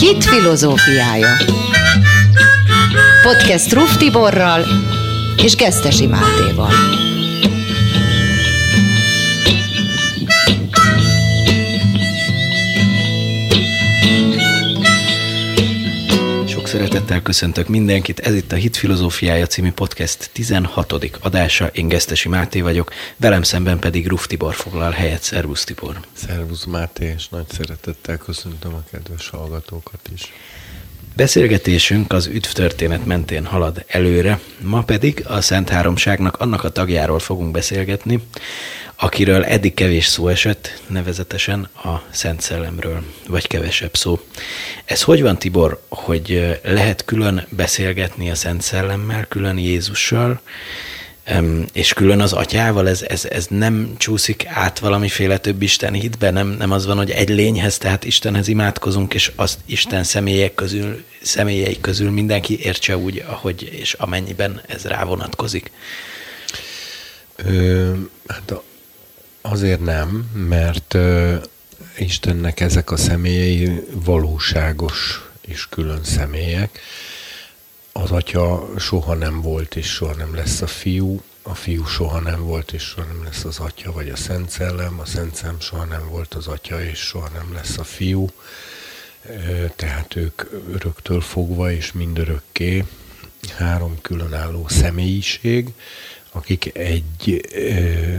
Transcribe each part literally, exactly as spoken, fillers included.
Hit filozófiája. Podcast Ruf Tiborral és Gesztesi Mátéval. Szeretettel köszöntök mindenkit, ez itt a Hit filozófiája című podcast tizenhatodik adása, én Gesztesi Máté vagyok, velem szemben pedig Ruf Tibor foglal helyet. Szervusz Tibor! Szervusz Máté, és nagy szeretettel köszöntöm a kedves hallgatókat is. Beszélgetésünk az üdvtörténet mentén halad előre, ma pedig a Szent Háromságnak annak a tagjáról fogunk beszélgetni, akiről eddig kevés szó esett, nevezetesen a Szent Szellemről, vagy kevesebb szó. Ez hogy van, Tibor, hogy lehet külön beszélgetni a Szent Szellemmel, külön Jézussal, és külön az Atyával? Ez, ez, ez nem csúszik át valamiféle több Isten hitbe? Nem, nem az van, hogy egy lényhez, tehát Istenhez imádkozunk, és azt Isten személyek közül, személyei közül mindenki értse úgy, ahogy és amennyiben ez rá vonatkozik? Ö, hát a Azért nem, mert uh, Istennek ezek a személyei valóságos és külön személyek. Az Atya soha nem volt, és soha nem lesz a Fiú, a Fiú soha nem volt, és soha nem lesz az Atya, vagy a Szent Szellem, a Szent Szellem soha nem volt az Atya, és soha nem lesz a Fiú. Uh, tehát ők öröktől fogva, és mindörökké három különálló személyiség, akik egy... Uh,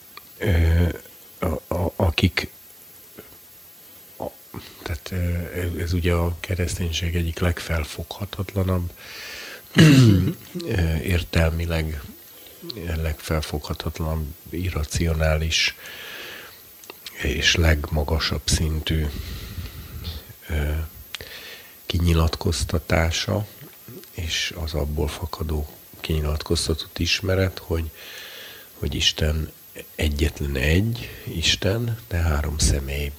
A, a, akik, a, tehát ez ugye a kereszténység egyik legfelfoghatatlanabb, értelmileg legfelfoghatatlanabb, irracionális és legmagasabb szintű kinyilatkoztatása, és az abból fakadó kinyilatkoztatott ismeret, hogy, hogy Isten egyetlen egy Isten, de három személy.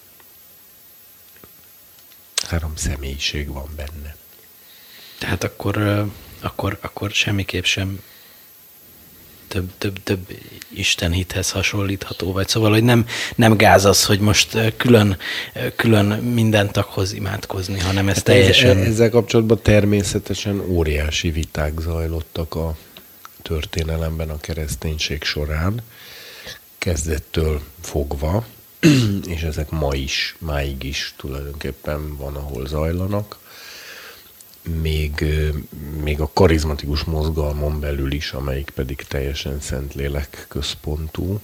Három személyiség van benne. Tehát akkor, akkor, akkor semmiképp sem több, több, több Isten hithez hasonlítható, vagy szóval, hogy nem, nem gáz az, hogy most külön, külön minden taghoz imádkozni, hanem ez hát teljesen... Ezzel kapcsolatban természetesen óriási viták zajlottak a történelemben a kereszténység során, kezdettől fogva, és ezek ma is, máig is tulajdonképpen van, ahol zajlanak. Még, még a karizmatikus mozgalmon belül is, amelyik pedig teljesen Szentlélek központú,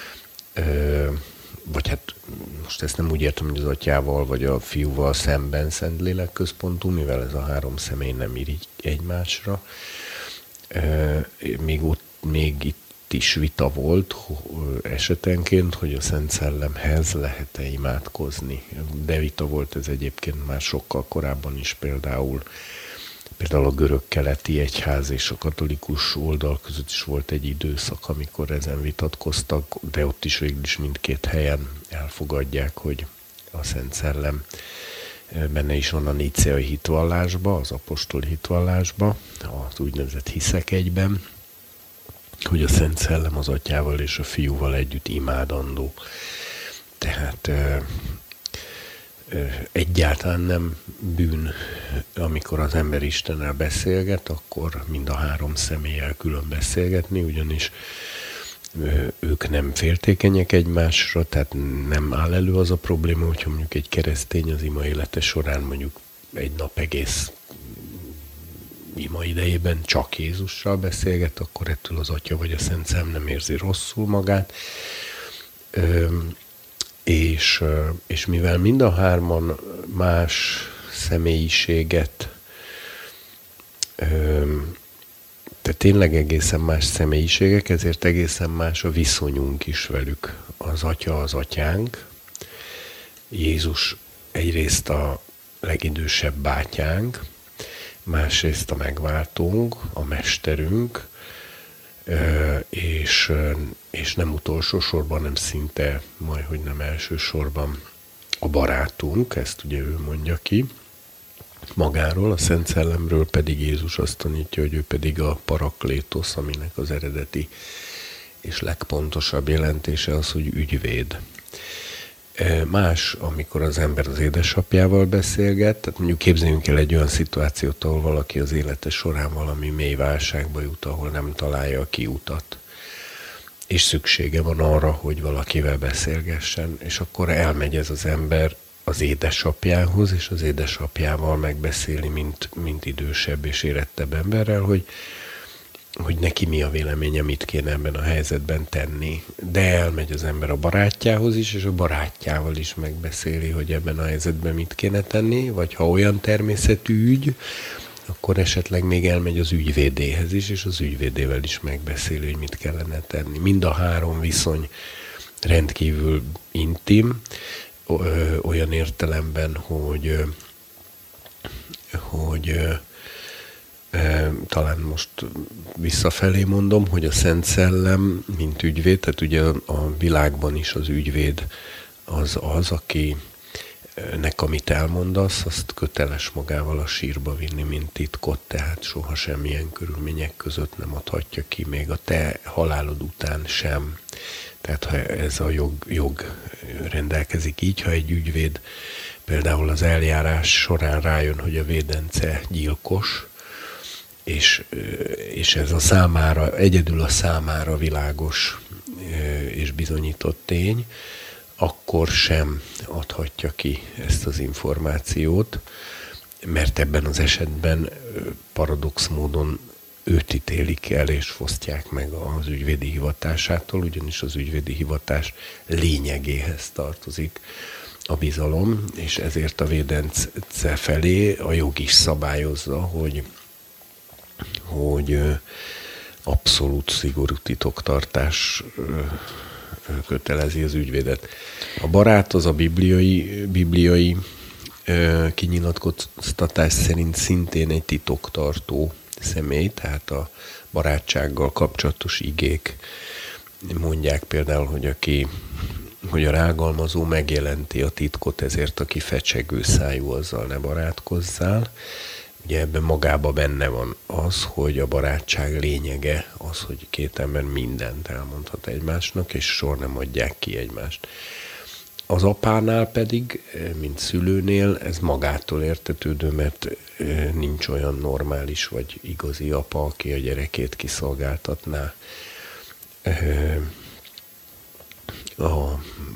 vagy hát most ezt nem úgy értem, hogy az Atyával vagy a Fiúval szemben Szentlélek központú, mivel ez a három személy nem irigy egymásra. Még, ott, még itt is vita volt esetenként, hogy a Szent Szellemhez lehet-e imádkozni. De vita volt ez egyébként már sokkal korábban is, például, például a görög-keleti egyház és a katolikus oldal között is volt egy időszak, amikor ezen vitatkoztak, de ott is végül is mindkét helyen elfogadják, hogy a Szent Szellem benne is van a níceai hitvallásba, az apostoli hitvallásba, az úgynevezett hiszek egyben, hogy a Szent Szellem az Atyával és a Fiúval együtt imádandó. Tehát ö, ö, egyáltalán nem bűn, amikor az ember Istennel beszélget, akkor mind a három személlyel külön beszélgetni, ugyanis ö, ők nem féltékenyek egymásra, tehát nem áll elő az a probléma, hogyha mondjuk egy keresztény az ima élete során mondjuk egy nap egész ima idejében csak Jézussal beszélget, akkor ettől az Atya vagy a Szent Szellem nem érzi rosszul magát. Ö, és, és mivel mind a hárman más személyiséget, ö, tehát tényleg egészen más személyiségek, ezért egészen más a viszonyunk is velük. Az Atya az Atyánk, Jézus egyrészt a legidősebb bátyánk, másrészt a megváltónk, a mesterünk, és, és nem utolsó sorban, nem szinte, majdhogy nem első sorban a barátunk, ezt ugye ő mondja ki magáról, a Szent Szellemről pedig Jézus azt tanítja, hogy ő pedig a paraklétosz, aminek az eredeti és legpontosabb jelentése az, hogy ügyvéd. Más, amikor az ember az édesapjával beszélget, tehát mondjuk képzeljünk el egy olyan szituációt, ahol valaki az élete során valami mély válságba jut, ahol nem találja a kiutat, és szüksége van arra, hogy valakivel beszélgessen, és akkor elmegy ez az ember az édesapjához, és az édesapjával megbeszéli, mint, mint idősebb és érettebb emberrel, hogy hogy neki mi a véleménye, mit kéne ebben a helyzetben tenni. De elmegy az ember a barátjához is, és a barátjával is megbeszéli, hogy ebben a helyzetben mit kéne tenni, vagy ha olyan természetű ügy, akkor esetleg még elmegy az ügyvédéhez is, és az ügyvédével is megbeszéli, hogy mit kellene tenni. Mind a három viszony rendkívül intim, olyan értelemben, hogy, hogy talán most visszafelé mondom, hogy a Szent Szellem, mint ügyvéd, tehát ugye a világban is az ügyvéd az az, akinek amit elmondasz, azt köteles magával a sírba vinni, mint titkot, tehát soha semmilyen körülmények között nem adhatja ki, még a te halálod után sem. Tehát ha ez a jog, jog rendelkezik így, ha egy ügyvéd például az eljárás során rájön, hogy a védence gyilkos, És, és ez a számára, egyedül a számára világos és bizonyított tény, akkor sem adhatja ki ezt az információt, mert ebben az esetben paradox módon őt ítélik el és fosztják meg az ügyvédi hivatásától, ugyanis az ügyvédi hivatás lényegéhez tartozik a bizalom, és ezért a védence felé a jog is szabályozza, hogy hogy abszolút szigorú titoktartás kötelezi az ügyvédet. A barát az a bibliai, bibliai kinyilatkoztatás szerint szintén egy titoktartó személy, tehát a barátsággal kapcsolatos igék mondják például, hogy aki, hogy a rágalmazó megjelenti a titkot, ezért aki fecsegő szájú, azzal ne barátkozzál. Ugye ebben magában benne van az, hogy a barátság lényege az, hogy két ember mindent elmondhat egymásnak, és soha nem adják ki egymást. Az apánál pedig, mint szülőnél, ez magától értetődő, mert nincs olyan normális vagy igazi apa, aki a gyerekét kiszolgáltatná a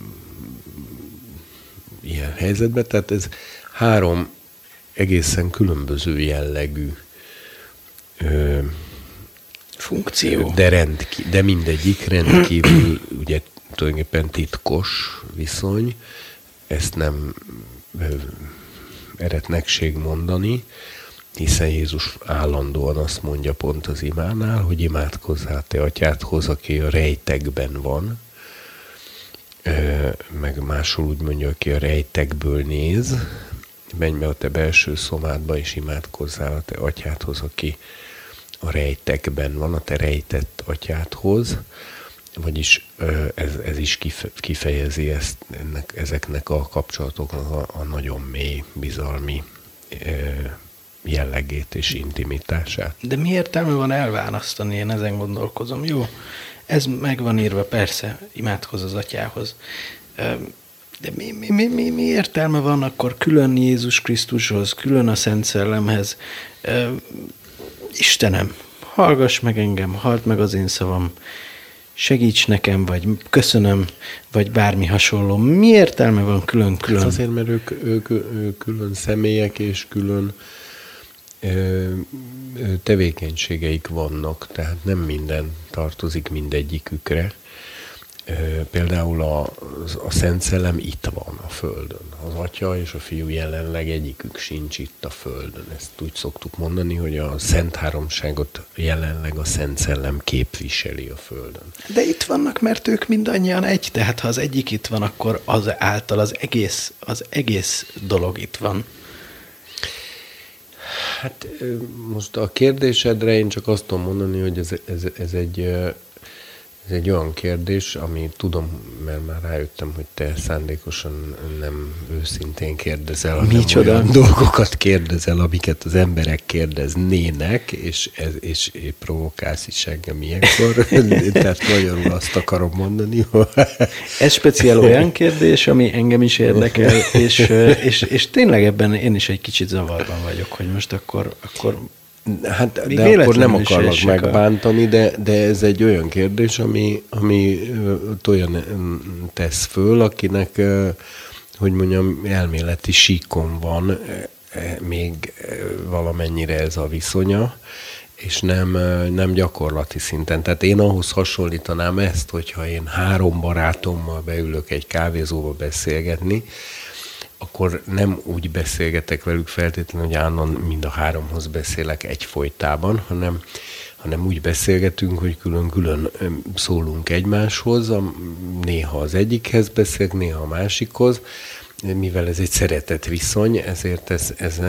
ilyen helyzetben. Tehát ez három egészen különböző jellegű ö, funkció, de, rendkí- de mindegyik rendkívül ugye tulajdonképpen titkos viszony, ezt nem ö, eretnekség mondani, hiszen Jézus állandóan azt mondja pont az imánál, hogy imádkozzál te atyádhoz, aki a rejtekben van, ö, meg máshol úgy mondja, aki a rejtekből néz. Menj be a te belső szomádba, és imádkozzál a te atyádhoz, aki a rejtekben van, a te rejtett atyádhoz. Vagyis ez, ez is kifejezi ezt, ennek, ezeknek a kapcsolatoknak a, a nagyon mély, bizalmi jellegét és intimitását. De mi értelme van elválasztani? Én ezen gondolkozom. Jó, ez meg van írva, persze, imádkozz az atyához. De mi, mi, mi, mi, mi értelme van akkor külön Jézus Krisztushoz, külön a Szent Szellemhez? E, Istenem, hallgass meg engem, halld meg az én szavam, segíts nekem, vagy köszönöm, vagy bármi hasonló. Mi értelme van külön-külön? Hát azért, mert ők, ők, ők külön személyek és külön ö, tevékenységeik vannak, tehát nem minden tartozik mindegyikükre. Például a, a Szent Szellem itt van a Földön. Az Atya és a Fiú jelenleg egyikük sincs itt a Földön. Ezt úgy szoktuk mondani, hogy a Szent Háromságot jelenleg a Szent Szellem képviseli a Földön. De itt vannak, mert ők mindannyian egy, tehát ha az egyik itt van, akkor az által az egész, az egész dolog itt van. Hát most a kérdésedre én csak azt tudom mondani, hogy ez, ez, ez egy... Ez egy olyan kérdés, ami tudom, mert már rájöttem, hogy te szándékosan nem őszintén kérdezel, hanem Micsoda? olyan dolgokat kérdezel, amiket az emberek kérdeznének, és, ez, és provokálsz is engem ilyenkor. Tehát magyarul azt akarom mondani. Ez speciál olyan kérdés, ami engem is érdekel, és, és, és tényleg ebben én is egy kicsit zavarban vagyok, hogy most akkor... akkor Hát, de akkor nem akarlak megbántani, de, de ez egy olyan kérdés, ami, ami olyan tesz föl, akinek, hogy mondjam, elméleti síkon van még valamennyire ez a viszonya, és nem, nem gyakorlati szinten. Tehát én ahhoz hasonlítanám ezt, hogyha én három barátommal beülök egy kávézóba beszélgetni, akkor nem úgy beszélgetek velük feltétlenül, hogy állandóan mind a háromhoz beszélek egyfolytában, hanem, hanem úgy beszélgetünk, hogy külön-külön szólunk egymáshoz, néha az egyikhez beszélek, néha a másikhoz, mivel ez egy szeretett viszony, ezért ez, ez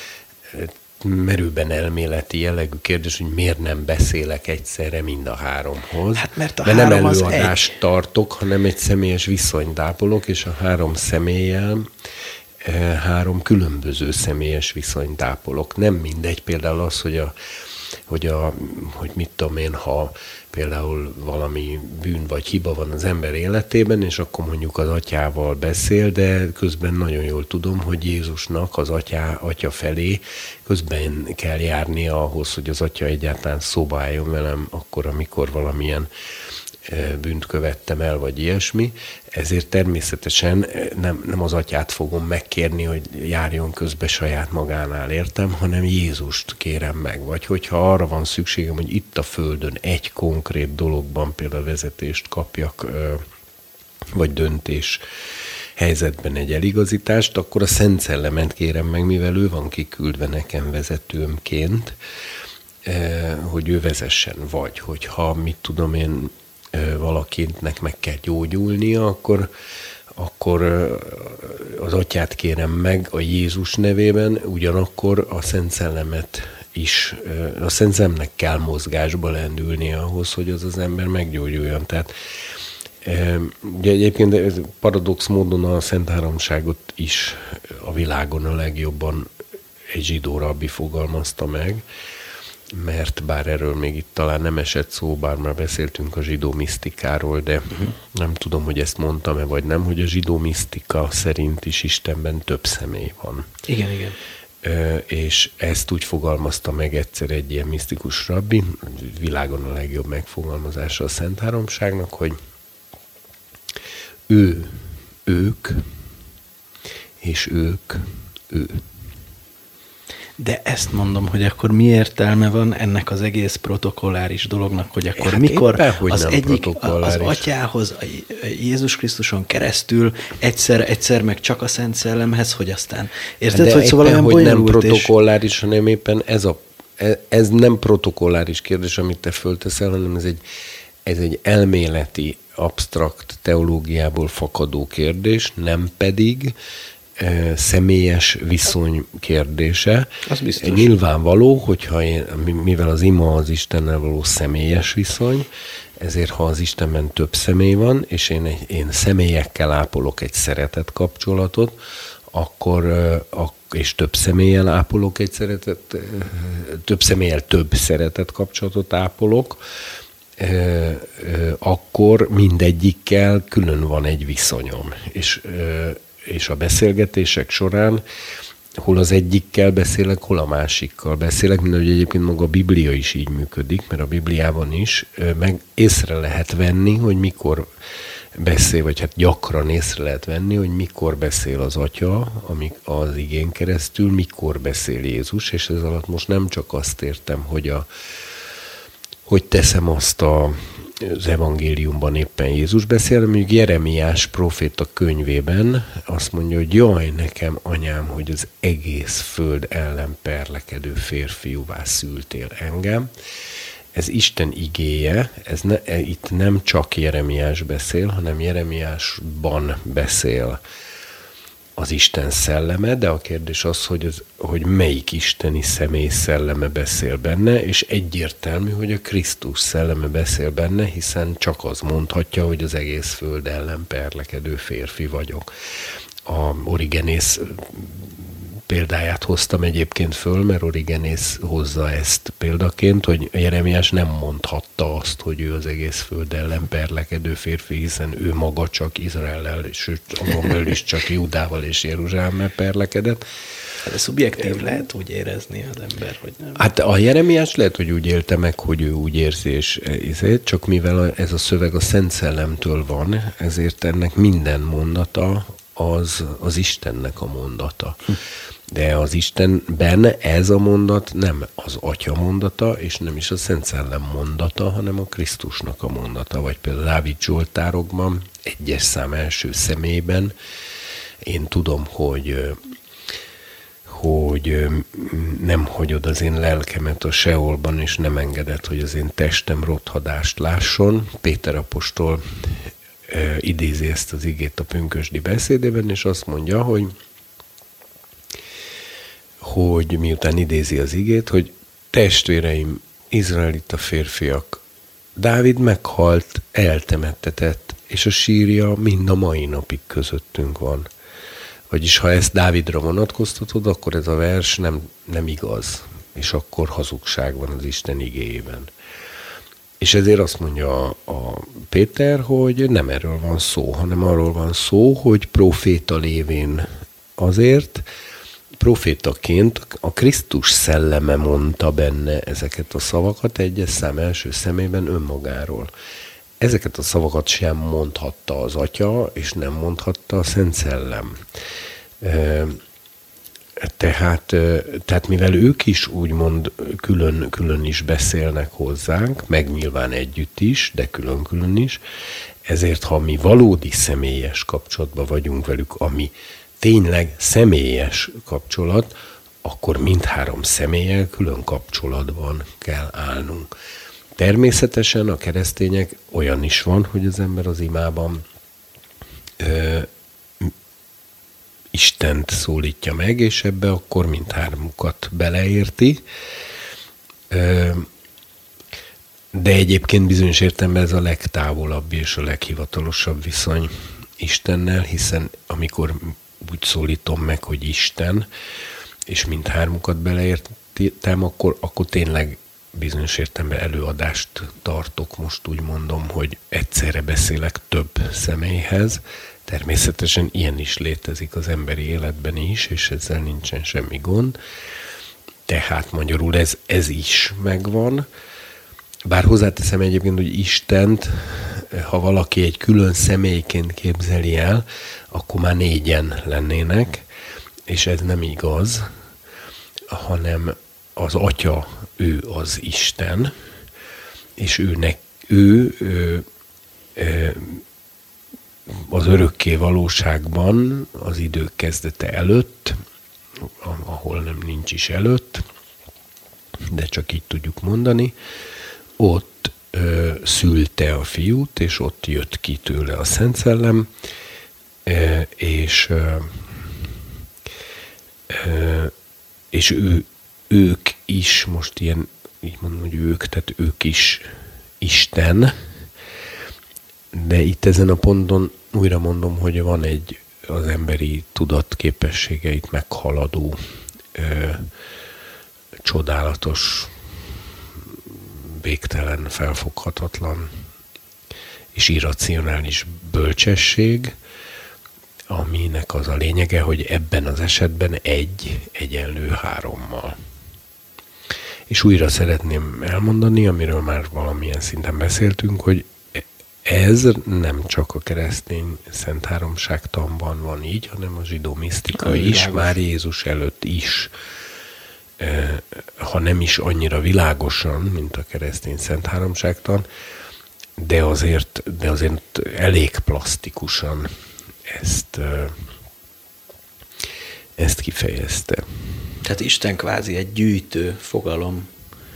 merőben elméleti jellegű kérdés, hogy miért nem beszélek egyszerre mind a háromhoz. Hát mert a mert három nem az előadást egy. tartok, hanem egy személyes viszonyt ápolok, és a három személlyel három különböző személyes viszonyt ápolok. Nem mindegy például az, hogy, a, hogy, a, hogy mit tudom én, ha például valami bűn vagy hiba van az ember életében, és akkor mondjuk az atyával beszél, de közben nagyon jól tudom, hogy Jézusnak az atyá, atya felé közben kell járnia ahhoz, hogy az atya egyáltalán szóba álljon velem akkor, amikor valamilyen bűnt követtem el, vagy ilyesmi. Ezért természetesen nem, nem az atyát fogom megkérni, hogy járjon közbe saját magánál, értem, hanem Jézust kérem meg. Vagy hogyha arra van szükségem, hogy itt a Földön egy konkrét dologban például vezetést kapjak, vagy döntés helyzetben egy eligazítást, akkor a Szent Szellemet kérem meg, mivel ő van kiküldve nekem vezetőmként, hogy ő vezessen. Vagy hogyha, mit tudom én, valakinek meg kell gyógyulnia, akkor, akkor az atyát kérem meg a Jézus nevében, ugyanakkor a Szent Szellemet is, a Szent Szellemnek kell mozgásba lendülnie ahhoz, hogy az az ember meggyógyuljon. Tehát ugye egyébként paradox módon a Szent Háromságot is a világon a legjobban egy zsidó rabbi fogalmazta meg, mert bár erről még itt talán nem esett szó, bár már beszéltünk a zsidó misztikáról, de uh-huh. nem tudom, hogy ezt mondtam-e, vagy nem, hogy a zsidó misztika szerint is Istenben több személy van. Igen, igen. Ö, és ezt úgy fogalmazta meg egyszer egy ilyen misztikus rabbi, világon a legjobb megfogalmazása a Szent Háromságnak, hogy ő, ők, és ők, ő. De ezt mondom, hogy akkor mi értelme van ennek az egész protokolláris dolognak, hogy akkor hát mikor éppen, hogy az egyik az atyához, a Jézus Krisztuson keresztül, egyszer, egyszer meg csak a Szent Szellemhez, hogy aztán érted, de hogy szóval olyan hogy nem protokolláris, és... hanem éppen ez, a, ez nem protokolláris kérdés, amit te fölteszel, hanem ez egy, ez egy elméleti, absztrakt teológiából fakadó kérdés, nem pedig személyes viszony kérdése. Az biztos. Nyilvánvaló, hogyha én, mivel az ima az Istennel való személyes viszony, ezért ha az Istenben több személy van, és én, én személyekkel ápolok egy szeretet kapcsolatot, akkor, és több személlyel ápolok egy szeretet, több személlyel több szeretet kapcsolatot ápolok, akkor mindegyikkel külön van egy viszonyom. És és a beszélgetések során hol az egyikkel beszélek, hol a másikkal beszélek, mint hogy egyébként maga a Biblia is így működik, mert a Bibliában is meg észre lehet venni, hogy mikor beszél, vagy hát gyakran észre lehet venni, hogy mikor beszél az Atya, amik az igén keresztül, mikor beszél Jézus, és ez alatt most nem csak azt értem, hogy, a, hogy teszem azt a az evangéliumban éppen Jézus beszél, mondjuk Jeremiás próféta könyvében azt mondja, hogy jaj nekem, anyám, hogy az egész föld ellen perlekedő férfiúvá szültél engem. Ez Isten igéje, ez ne, itt nem csak Jeremiás beszél, hanem Jeremiásban beszél az Isten szelleme, de a kérdés az, hogy, az, hogy melyik isteni személy szelleme beszél benne, és egyértelmű, hogy a Krisztus szelleme beszél benne, hiszen csak az mondhatja, hogy az egész föld ellen perlekedő férfi vagyok. A Origenész példáját hoztam egyébként föl, mert Origenész hozza ezt példaként, hogy Jeremiás nem mondhatta azt, hogy ő az egész föld ellen perlekedő férfi, hiszen ő maga csak Izraellel, sőt, azon belül is csak Júdával és Jeruzsálemmel perlekedett. Hát ez szubjektív lehet úgy érezni az ember, hogy nem. Hát a Jeremiás lehet, hogy úgy élte meg, hogy ő úgy érzi, és ezért, csak mivel ez a szöveg a Szent Szellemtől van, ezért ennek minden mondata az, az Istennek a mondata. Hm. De az Istenben ez a mondat nem az Atya mondata, és nem is a Szent Szellem mondata, hanem a Krisztusnak a mondata. Vagy például Dávid Zsoltárokban, egyes szám első személyben, én tudom, hogy, hogy nem hagyod az én lelkemet a Seolban, és nem engedett, hogy az én testem rothadást lásson. Péter apostol idézi ezt az igét a pünkösdi beszédében, és azt mondja, hogy hogy miután idézi az igét, hogy testvéreim, izraelita férfiak, Dávid meghalt, eltemettetett, és a sírja mind a mai napig közöttünk van. Vagyis ha ezt Dávidra vonatkoztatod, akkor ez a vers nem, nem igaz, és akkor hazugság van az Isten igéjében. És ezért azt mondja a, a Péter, hogy nem erről van szó, hanem arról van szó, hogy proféta lévén azért, profétaként a Krisztus szelleme mondta benne ezeket a szavakat egyes szám első szemében önmagáról. Ezeket a szavakat sem mondhatta az Atya, és nem mondhatta a Szent Szellem. Tehát, tehát mivel ők is úgymond külön, külön is beszélnek hozzánk, meg nyilván együtt is, de külön-külön is, ezért ha mi valódi személyes kapcsolatban vagyunk velük, ami tényleg személyes kapcsolat, akkor mindhárom személlyel külön kapcsolatban kell állnunk. Természetesen a keresztények olyan is van, hogy az ember az imában ö, Istent szólítja meg, és ebbe akkor mindhármukat beleérti. Ö, de egyébként bizonyos értelemben ez a legtávolabb és a leghivatalosabb viszony Istennel, hiszen amikor úgy szólítom meg, hogy Isten, és mindhármukat beleértem, akkor, akkor tényleg bizonyos értelemben előadást tartok, most úgy mondom, hogy egyszerre beszélek több személyhez. Természetesen ilyen is létezik az emberi életben is, és ezzel nincsen semmi gond. Tehát magyarul ez, ez is megvan. Bár hozzáteszem egyébként, hogy Istent, ha valaki egy külön személyként képzeli el, akkor már négyen lennének, és ez nem igaz, hanem az Atya, ő az Isten, és őnek, ő, ő, ő az örökké valóságban, az idők kezdete előtt, ahol nem nincs is előtt, de csak így tudjuk mondani, ott ö, szülte a fiút, és ott jött ki tőle a Szent Szellem, ö, és, ö, ö, és ő, ők is, most ilyen, így mondom, hogy ők, tehát ők is Isten, de itt ezen a ponton újra mondom, hogy van egy az emberi tudat képességeit meghaladó, ö, csodálatos, végtelen, felfoghatatlan és irracionális bölcsesség, aminek az a lényege, hogy ebben az esetben egy egyenlő hárommal. És újra szeretném elmondani, amiről már valamilyen szinten beszéltünk, hogy ez nem csak a keresztény Szent Háromságtanban van így, hanem a zsidó misztika is, világos. Már Jézus előtt is, ha nem is annyira világosan, mint a keresztény Szent Háromságtan, de azért, de azért elég plastikusan ezt, ezt kifejezte. Tehát Isten kvázi egy gyűjtő fogalom,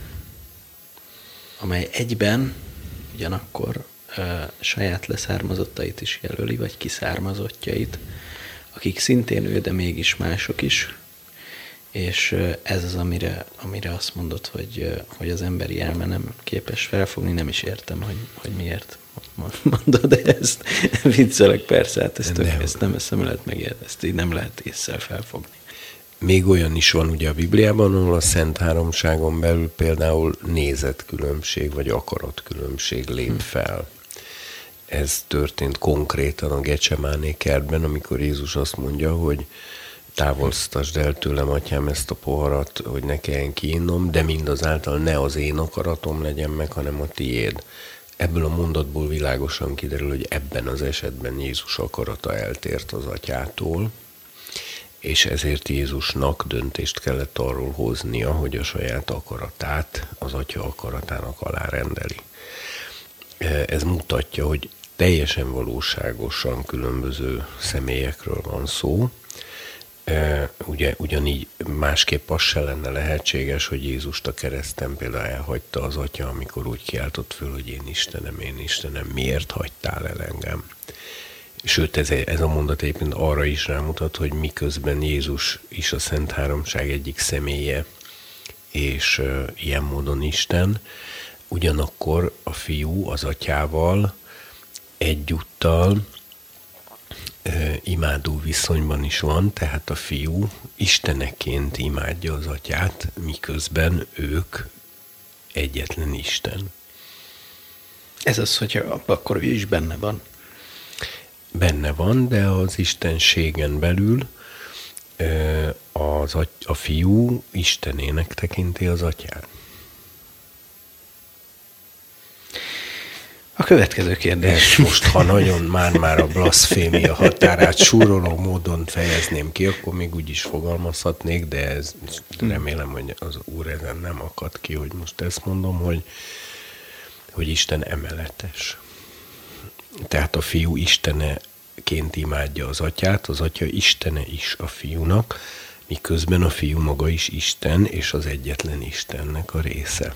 amely egyben ugyanakkor uh, saját leszármazottait is jelöli, vagy kiszármazottjait, akik szintén ő, de mégis mások is. És ez az, amire, amire azt mondod, hogy, hogy az emberi elme nem képes felfogni, nem is értem, hogy, hogy miért mondod ezt. Viccelek persze, hát ezt, nem. ezt nem ezt nem lehet megérteni, ezt így nem lehet ésszel felfogni. Még olyan is van ugye a Bibliában, ahol a Szent Háromságon belül például nézetkülönbség vagy akaratkülönbség lép fel. Ez történt konkrétan a Gecsemáné kertben, amikor Jézus azt mondja, hogy távolsztasd el tőlem, atyám, ezt a poharat, hogy ne kelljen kiinnom, de mindazáltal ne az én akaratom legyen meg, hanem a tiéd. Ebből a mondatból világosan kiderül, hogy ebben az esetben Jézus akarata eltért az atyától, és ezért Jézusnak döntést kellett arról hoznia, hogy a saját akaratát az atya akaratának alárendeli. Ez mutatja, hogy teljesen valóságosan különböző személyekről van szó. Ugye, ugyanígy másképp az se lenne lehetséges, hogy Jézust a kereszten például elhagyta az atya, amikor úgy kiáltott föl, hogy én Istenem, én Istenem, miért hagytál el engem? Sőt, ez, ez a mondat egyébként arra is rámutat, hogy miközben Jézus is a Szent Háromság egyik személye, és uh, ilyen módon Isten, ugyanakkor a fiú az atyával egyúttal uh, imádó viszonyban is van, tehát a fiú isteneként imádja az atyát, miközben ők egyetlen Isten. Ez az, hogyha akkor ő is benne van. Benne van, de az istenségen belül az, a fiú istenének tekinti az atyát. A következő kérdés. Ez most, ha nagyon már-már a blaszfémia határát súroló módon fejezném ki, akkor még úgy is fogalmazhatnék, de ez, remélem, hogy az Úr ezen nem akad ki, hogy most ezt mondom, hogy, hogy Isten emeletes. Tehát a fiú isteneként imádja az atyát, az atya istene is a fiúnak, miközben a fiú maga is Isten, és az egyetlen Istennek a része.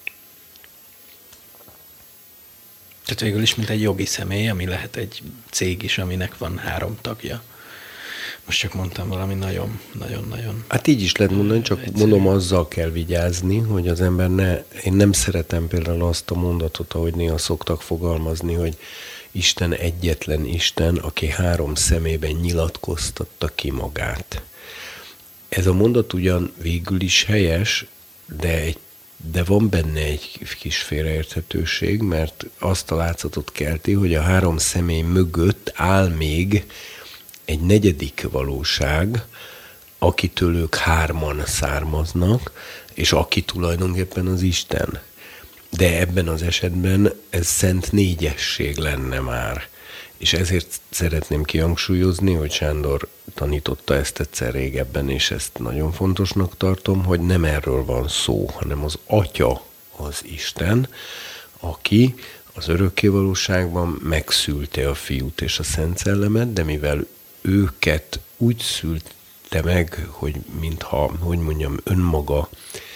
Tehát végül is, mint egy jogi személy, ami lehet egy cég is, aminek van három tagja. Most csak mondtam valami nagyon-nagyon-nagyon... Hát így is lehet mondani, csak egyszerű. Mondom, azzal kell vigyázni, hogy az ember ne... Én nem szeretem például azt a mondatot, ahogy néha szoktak fogalmazni, hogy Isten egyetlen Isten, aki három szemében nyilatkoztatta ki magát. Ez a mondat ugyan végül is helyes, de, egy, de van benne egy kis félreérthetőség, mert azt a látszatot kelti, hogy a három személy mögött áll még egy negyedik valóság, akitől ők hárman származnak, és aki tulajdonképpen az Isten. De ebben az esetben ez szent négyesség lenne már. És ezért szeretném kihangsúlyozni, hogy Sándor tanította ezt egyszer régebben, és ezt nagyon fontosnak tartom, hogy nem erről van szó, hanem az Atya az Isten, aki az örökkévalóságban megszülte a Fiút és a Szent Szellemet, de mivel őket úgy szülte meg, hogy mintha, hogy mondjam, önmaga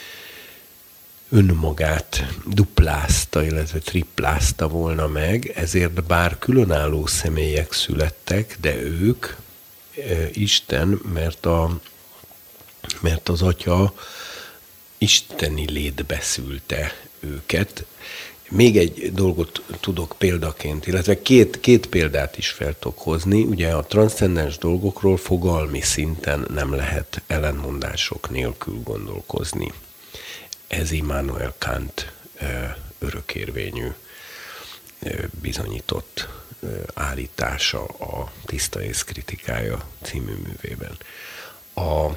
önmagát duplázta, illetve triplázta volna meg, ezért bár különálló személyek születtek, de ők e, Isten, mert, a, mert az Atya isteni létbe szülte őket. Még egy dolgot tudok példaként, illetve két, két példát is fel tudok hozni. Ugye a transzcendens dolgokról fogalmi szinten nem lehet ellentmondások nélkül gondolkozni. Ez Immanuel Kant örökérvényű bizonyított állítása a Tiszta ész kritikája című művében. A,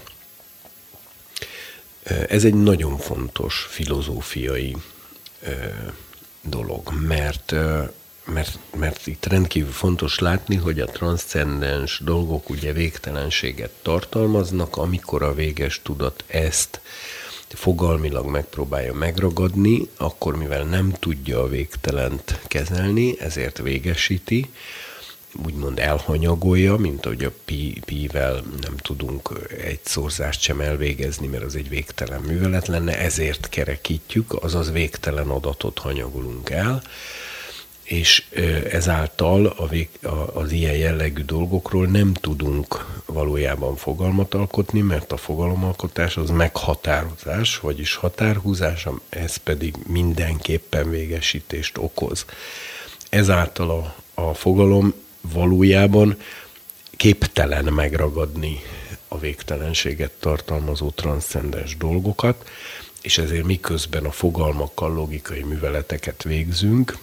ez egy nagyon fontos filozófiai dolog, mert, mert, mert itt rendkívül fontos látni, hogy a transzcendens dolgok ugye végtelenséget tartalmaznak, amikor a véges tudat ezt fogalmilag megpróbálja megragadni, akkor mivel nem tudja a végtelent kezelni, ezért végesíti, úgymond elhanyagolja, mint ahogy a pi, pi-vel nem tudunk egy szorzást sem elvégezni, mert az egy végtelen művelet lenne, ezért kerekítjük, azaz végtelen adatot hanyagolunk el, és ezáltal a vég, a, az ilyen jellegű dolgokról nem tudunk valójában fogalmat alkotni, mert a fogalomalkotás az meghatározás, vagyis határhúzás, ez pedig mindenképpen végesítést okoz. Ezáltal a, a fogalom valójában képtelen megragadni a végtelenséget tartalmazó transzcendens dolgokat, és ezért miközben a fogalmakkal logikai műveleteket végzünk,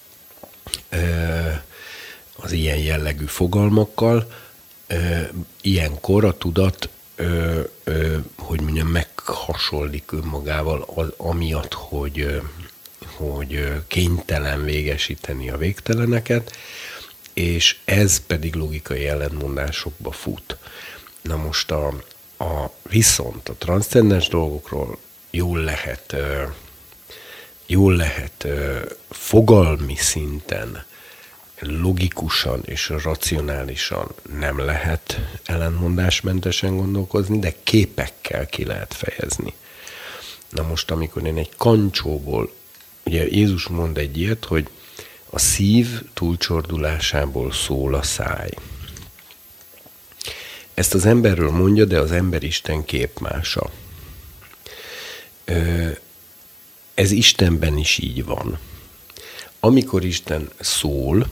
az ilyen jellegű fogalmakkal, ilyenkor a tudat, hogy mondjam, meghasonlik önmagával az, amiatt, hogy, hogy kénytelen végesíteni a végteleneket, és ez pedig logikai ellentmondásokba fut. Na most a, a viszont a transzcendens dolgokról jól lehet, jól lehet fogalmi szinten, logikusan és racionálisan nem lehet ellentmondásmentesen gondolkozni, de képekkel ki lehet fejezni. Na most, amikor én egy kancsóból, ugye Jézus mond egy ilyet, hogy a szív túlcsordulásából szól a száj. Ezt az emberről mondja, de az ember Isten képmása. Ez Istenben is így van. Amikor Isten szól,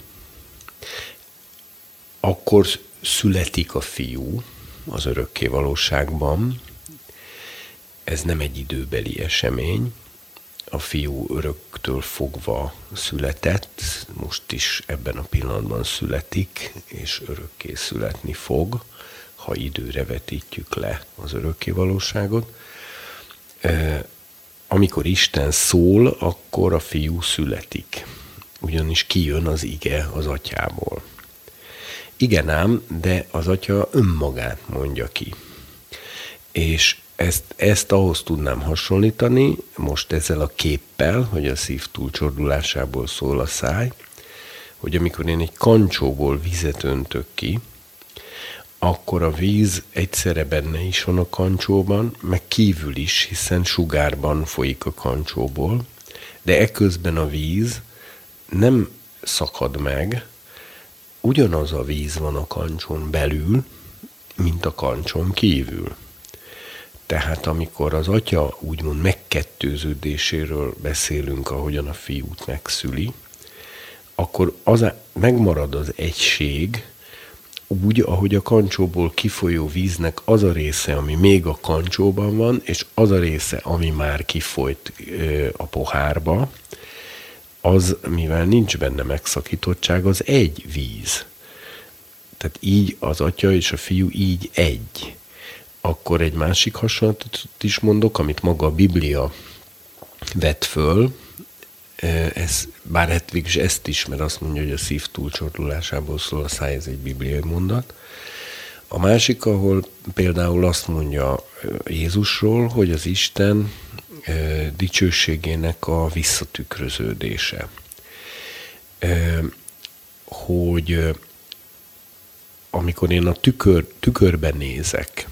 akkor születik a fiú az örökké valóságban. Ez nem egy időbeli esemény. A fiú öröktől fogva született, most is ebben a pillanatban születik, és örökké születni fog, ha időre vetítjük le az örökké valóságot. Amikor Isten szól, akkor a fiú születik, ugyanis kijön az ige az atyából. Igen ám, de az atya önmagát mondja ki. És ezt, ezt ahhoz tudnám hasonlítani, most ezzel a képpel, hogy a szív túlcsordulásából szól a száj, hogy amikor én egy kancsóból vizet öntök ki, akkor a víz egyszerre benne is van a kancsóban, meg kívül is, hiszen sugárban folyik a kancsóból, de eközben a víz nem szakad meg, ugyanaz a víz van a kancsón belül, mint a kancson kívül. Tehát amikor az atya úgymond megkettőződéséről beszélünk, ahogyan a fiút megszüli, akkor az megmarad az egység, úgy, ahogy a kancsóból kifolyó víznek az a része, ami még a kancsóban van, és az a része, ami már kifolyt ö, a pohárba, az, mivel nincs benne megszakítottság, az egy víz. Tehát így az atya és a fiú így egy. Akkor egy másik hasonlatot is mondok, amit maga a Biblia vet föl, ez, bár hát végülis ezt is, mert azt mondja, hogy a szív túlcsordulásából szól a száj, ez egy bibliai mondat. A másik, ahol például azt mondja Jézusról, hogy az Isten e, dicsőségének a visszatükröződése. E, hogy e, amikor én a tükör, tükörben nézek,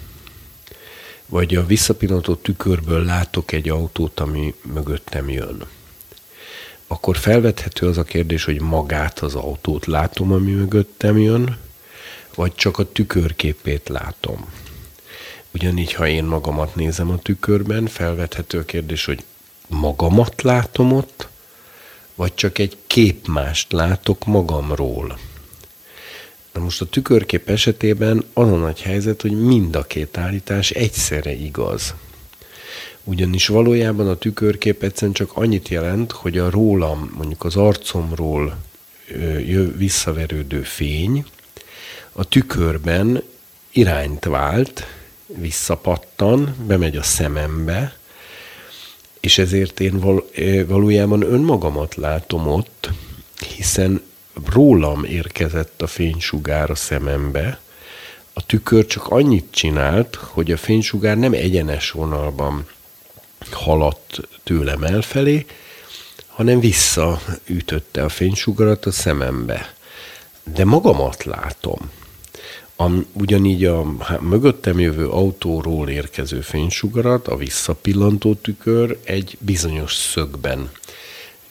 vagy a visszapillantó tükörből látok egy autót, ami mögöttem jön, akkor felvethető az a kérdés, hogy magát az autót látom, ami mögöttem jön, vagy csak a tükörképét látom. Ugyanígy, ha én magamat nézem a tükörben, felvethető a kérdés, hogy magamat látom ott, vagy csak egy képmást látok magamról. Na most a tükörkép esetében az a nagy helyzet, hogy mind a két állítás egyszerre igaz. Ugyanis valójában a tükörkép egyszerűen csak annyit jelent, hogy a rólam, mondjuk az arcomról jö, visszaverődő fény a tükörben irányt vált, visszapattan, bemegy a szemembe, és ezért én val- valójában önmagamat látom ott, hiszen rólam érkezett a fénysugár a szemembe, a tükör csak annyit csinált, hogy a fénysugár nem egyenes vonalban haladt tőlem elfelé, hanem visszaütötte a fénysugarat a szemembe. De magamat látom. A, ugyanígy a mögöttem jövő autóról érkező fénysugarat, a visszapillantó tükör egy bizonyos szögben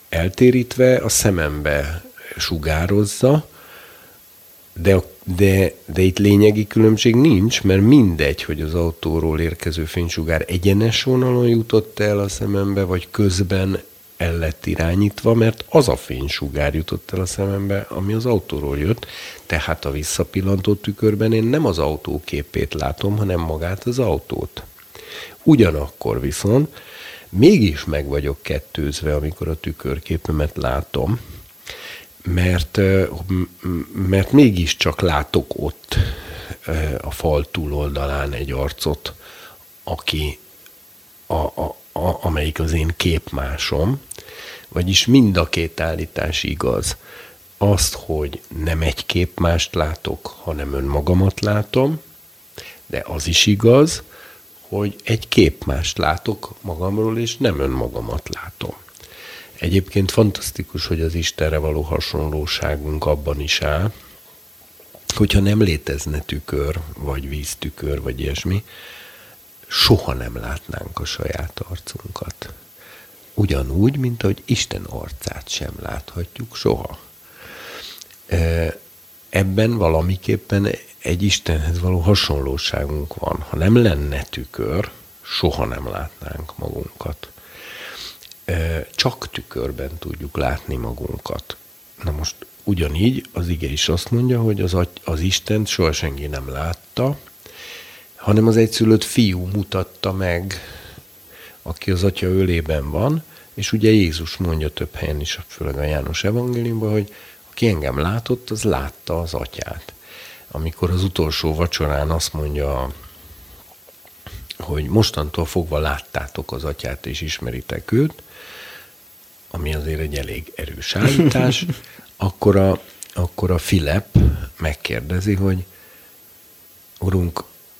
eltérítve a szemembe sugározza, de, de, de itt lényegi különbség nincs, mert mindegy, hogy az autóról érkező fénysugár egyenes vonalon jutott el a szemembe, vagy közben el lett irányítva, mert az a fénysugár jutott el a szemembe, ami az autóról jött, tehát a visszapillantó tükörben én nem az autó képét látom, hanem magát az autót. Ugyanakkor viszont mégis meg vagyok kettőzve, amikor a tükörképemet látom, mert, mert mégiscsak látok ott a fal túloldalán egy arcot, aki a, a, a, amelyik az én képmásom, vagyis mind a két állítás igaz. Azt, hogy nem egy képmást látok, hanem önmagamat látom, de az is igaz, hogy egy képmást látok magamról, és nem önmagamat látom. Egyébként fantasztikus, hogy az Istenre való hasonlóságunk abban is áll, hogyha nem létezne tükör, vagy víztükör, vagy ilyesmi, soha nem látnánk a saját arcunkat. Ugyanúgy, mint ahogy Isten arcát sem láthatjuk soha. Ebben valamiképpen egy Istenhez való hasonlóságunk van. Ha nem lenne tükör, soha nem látnánk magunkat. Csak tükörben tudjuk látni magunkat. Na most ugyanígy az ige is azt mondja, hogy az, az Istent soha senki nem látta, hanem az egyszülött fiú mutatta meg, aki az atya ölében van, és ugye Jézus mondja több helyen is, főleg a János evangéliumban, hogy aki engem látott, az látta az atyát. Amikor az utolsó vacsorán azt mondja, hogy mostantól fogva láttátok az atyát, és ismeritek őt, ami azért egy elég erős állítás, akkor a, akkor a Filip megkérdezi, hogy Urunk,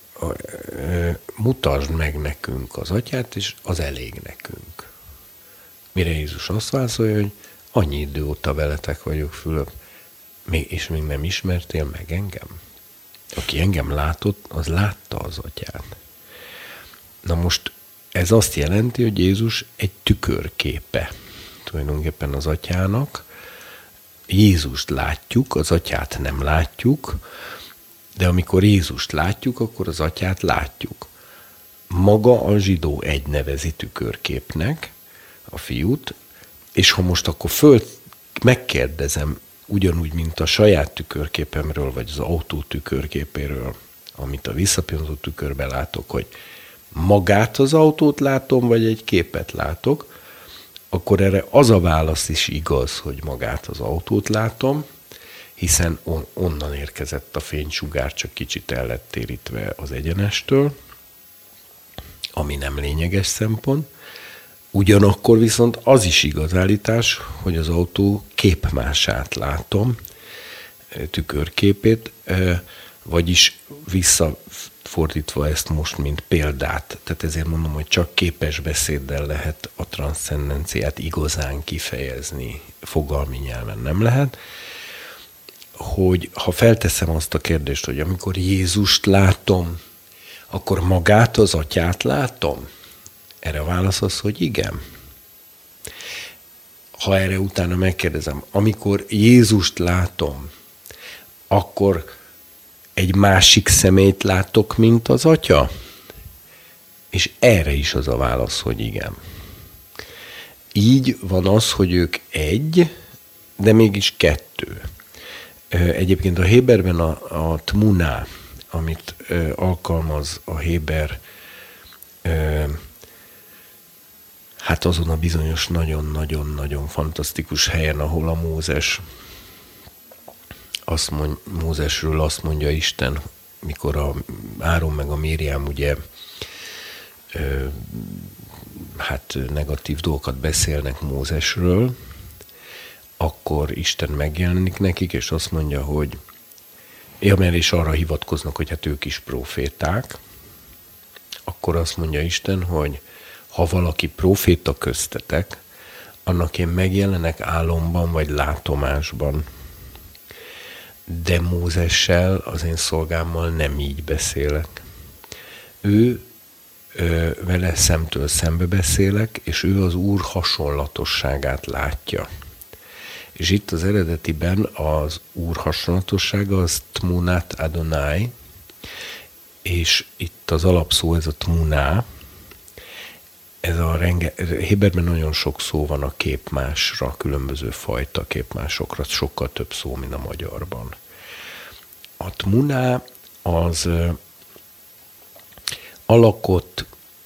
mutasd meg nekünk az atyát, és az elég nekünk. Mire Jézus azt válaszolja, hogy annyi idő óta veletek vagyok, Fülöp, és még nem ismertél meg engem? Aki engem látott, az látta az atyát. Na most ez azt jelenti, hogy Jézus egy tükörképe tulajdonképpen az atyának. Jézust látjuk, az atyát nem látjuk, de amikor Jézust látjuk, akkor az atyát látjuk. Maga a zsidó egy nevezi tükörképnek a fiút, és ha most akkor föl megkérdezem ugyanúgy, mint a saját tükörképemről, vagy az autó tükörképéről, amit a visszapillantó tükörben látok, hogy magát az autót látom, vagy egy képet látok, akkor erre az a válasz is igaz, hogy magát az autót látom, hiszen on, onnan érkezett a fénysugár, csak kicsit el lett térítve az egyenestől, ami nem lényeges szempont. Ugyanakkor viszont az is igaz állítás, hogy az autó képmását látom, tükörképét, vagyis visszafordítva ezt most, mint példát. Tehát ezért mondom, hogy csak képes beszéddel lehet a transzcendenciát igazán kifejezni, fogalmi nyelven nem lehet. Hogy ha felteszem azt a kérdést, hogy amikor Jézust látom, akkor magát az atyát látom? Erre a válasz az, hogy igen. Ha erre utána megkérdezem, amikor Jézust látom, akkor egy másik személyt látok, mint az atya? És erre is az a válasz, hogy igen. Így van az, hogy ők egy, de mégis kettő. Egyébként a héberben a, a tmuná, amit ö, alkalmaz a héber, ö, hát azon a bizonyos nagyon-nagyon-nagyon fantasztikus helyen, ahol a Mózes, azt mond, Mózesről azt mondja Isten, mikor a Áron meg a Mériám ugye ö, hát negatív dolgokat beszélnek Mózesről, akkor Isten megjelenik nekik, és azt mondja, hogy ja, mert is arra hivatkoznak, hogy hát ők is proféták, akkor azt mondja Isten, hogy ha valaki proféta köztetek, annak én megjelenek álomban vagy látomásban. De Mózessel, az én szolgámmal nem így beszélek. Ő ö, vele szemtől szembe beszélek, és ő az Úr hasonlatosságát látja. És itt az eredetiben az Úr hasonlatossága az Tmunat Adonai, és itt az alapszó ez a Tmuná. Ez a renge, héberben nagyon sok szó van a képmásra, különböző fajta képmásokra, sokkal több szó, mint a magyarban. A Tmuná az ö, alakot,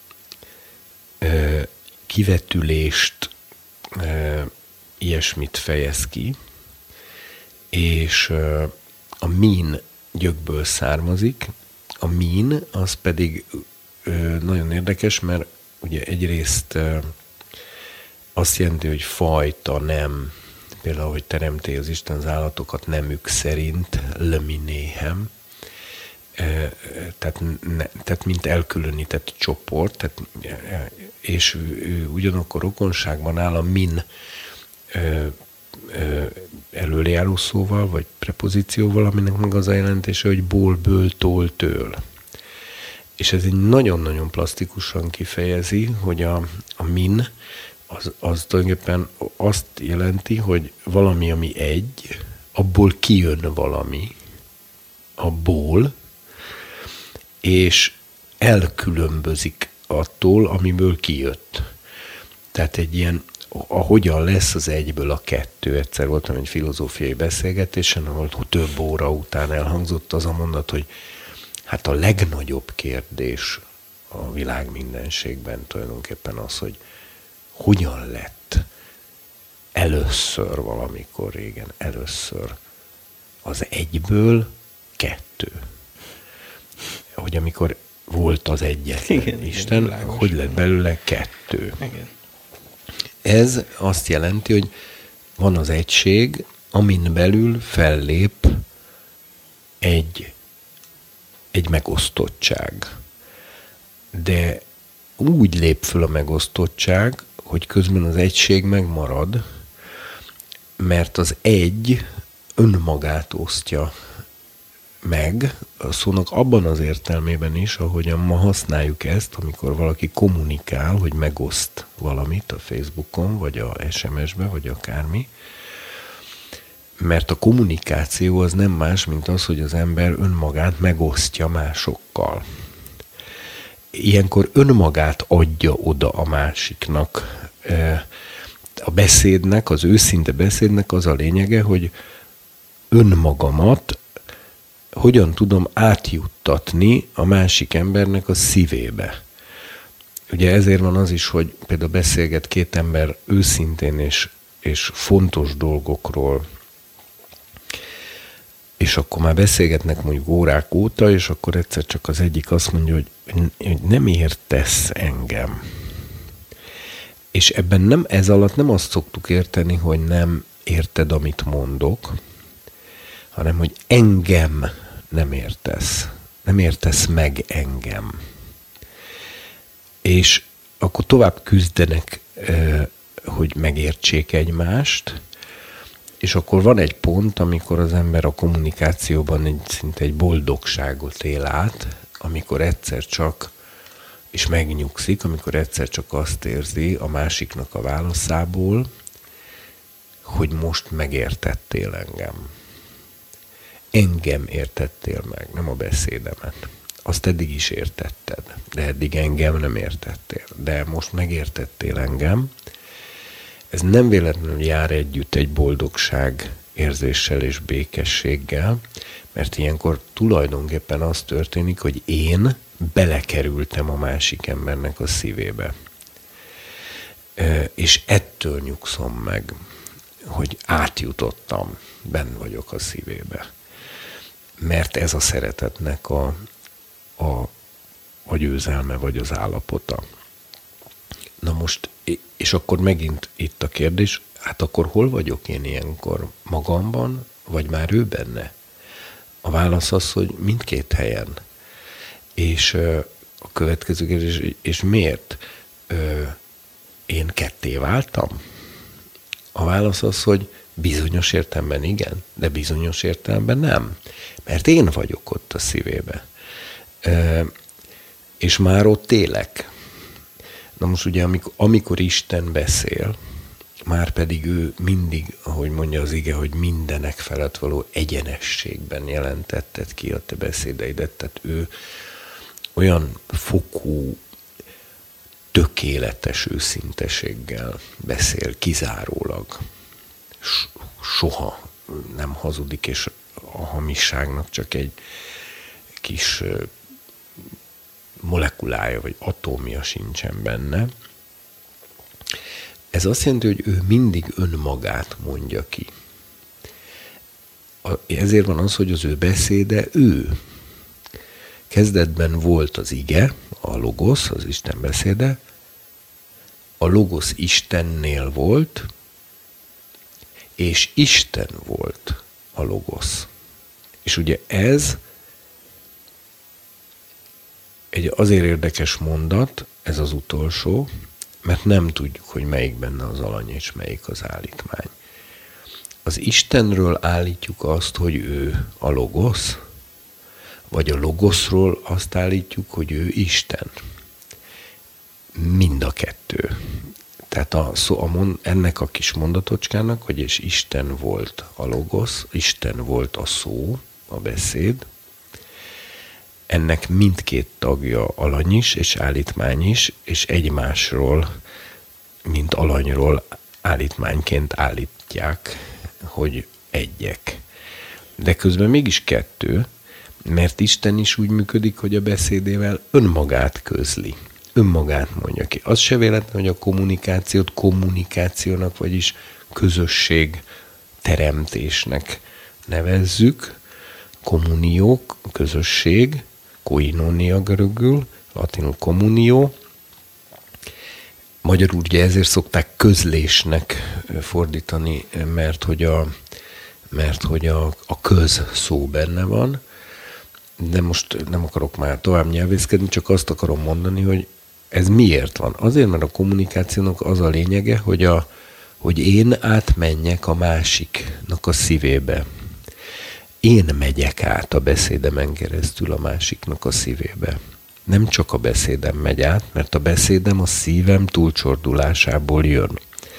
ö, kivetülést, ö, ilyesmit fejez ki, és ö, a min gyökből származik. A min az pedig ö, nagyon érdekes, mert ugye egyrészt ö, azt jelenti, hogy fajta, nem, például, hogy teremti az Isten az állatokat nemük szerint, leminéhem, ö, tehát, ne, tehát mint elkülönített csoport, tehát, és ő ugyanakkor rokonságban áll a min ö, ö, előjáró szóval, vagy prepozícióval, aminek meg az a jelentése, hogy ból, ből, tól, től. És ez egy nagyon-nagyon plastikusan kifejezi, hogy a, a min az, az tulajdonképpen azt jelenti, hogy valami, ami egy, abból kijön valami, abból, és elkülönbözik attól, amiből kijött. Tehát egy ilyen, ahogyan lesz az egyből a kettő. Egyszer voltam egy filozófiai beszélgetésen, ahol több óra után elhangzott az a mondat, hogy hát a legnagyobb kérdés a világ mindenségben tulajdonképpen az, hogy hogyan lett először valamikor régen, először az egyből kettő. Hogy amikor volt az egyetlen igen, Isten, igen, hogy lett belőle kettő. Igen. Ez azt jelenti, hogy van az egység, amin belül fellép egy, egy megosztottság. De úgy lép föl a megosztottság, hogy közben az egység megmarad, mert az egy önmagát osztja meg, a szónak abban az értelmében is, ahogyan ma használjuk ezt, amikor valaki kommunikál, hogy megoszt valamit a Facebookon, vagy a es em es-be, vagy akármi, mert a kommunikáció az nem más, mint az, hogy az ember önmagát megosztja másokkal. Ilyenkor önmagát adja oda a másiknak. A beszédnek, az őszinte beszédnek az a lényege, hogy önmagamat hogyan tudom átjuttatni a másik embernek a szívébe. Ugye ezért van az is, hogy például beszélget két ember őszintén és, és fontos dolgokról, és akkor már beszélgetnek mondjuk órák óta, és akkor egyszer csak az egyik azt mondja, hogy, hogy nem értesz engem. És ebben nem, ez alatt nem azt szoktuk érteni, hogy nem érted, amit mondok, hanem, hogy engem nem értesz. Nem értesz meg engem. És akkor tovább küzdenek, hogy megértsék egymást, és akkor van egy pont, amikor az ember a kommunikációban egy, szinte egy boldogságot él át, amikor egyszer csak, és megnyugszik, amikor egyszer csak azt érzi a másiknak a válaszából, hogy most megértettél engem. Engem értettél meg, nem a beszédemet. Azt eddig is értetted, de eddig engem nem értettél. De most megértettél engem. Ez nem véletlenül jár együtt egy boldogság érzéssel és békességgel, mert ilyenkor tulajdonképpen az történik, hogy én belekerültem a másik embernek a szívébe. És ettől nyugszom meg, hogy átjutottam, benn vagyok a szívébe. Mert ez a szeretetnek a, a, a győzelme, vagy az állapota. Na most, és akkor megint itt a kérdés, hát akkor hol vagyok én ilyenkor? Magamban, vagy már ő benne? A válasz az, hogy mindkét helyen. És a következő kérdés, és miért? Én ketté váltam? A válasz az, hogy bizonyos értelemben igen, de bizonyos értelemben nem. Mert én vagyok ott a szívébe. és már ott élek. Na most ugye, amikor, amikor Isten beszél, már pedig ő mindig, ahogy mondja az ige, hogy mindenek felett való egyenességben jelentetted ki a te beszédeidet, tehát ő olyan fokú, tökéletes őszinteséggel beszél kizárólag. Soha nem hazudik, és a hamisságnak csak egy kis molekulája, vagy atómia sincsen benne. Ez azt jelenti, hogy ő mindig önmagát mondja ki. Ezért van az, hogy az ő beszéde ő. Kezdetben volt az ige, a logosz, az Isten beszéde, a logosz Istennél volt, és Isten volt a logosz. És ugye ez egy azért érdekes mondat, ez az utolsó, mert nem tudjuk, hogy melyik benne az alany és melyik az állítmány. Az Istenről állítjuk azt, hogy ő a logosz, vagy a logoszról azt állítjuk, hogy ő Isten. Mind a kettő. Tehát a, szó, a mond, ennek a kis mondatocskának, hogy és Isten volt a logosz, Isten volt a szó, a beszéd, ennek mindkét tagja alany is, és állítmány is, és egymásról, mint alanyról állítmányként állítják, hogy egyek. De közben mégis kettő, mert Isten is úgy működik, hogy a beszédével önmagát közli. Önmagát mondja ki. Az se véletlen, hogy a kommunikációt kommunikációnak, vagyis közösség teremtésnek nevezzük. Kommunió, közösség, koinonia görögül, latinul communio. Magyarul ugye ezért szokták közlésnek fordítani, mert hogy a, mert hogy a, a köz szó benne van. De most nem akarok már tovább nyelvészkedni, csak azt akarom mondani, hogy ez miért van? Azért, mert a kommunikációnak az a lényege, hogy, a, hogy én átmenjek a másiknak a szívébe. Én megyek át a beszédemen keresztül a másiknak a szívébe. Nem csak a beszédem megy át, mert a beszédem a szívem túlcsordulásából jön.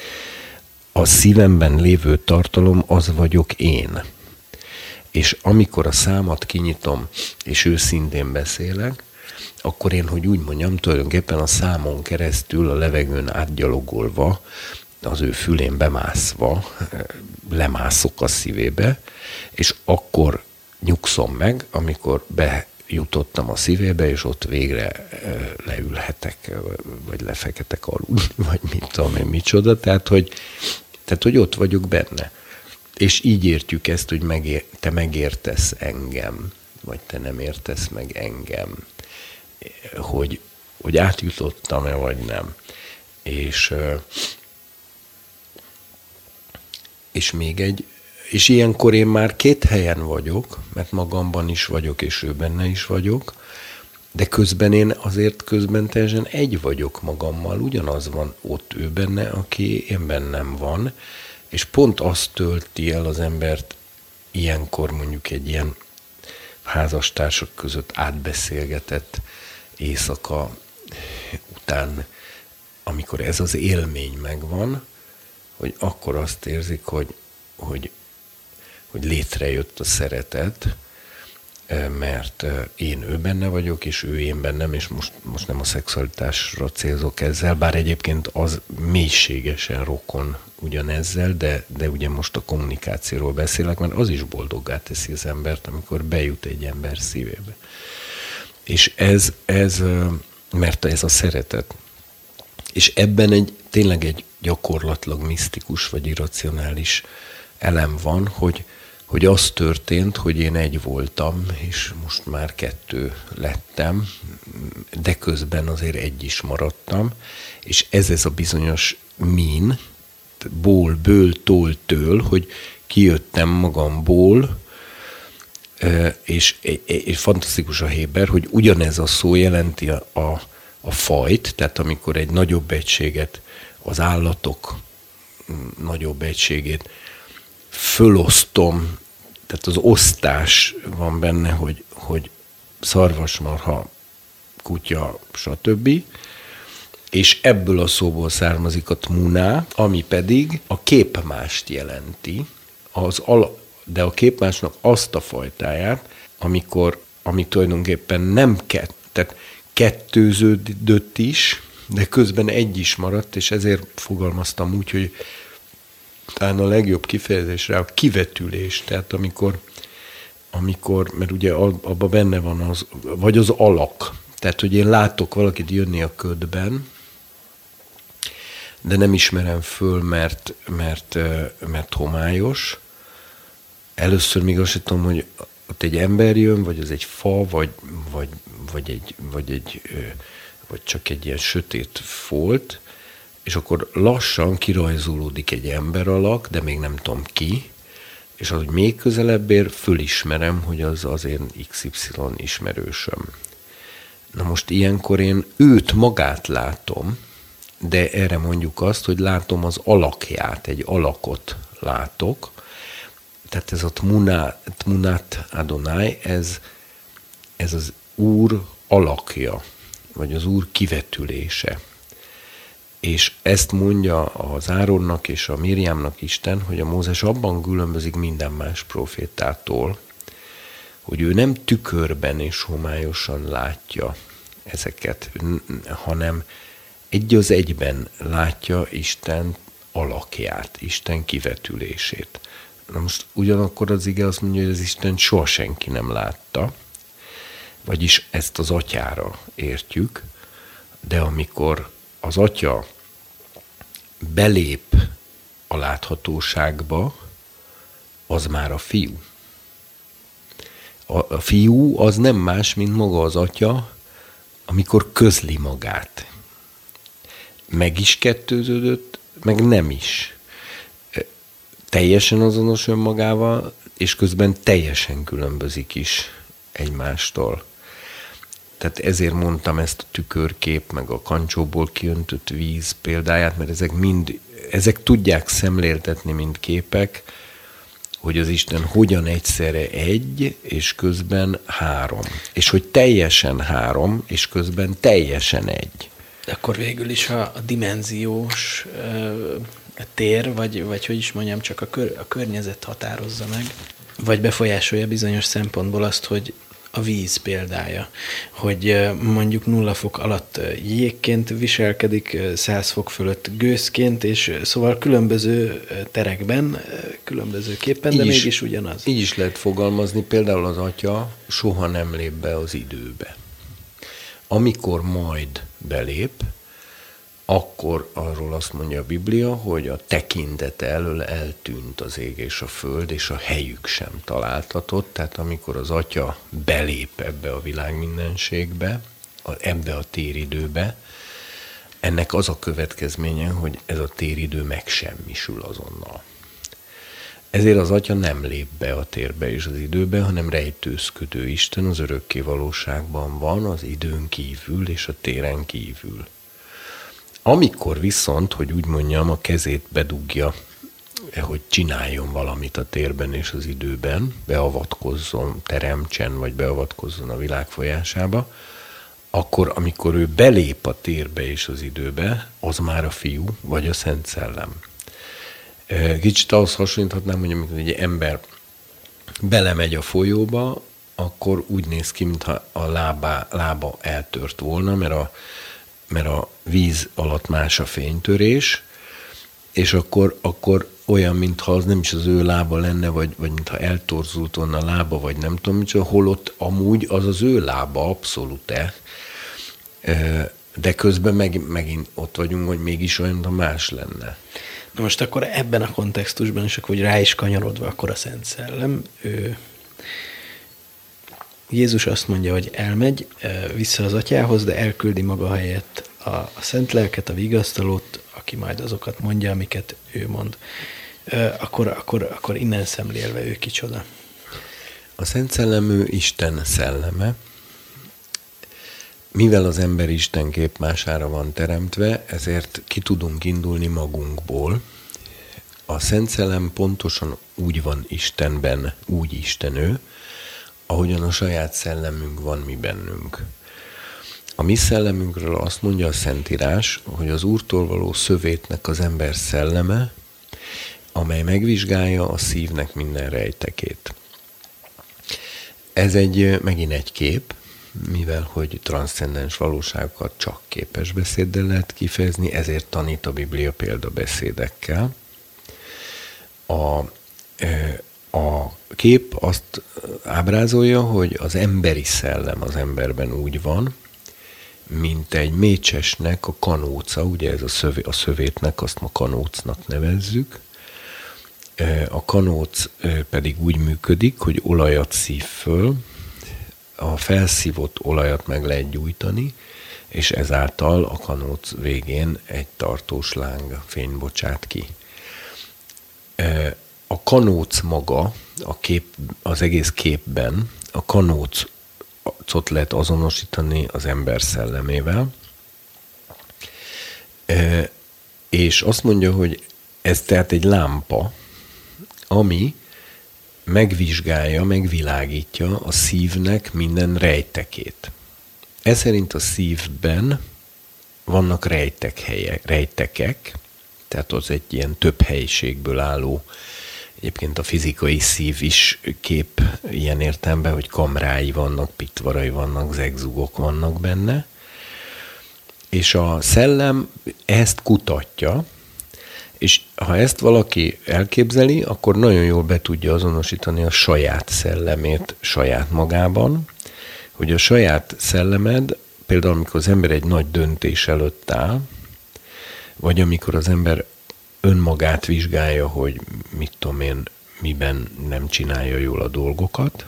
A szívemben lévő tartalom az vagyok én. És amikor a számat kinyitom, és őszintén beszélek, akkor én, hogy úgy mondjam, tulajdonképpen a számon keresztül, a levegőn átgyalogolva, az ő fülén bemászva, lemászok a szívébe, és akkor nyugszom meg, amikor bejutottam a szívébe, és ott végre leülhetek, vagy lefeketek aludni, vagy mit tudom én, micsoda. Tehát, hogy, tehát, hogy ott vagyok benne. És így értjük ezt, hogy megér, te megértesz engem, vagy te nem értesz meg engem, hogy, hogy átjutottam-e, vagy nem. És, és még egy, és ilyenkor én már két helyen vagyok, mert magamban is vagyok, és ő benne is vagyok, de közben én azért közben teljesen egy vagyok magammal, ugyanaz van ott ő benne, aki én bennem van, és pont azt tölti el az embert ilyenkor mondjuk egy ilyen házastársak között átbeszélgetett éjszaka után, amikor ez az élmény megvan, hogy akkor azt érzik, hogy, hogy, hogy létrejött a szeretet, mert én ő benne vagyok, és ő én bennem, és most, most nem a szexualitásra célzok ezzel, bár egyébként az mélységesen rokon ugyanezzel, de, de ugye most a kommunikációról beszélek, mert az is boldoggá teszi az embert, amikor bejut egy ember szívébe. És ez, ez, mert ez a szeretet. És ebben egy, tényleg egy gyakorlatilag misztikus vagy irracionális elem van, hogy hogy az történt, hogy én egy voltam, és most már kettő lettem, de közben azért egy is maradtam, és ez ez a bizonyos min, ból, ből, tól, től, hogy kijöttem magamból, és, és fantasztikus a Héber, hogy ugyanez a szó jelenti a, a, a fajt, tehát amikor egy nagyobb egységet, az állatok nagyobb egységét fölosztom, tehát az osztás van benne, hogy, hogy szarvasmarha kutya, stb. És ebből a szóból származik a tmuná, ami pedig a képmást jelenti, az ala, de a képmásnak azt a fajtáját, amikor, ami tulajdonképpen nem kett, tehát kettőződött is, de közben egy is maradt, és ezért fogalmaztam úgy, hogy talán a legjobb kifejezésre a kivetülés, tehát amikor, amikor mert ugye abban benne van az, vagy az alak, tehát hogy én látok valakit jönni a ködben, de nem ismerem föl, mert, mert, mert homályos. Először még azt sem tudom, hogy ott egy ember jön, vagy az egy fa, vagy, vagy, vagy, egy, vagy, egy, vagy csak egy ilyen sötét folt, és akkor lassan kirajzolódik egy ember alak, de még nem tudom ki, és ahogy még közelebb ér, fölismerem, hogy az az én iksz ipszilon ismerősöm. Na most ilyenkor én őt magát látom, de erre mondjuk azt, hogy látom az alakját, egy alakot látok. Tehát ez a tmunát, tmunát Adonai, ez, ez az Úr alakja, vagy az Úr kivetülése. És ezt mondja az Áronnak és a Mirjámnak Isten, hogy a Mózes abban különbözik minden más profétától, hogy ő nem tükörben és homályosan látja ezeket, hanem egy az egyben látja Isten alakját, Isten kivetülését. Na most ugyanakkor az ige azt mondja, hogy az Isten soha senki nem látta, vagyis ezt az atyára értjük, de amikor az atya belép a láthatóságba, az már a fiú. A, a fiú az nem más, mint maga az atya, amikor közli magát. Meg is kettőződött, meg nem is. Teljesen azonos önmagával, és közben teljesen különbözik is egymástól. Tehát ezért mondtam ezt a tükörkép, meg a kancsóból kiöntött víz példáját, mert ezek mind, ezek tudják szemléltetni, mint képek, hogy az Isten hogyan egyszerre egy, és közben három. És hogy teljesen három, és közben teljesen egy. De akkor végül is a, a dimenziós ö, tér, vagy, vagy hogy is mondjam, csak a, kör, a környezet határozza meg, vagy befolyásolja bizonyos szempontból azt, hogy a víz példája, hogy mondjuk nulla fok alatt jégként viselkedik, száz fok fölött gőzként, és szóval különböző terekben, különbözőképpen, de így mégis is, ugyanaz. Így is lehet fogalmazni, például az atya soha nem lép be az időbe. Amikor majd belép, akkor arról azt mondja a Biblia, hogy a tekintete elől eltűnt az ég és a föld, és a helyük sem találtatott. Tehát amikor az atya belép ebbe a világmindenségbe, ebbe a téridőbe, ennek az a következménye, hogy ez a téridő megsemmisül azonnal. Ezért az atya nem lép be a térbe és az időbe, hanem rejtőzködő Isten az örökké valóságban van, az időn kívül és a téren kívül. Amikor viszont, hogy úgy mondjam, a kezét bedugja, hogy csináljon valamit a térben és az időben, beavatkozzon, teremtsen, vagy beavatkozzon a világ folyásába, akkor, amikor ő belép a térbe és az időbe, az már a Fiú, vagy a Szent Szellem. Kicsit ahhoz hasonlíthatnám, hogy amikor egy ember belemegy a folyóba, akkor úgy néz ki, mintha a lába, lába eltört volna, mert a mert a víz alatt más a fénytörés, és akkor, akkor olyan, mintha az nem is az ő lába lenne, vagy, vagy mintha eltorzult volna a lába, vagy nem tudom micsoda, holott amúgy az az ő lába abszolút-e, de közben meg, megint ott vagyunk, hogy mégis olyan, mintha más lenne. Na most akkor ebben a kontextusban, és akkor hogy rá is kanyarodva, akkor a Szent Szellem, ő Jézus azt mondja, hogy elmegy vissza az atyához, de elküldi maga helyett a, a szent lelket, a vigasztalót, aki majd azokat mondja, amiket ő mond. Akkor, akkor, akkor innen szemlélve ő kicsoda. A Szent Szellem ő Isten szelleme. Mivel az ember Isten képmására van teremtve, ezért ki tudunk indulni magunkból. A Szent Szellem pontosan úgy van Istenben, úgy Isten ő, ahogyan a saját szellemünk van mi bennünk. A mi szellemünkről azt mondja a Szentírás, hogy az Úrtól való szövétnek az ember szelleme, amely megvizsgálja a szívnek minden rejtekét. Ez egy, megint egy kép, mivel hogy transzcendens valóságokat csak képes beszéddel lehet kifejezni, ezért tanít a Biblia példabeszédekkel. A, a kép azt ábrázolja, hogy az emberi szellem az emberben úgy van, mint egy mécsesnek a kanóca, ugye ez a, szövé, a szövétnek, azt ma kanócnak nevezzük. A kanóc pedig úgy működik, hogy olajat szív föl, a felszívott olajat meg lehet gyújtani, és ezáltal a kanóc végén egy tartós láng fény bocsát ki. A kanóc maga, a kép, az egész képben, a kanócot lehet azonosítani az ember szellemével, és azt mondja, hogy ez tehát egy lámpa, ami megvizsgálja, megvilágítja a szívnek minden rejtekét. Ez szerint a szívben vannak rejtek helyek, rejtekek, tehát az egy ilyen több helyiségből álló, egyébként a fizikai szív is kép ilyen értelemben, hogy kamrái vannak, pitvarai vannak, zegzugok vannak benne, és a szellem ezt kutatja, és ha ezt valaki elképzeli, akkor nagyon jól be tudja azonosítani a saját szellemét saját magában, hogy a saját szellemed, például amikor az ember egy nagy döntés előtt áll, vagy amikor az ember önmagát vizsgálja, hogy mit tudom én, miben nem csinálja jól a dolgokat,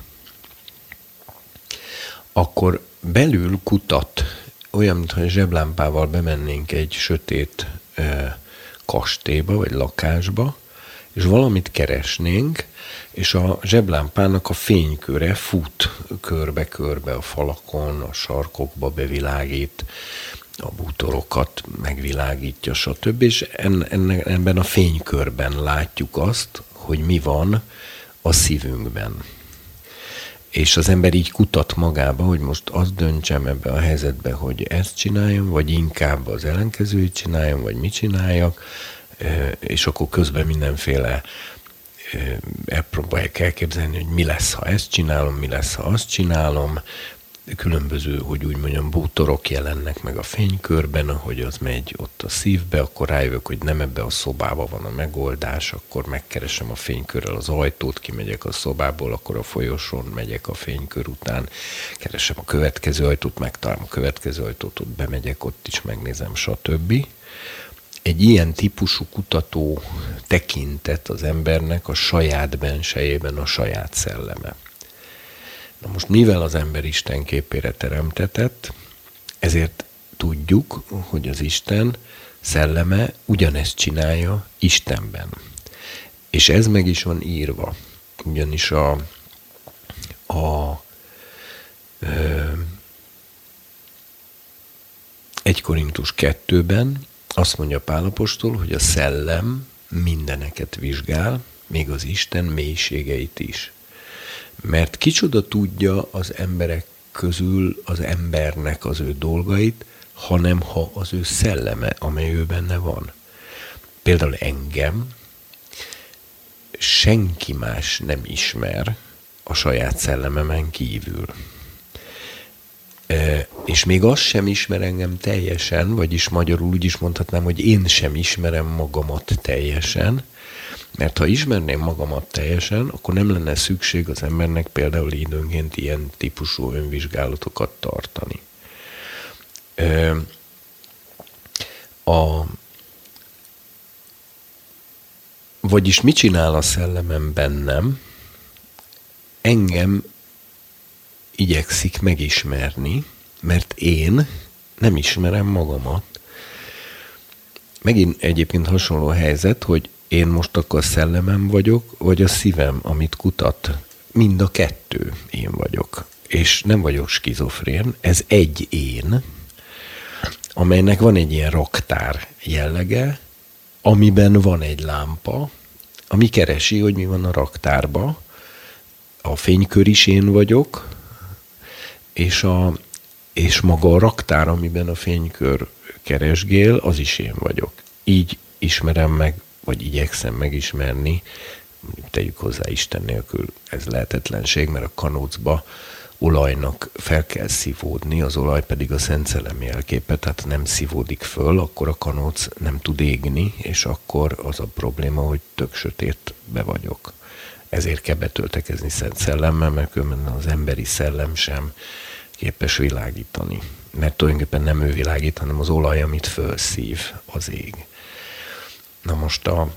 akkor belül kutat, olyan, mintha zseblámpával bemennénk egy sötét eh, kastélyba, vagy lakásba, és valamit keresnénk, és a zseblámpának a fényköre fut körbe-körbe a falakon, a sarkokba bevilágít, a bútorokat megvilágítja, stb. És enne, ebben a fénykörben látjuk azt, hogy mi van a szívünkben. És az ember így kutat magába, hogy most azt döntsem ebbe a helyzetbe, hogy ezt csináljam, vagy inkább az ellenkezőjét csináljam, vagy mit csináljak, és akkor közben mindenféle elpróbálják elképzelni, hogy mi lesz, ha ezt csinálom, mi lesz, ha azt csinálom. Különböző, hogy úgy mondjam, bútorok jelennek meg a fénykörben, ahogy az megy ott a szívbe, akkor rájövök, hogy nem ebbe a szobába van a megoldás, akkor megkeresem a fénykörrel az ajtót, kimegyek a szobából, akkor a folyosón megyek a fénykör után, keresem a következő ajtót, megtalálom a következő ajtót, ott bemegyek, ott is megnézem, stb. Egy ilyen típusú kutató tekintet az embernek a saját bensejében a saját szelleme. Na most mivel az ember Isten képére teremtetett, ezért tudjuk, hogy az Isten szelleme ugyanezt csinálja Istenben. És ez meg is van írva. Ugyanis a, a ö, egy Korintus kettőben azt mondja Pál apostol, hogy a szellem mindeneket vizsgál, még az Isten mélységeit is. Mert kicsoda tudja az emberek közül az embernek az ő dolgait, hanem ha az ő szelleme, amely ő benne van. Például engem senki más nem ismer a saját szellememen kívül. E, és még az sem ismer engem teljesen, vagyis magyarul úgy is mondhatnám, hogy én sem ismerem magamat teljesen, mert ha ismerném magamat teljesen, akkor nem lenne szükség az embernek például időnként ilyen típusú önvizsgálatokat tartani. A, vagyis mit csinál a szellemem bennem? Engem igyekszik megismerni, mert én nem ismerem magamat. Megint egyébként hasonló helyzet, hogy én most akkor a szellemem vagyok, vagy a szívem, amit kutat. Mind a kettő én vagyok. És nem vagyok skizofrén, ez egy én, amelynek van egy ilyen raktár jellege, amiben van egy lámpa, ami keresi, hogy mi van a raktárba. A fénykör is én vagyok, és a, és maga a raktár, amiben a fénykör keresgél, az is én vagyok. Így ismerem meg, vagy igyekszem megismerni, tegyük hozzá Isten nélkül, ez lehetetlenség, mert a kanócba olajnak fel kell szívódni, az olaj pedig a Szent Szellem jelképe, tehát nem szívódik föl, akkor a kanóc nem tud égni, és akkor az a probléma, hogy tök sötétbe vagyok. Ezért kell betöltekezni Szent Szellemmel, mert különben az emberi szellem sem képes világítani. Mert tulajdonképpen nem ő világít, hanem az olaj, amit fölszív, az ég. Na most a,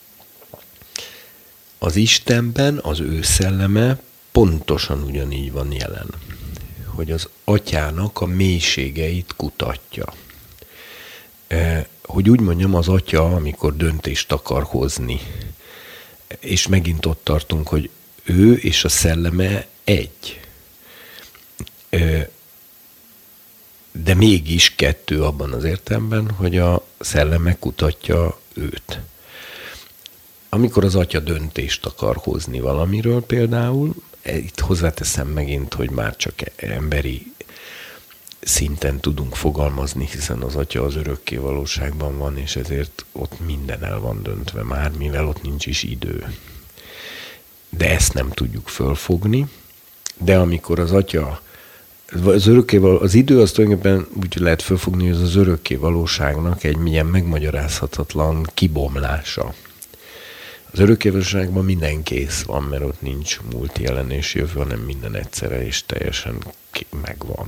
az Istenben az ő szelleme pontosan ugyanígy van jelen, hogy az atyának a mélységeit kutatja. E, hogy úgy mondjam, az atya, amikor döntést akar hozni, és megint ott tartunk, hogy ő és a szelleme egy. E, de mégis kettő abban az értelemben, hogy a szelleme kutatja őt. Amikor az atya döntést akar hozni valamiről például, itt hozzáteszem megint, hogy már csak emberi szinten tudunk fogalmazni, hiszen az atya az örökké valóságban van, és ezért ott minden el van döntve már, mivel ott nincs is idő. De ezt nem tudjuk fölfogni, de amikor az atya, az, örökké, az idő az tulajdonképpen úgy lehet fölfogni, hogy az az örökké valóságnak egy milyen megmagyarázhatatlan kibomlása. Az örökkévalóságban minden kész van, mert ott nincs múlt, jelen és jövő, hanem minden egyszerre és teljesen megvan.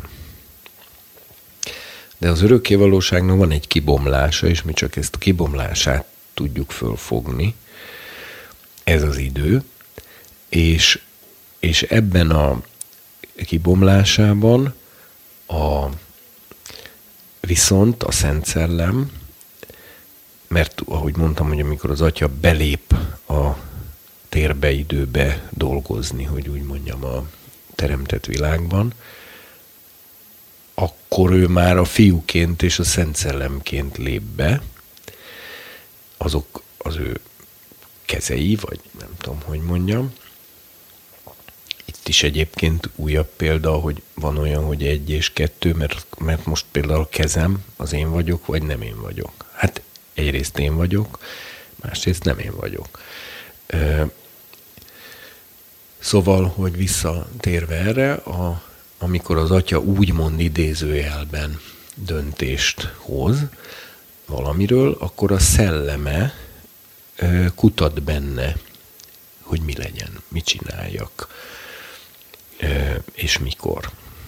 De az örökkévalóságnak van egy kibomlása, és mi csak ezt a kibomlását tudjuk fölfogni. Ez az idő. És, és ebben a kibomlásában a, viszont a Szent Szellem, mert ahogy mondtam, hogy amikor az atya belép a térbe, időbe dolgozni, hogy úgy mondjam, a teremtett világban, akkor ő már a fiúként és a Szent Szellemként lép be, azok az ő kezei, vagy nem tudom, hogy mondjam. Itt is egyébként újabb példa, hogy van olyan, hogy egy és kettő, mert, mert most például a kezem az én vagyok, vagy nem én vagyok. Hát egyrészt én vagyok, másrészt nem én vagyok. Szóval, hogy visszatérve erre, a, amikor az atya úgymond idézőjelben döntést hoz valamiről, akkor a szelleme kutat benne, hogy mi legyen, mit csináljak, és mikor.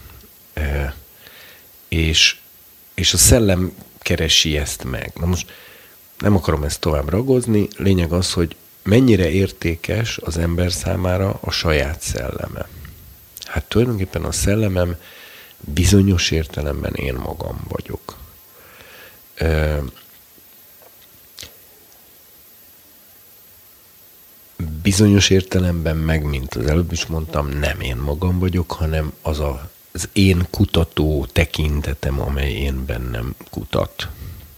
És, és a szellem keresi ezt meg. Na most nem akarom ezt tovább ragozni, lényeg az, hogy mennyire értékes az ember számára a saját szelleme. Hát tulajdonképpen a szellemem bizonyos értelemben én magam vagyok. Ö, bizonyos értelemben meg, mint az előbb is mondtam, nem én magam vagyok, hanem az a, az én kutató tekintetem, amely én bennem kutat.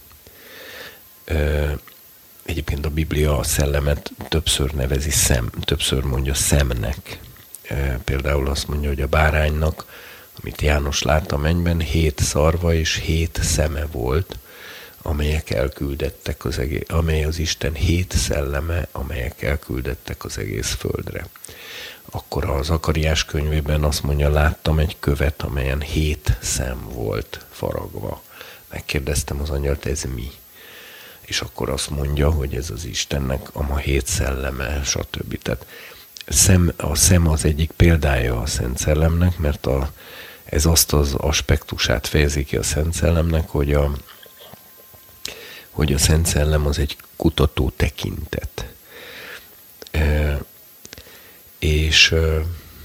Ö, egyébként a Biblia a szellemet többször nevezi szem, többször mondja szemnek. Például azt mondja, hogy a báránynak, amit János lát a mennyben, hét szarva és hét szeme volt, amelyek elküldettek az egész, amely az Isten hét szelleme, amelyek elküldettek az egész földre. Akkor a Zakariás könyvében azt mondja, láttam egy követ, amelyen hét szem volt faragva. Megkérdeztem az angyalt, ez mi? És akkor azt mondja, hogy ez az Istennek a ma hét szelleme, stb. Tehát Szem, a szem az egyik példája a Szent Szellemnek, mert a, ez azt az aspektusát fejezi ki a Szent Szellemnek, hogy a, hogy a Szent Szellem az egy kutató tekintet. E, és e,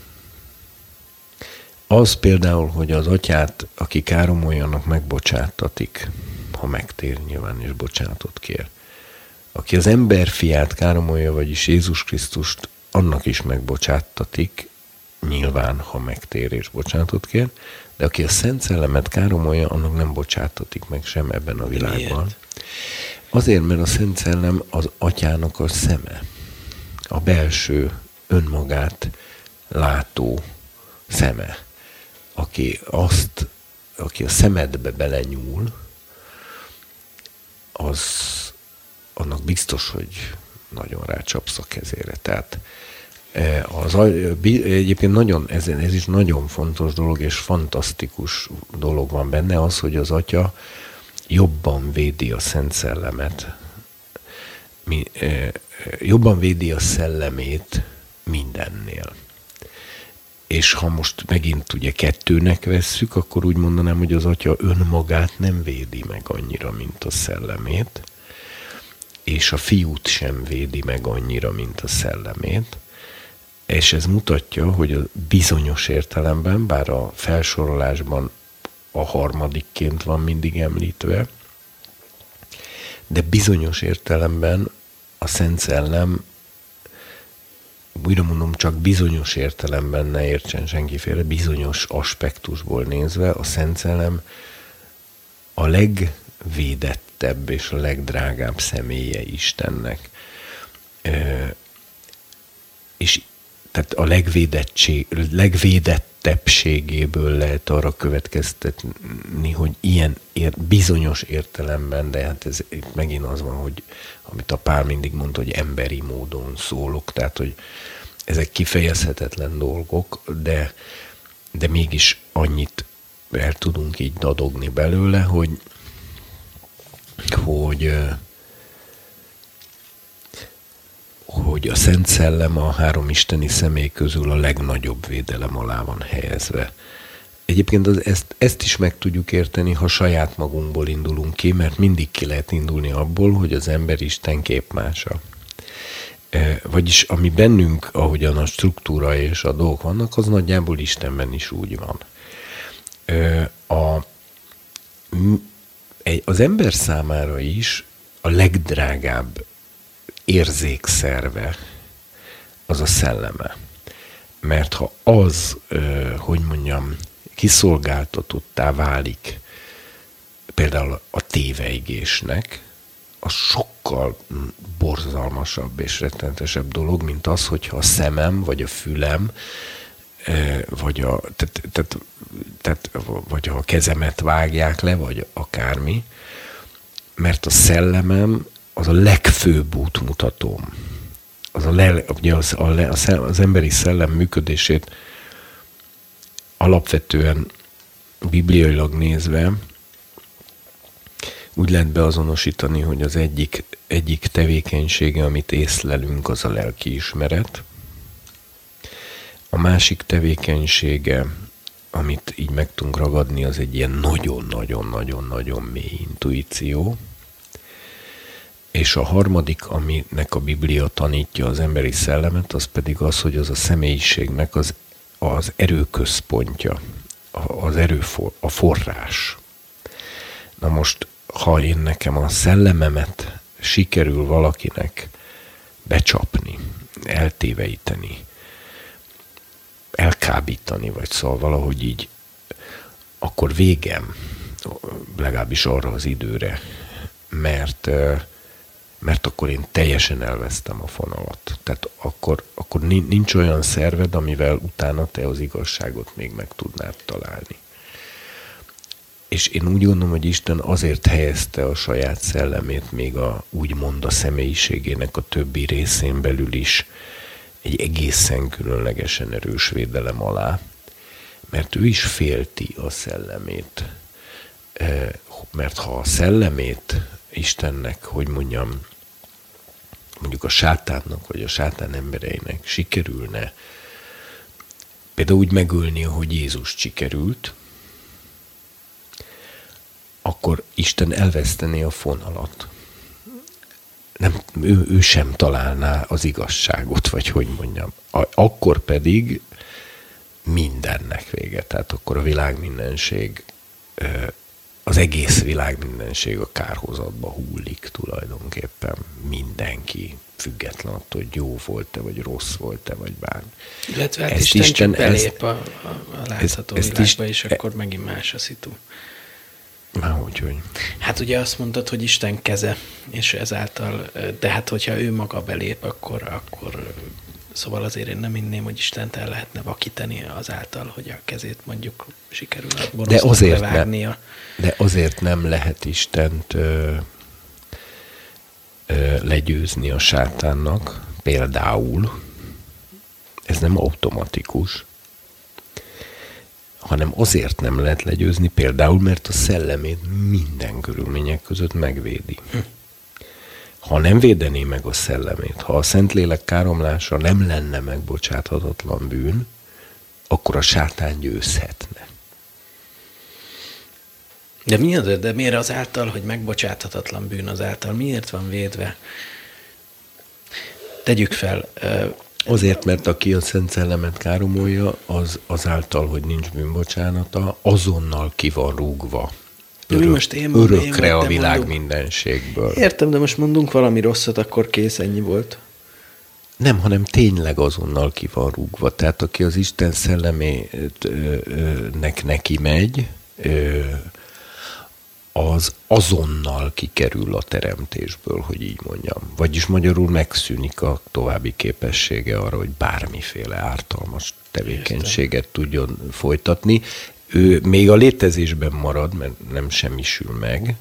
az például, hogy az atyát, aki káromoljanak, megbocsáttatik, ha megtér nyilván és bocsánatot kér. Aki az ember fiát káromolja, vagyis Jézus Krisztust, annak is megbocsáttatik, nyilván, ha megtér és bocsánatot kér, de aki a Szent Szellemet káromolja, annak nem bocsáttatik meg sem ebben a világban. Miért? Azért, mert a Szent Szellem az atyának a szeme, a belső önmagát látó szeme, aki azt aki a szemedbe belenyúl, az annak biztos, hogy nagyon rácsapsz a kezére. Tehát az, egyébként nagyon, ez, ez is nagyon fontos dolog, és fantasztikus dolog van benne az, hogy az Atya jobban védi a Szent Szellemet, mi, eh, jobban védi a szellemét mindennél. És ha most megint ugye kettőnek vesszük, akkor úgy mondanám, hogy az Atya önmagát nem védi meg annyira, mint a szellemét, és a Fiút sem védi meg annyira, mint a szellemét, és ez mutatja, hogy a bizonyos értelemben, bár a felsorolásban a harmadikként van mindig említve, de bizonyos értelemben a Szent Szellem, újra mondom, csak bizonyos értelemben, ne értsen senkiféle, bizonyos aspektusból nézve, a Szent Szellem a legvédettebb és a legdrágább személye Istennek. És tehát a legvédettség, legvédettebbségéből lehet arra következtetni, hogy ilyen ér, bizonyos értelemben, de hát ez itt megint az van, hogy amit a Pál mindig mondta, hogy emberi módon szólok, tehát hogy ezek kifejezhetetlen dolgok, de, de mégis annyit el tudunk így dadogni belőle, hogy, hogy hogy a Szent Szellem a három isteni személy közül a legnagyobb védelem alá van helyezve. Egyébként az, ezt, ezt is meg tudjuk érteni, ha saját magunkból indulunk ki, mert mindig ki lehet indulni abból, hogy az ember Isten képmása. E, vagyis ami bennünk, ahogyan a struktúra és a dolgok vannak, az nagyjából Istenben is úgy van. E, a, az ember számára is a legdrágább érzékszerve az a szelleme. Mert ha az, hogy mondjam, kiszolgáltatottá válik például a téveigésnek, az sokkal borzalmasabb és rettenetesebb dolog, mint az, hogyha a szemem, vagy a fülem, vagy a, tehát, tehát, tehát, vagy a kezemet vágják le, vagy akármi, mert a szellemem az a legfőbb útmutatóm. Az, a le, ugye az, a le, az emberi szellem működését alapvetően bibliailag nézve úgy lehet beazonosítani, hogy az egyik, egyik tevékenysége, amit észlelünk, az a lelkiismeret. A másik tevékenysége, amit így meg tudunk ragadni, az egy ilyen nagyon-nagyon-nagyon-nagyon mély intuíció. És a harmadik, aminek a Biblia tanítja az emberi szellemet, az pedig az, hogy az a személyiségnek az, az erőközpontja, az erőfor, a forrás. Na most, ha én nekem a szellememet sikerül valakinek becsapni, eltéveíteni, elkábítani, vagy szóval valahogy így, akkor végem, legalábbis arra az időre, mert mert akkor én teljesen elvesztem a fonalat. Tehát akkor, akkor nincs olyan szerved, amivel utána te az igazságot még meg tudnád találni. És én úgy gondolom, hogy Isten azért helyezte a saját szellemét még a, úgymond a személyiségének a többi részén belül is egy egészen különlegesen erős védelem alá, mert ő is félti a szellemét. Mert ha a szellemét Istennek, hogy mondjam, mondjuk a sátánnak, vagy a sátán embereinek sikerülne például úgy megölni, ahogy Jézus sikerült, akkor Isten elvesztené a fonalat. Nem, ő, ő sem találná az igazságot, vagy hogy mondjam. Akkor pedig mindennek vége. Tehát akkor a világ mindenség, az egész világ mindenség a kárhozatba hullik tulajdonképpen. Mindenki, független attól, hogy jó volt-e, vagy rossz volt-e, vagy bármi. Illetve hát Isten, Isten csak belép ezt, a, a, a látható ezt, világba, és akkor e, megint más a szitu. Márhogy, hogy? Hát ugye azt mondtad, hogy Isten keze, és ezáltal, de hát hogyha ő maga belép, akkor, akkor Szóval azért én nem inném, hogy Istent el lehetne vakítani azáltal, hogy a kezét mondjuk sikerül a gonosznak levágnia. Ne, de azért nem lehet Istent ö, ö, legyőzni a sátánnak, például, ez nem automatikus, hanem azért nem lehet legyőzni, például, mert a szellemét minden körülmények között megvédi. Hm. Ha nem védené meg a szellemét, ha a Szentlélek káromlása nem lenne megbocsáthatatlan bűn, akkor a sátán győzhetne. De miért, de miért azáltal, hogy megbocsáthatatlan bűn azáltal? Miért van védve? Tegyük fel. Azért, mert aki a Szent Szellemet káromolja, az azáltal, hogy nincs bűnbocsánata, azonnal ki van rúgva. Örök, most én mondom, örökre én a világ mondom. Mindenségből. Értem, de most mondunk valami rosszat, akkor kész, ennyi volt. Nem, hanem tényleg azonnal ki van rúgva. Tehát aki az Isten szellemének neki megy, az azonnal kikerül a teremtésből, hogy így mondjam. Vagyis magyarul megszűnik a további képessége arra, hogy bármiféle ártalmas tevékenységet Értem. tudjon folytatni. Ő még a létezésben marad, mert nem semmisül meg,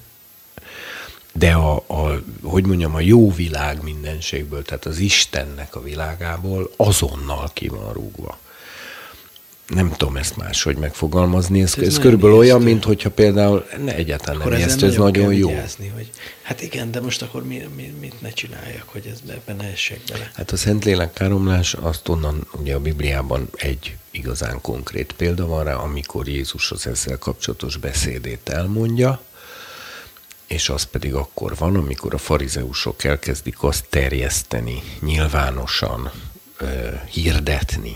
de a, a, hogy mondjam, a jó világ mindenségből, tehát az Istennek a világából azonnal ki van rúgva. Nem tudom ezt máshogy megfogalmazni, ez, ez, ez körülbelül olyan, mint hogyha például, ne egyáltalán akkor nem ijesztő, ez nagyon jó. Vigyázni, hogy, hát igen, de most akkor mi, mi, mit ne csináljak, hogy ez ebben ne essek bele? Hát a Szentlélek káromlás, azt onnan ugye a Bibliában egy igazán konkrét példa van rá, amikor Jézus az ezzel kapcsolatos beszédét elmondja, és az pedig akkor van, amikor a farizeusok elkezdik azt terjeszteni, nyilvánosan uh, hirdetni,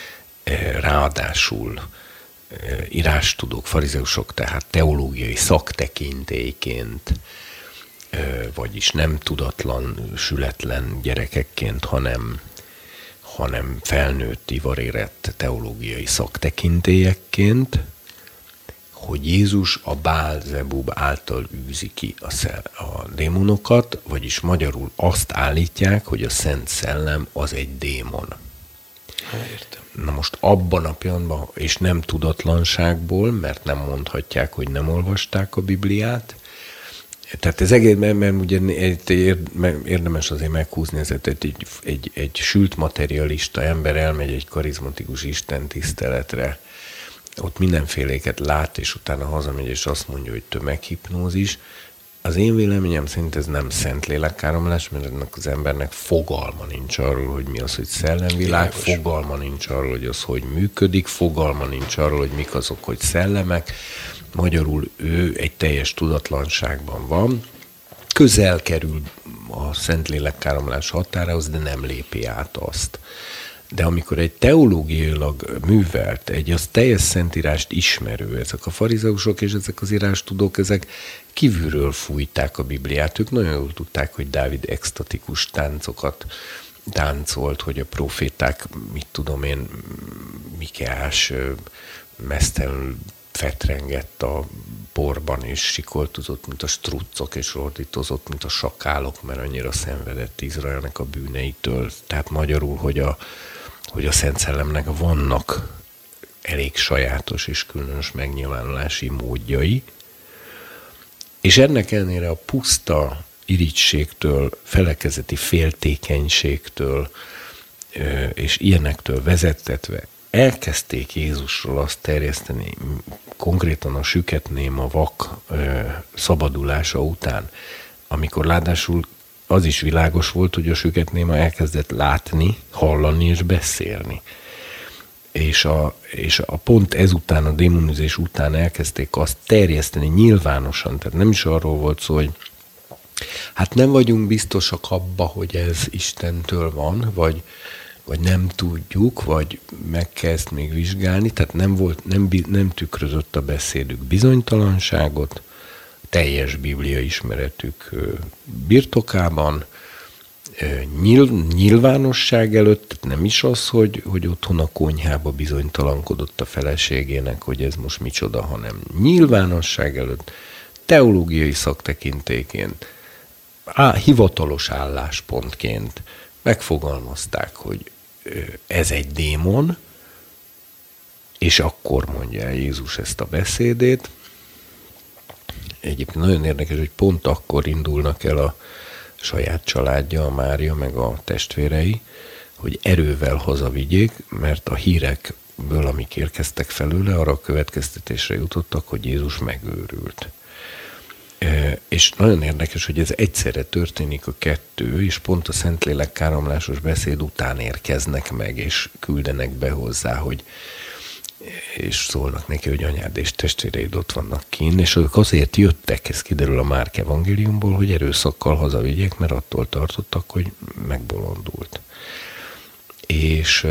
ráadásul írástudók, farizeusok, tehát teológiai szaktekintélyként, vagyis nem tudatlan, sületlen gyerekekként, hanem, hanem felnőtt, ivarérett teológiai szaktekintélyekként, hogy Jézus a Bál-zebub által űzi ki a, szel, a démonokat, vagyis magyarul azt állítják, hogy a Szent Szellem az egy démon. Hát értem. Na most abban a pillanatban, és nem tudatlanságból, mert nem mondhatják, hogy nem olvasták a Bibliát. Tehát ez egész, mert, mert ugye érdemes azért meghúzni, ez egy, egy, egy, egy sült materialista ember elmegy egy karizmatikus istentiszteletre, ott mindenféléket lát, és utána hazamegy, és azt mondja, hogy tömeghipnózis. Az én véleményem szerint ez nem Szentlélek-káromlás, mert ennek az embernek fogalma nincs arról, hogy mi az, hogy szellemvilág, fogalma nincs arról, hogy az hogy működik, fogalma nincs arról, hogy mik azok, hogy szellemek. Magyarul ő egy teljes tudatlanságban van, közel kerül a Szentlélek-káromlás határához, de nem lépi át azt. De amikor egy teológiailag művelt, egy az teljes szentírást ismerő, ezek a farizeusok és ezek az írástudók, ezek kívülről fújták a Bibliát. Ők nagyon jól tudták, hogy Dávid extatikus táncokat táncolt, hogy a proféták, mit tudom én, Mikeás mesztelenül fetrengett a porban, és sikoltozott, mint a struccok, és ordítozott, mint a sakálok, mert annyira szenvedett Izraelnek a bűneitől. Tehát magyarul, hogy a, hogy a Szent Szellemnek vannak elég sajátos és különös megnyilvánulási módjai, és ennek ellenére a puszta irigységtől, felekezeti féltékenységtől és ilyenektől vezettetve elkezdték Jézusról azt terjeszteni, konkrétan a süketném, a vak ö, szabadulása után, amikor ráadásul az is világos volt, hogy a süketnéma elkezdett látni, hallani és beszélni. És a, és a pont ezután, a démonizés után elkezdték azt terjeszteni nyilvánosan, tehát nem is arról volt szó, hogy hát nem vagyunk biztosak abba, hogy ez Istentől van, vagy vagy nem tudjuk, vagy meg kell ezt még vizsgálni, tehát nem, volt, nem, nem tükrözött a beszédük bizonytalanságot, teljes biblia ismeretük birtokában, nyilv, nyilvánosság előtt, nem is az, hogy, hogy otthon a konyhába bizonytalankodott a feleségének, hogy ez most micsoda, hanem nyilvánosság előtt, teológiai szaktekintélyként, á, hivatalos álláspontként megfogalmazták, hogy ez egy démon, és akkor mondja el Jézus ezt a beszédét. Egyébként nagyon érdekes, hogy pont akkor indulnak el a saját családja, a Mária meg a testvérei, hogy erővel hazavigyék, mert a hírekből, amik érkeztek felőle, arra a következtetésre jutottak, hogy Jézus megőrült. E, és nagyon érdekes, hogy ez egyszerre történik a kettő, és pont a Szentlélek káromlásos beszéd után érkeznek meg, és küldenek be hozzá, hogy és szólnak neki, hogy anyád és testvéreid ott vannak kint, és ők azért jöttek, ez kiderül a Márk evangéliumból, hogy erőszakkal hazavigyék, mert attól tartottak, hogy megbolondult. És,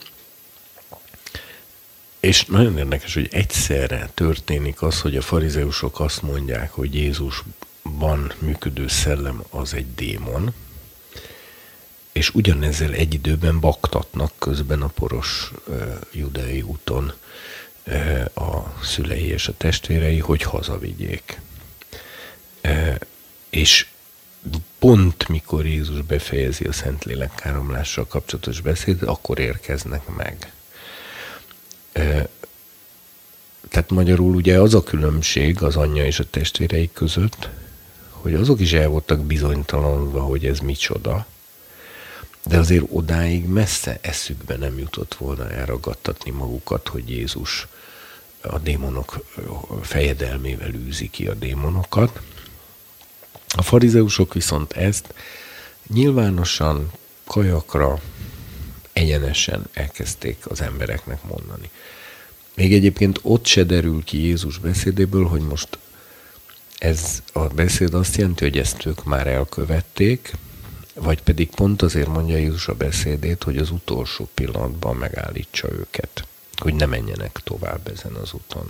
és nagyon érdekes, hogy egyszerre történik az, hogy a farizeusok azt mondják, hogy Jézusban működő szellem az egy démon, és ugyanezzel egy időben baktatnak közben a poros uh, judeai úton uh, a szülei és a testvérei, hogy hazavigyék. Uh, és pont mikor Jézus befejezi a Szentlélek káromlással kapcsolatos beszédet, akkor érkeznek meg. Uh, tehát magyarul ugye az a különbség az anyja és a testvérei között, hogy azok is el voltak bizonytalanodva, hogy ez micsoda, de azért odáig messze eszükbe nem jutott volna elragadtatni magukat, hogy Jézus a démonok fejedelmével űzi ki a démonokat. A farizeusok viszont ezt nyilvánosan, kajakra, egyenesen elkezdték az embereknek mondani. Még egyébként ott se derül ki Jézus beszédéből, hogy most ez a beszéd azt jelenti, hogy ezt ők már elkövették, vagy pedig pont azért mondja Jézus a beszédét, hogy az utolsó pillanatban megállítsa őket, hogy ne menjenek tovább ezen az úton.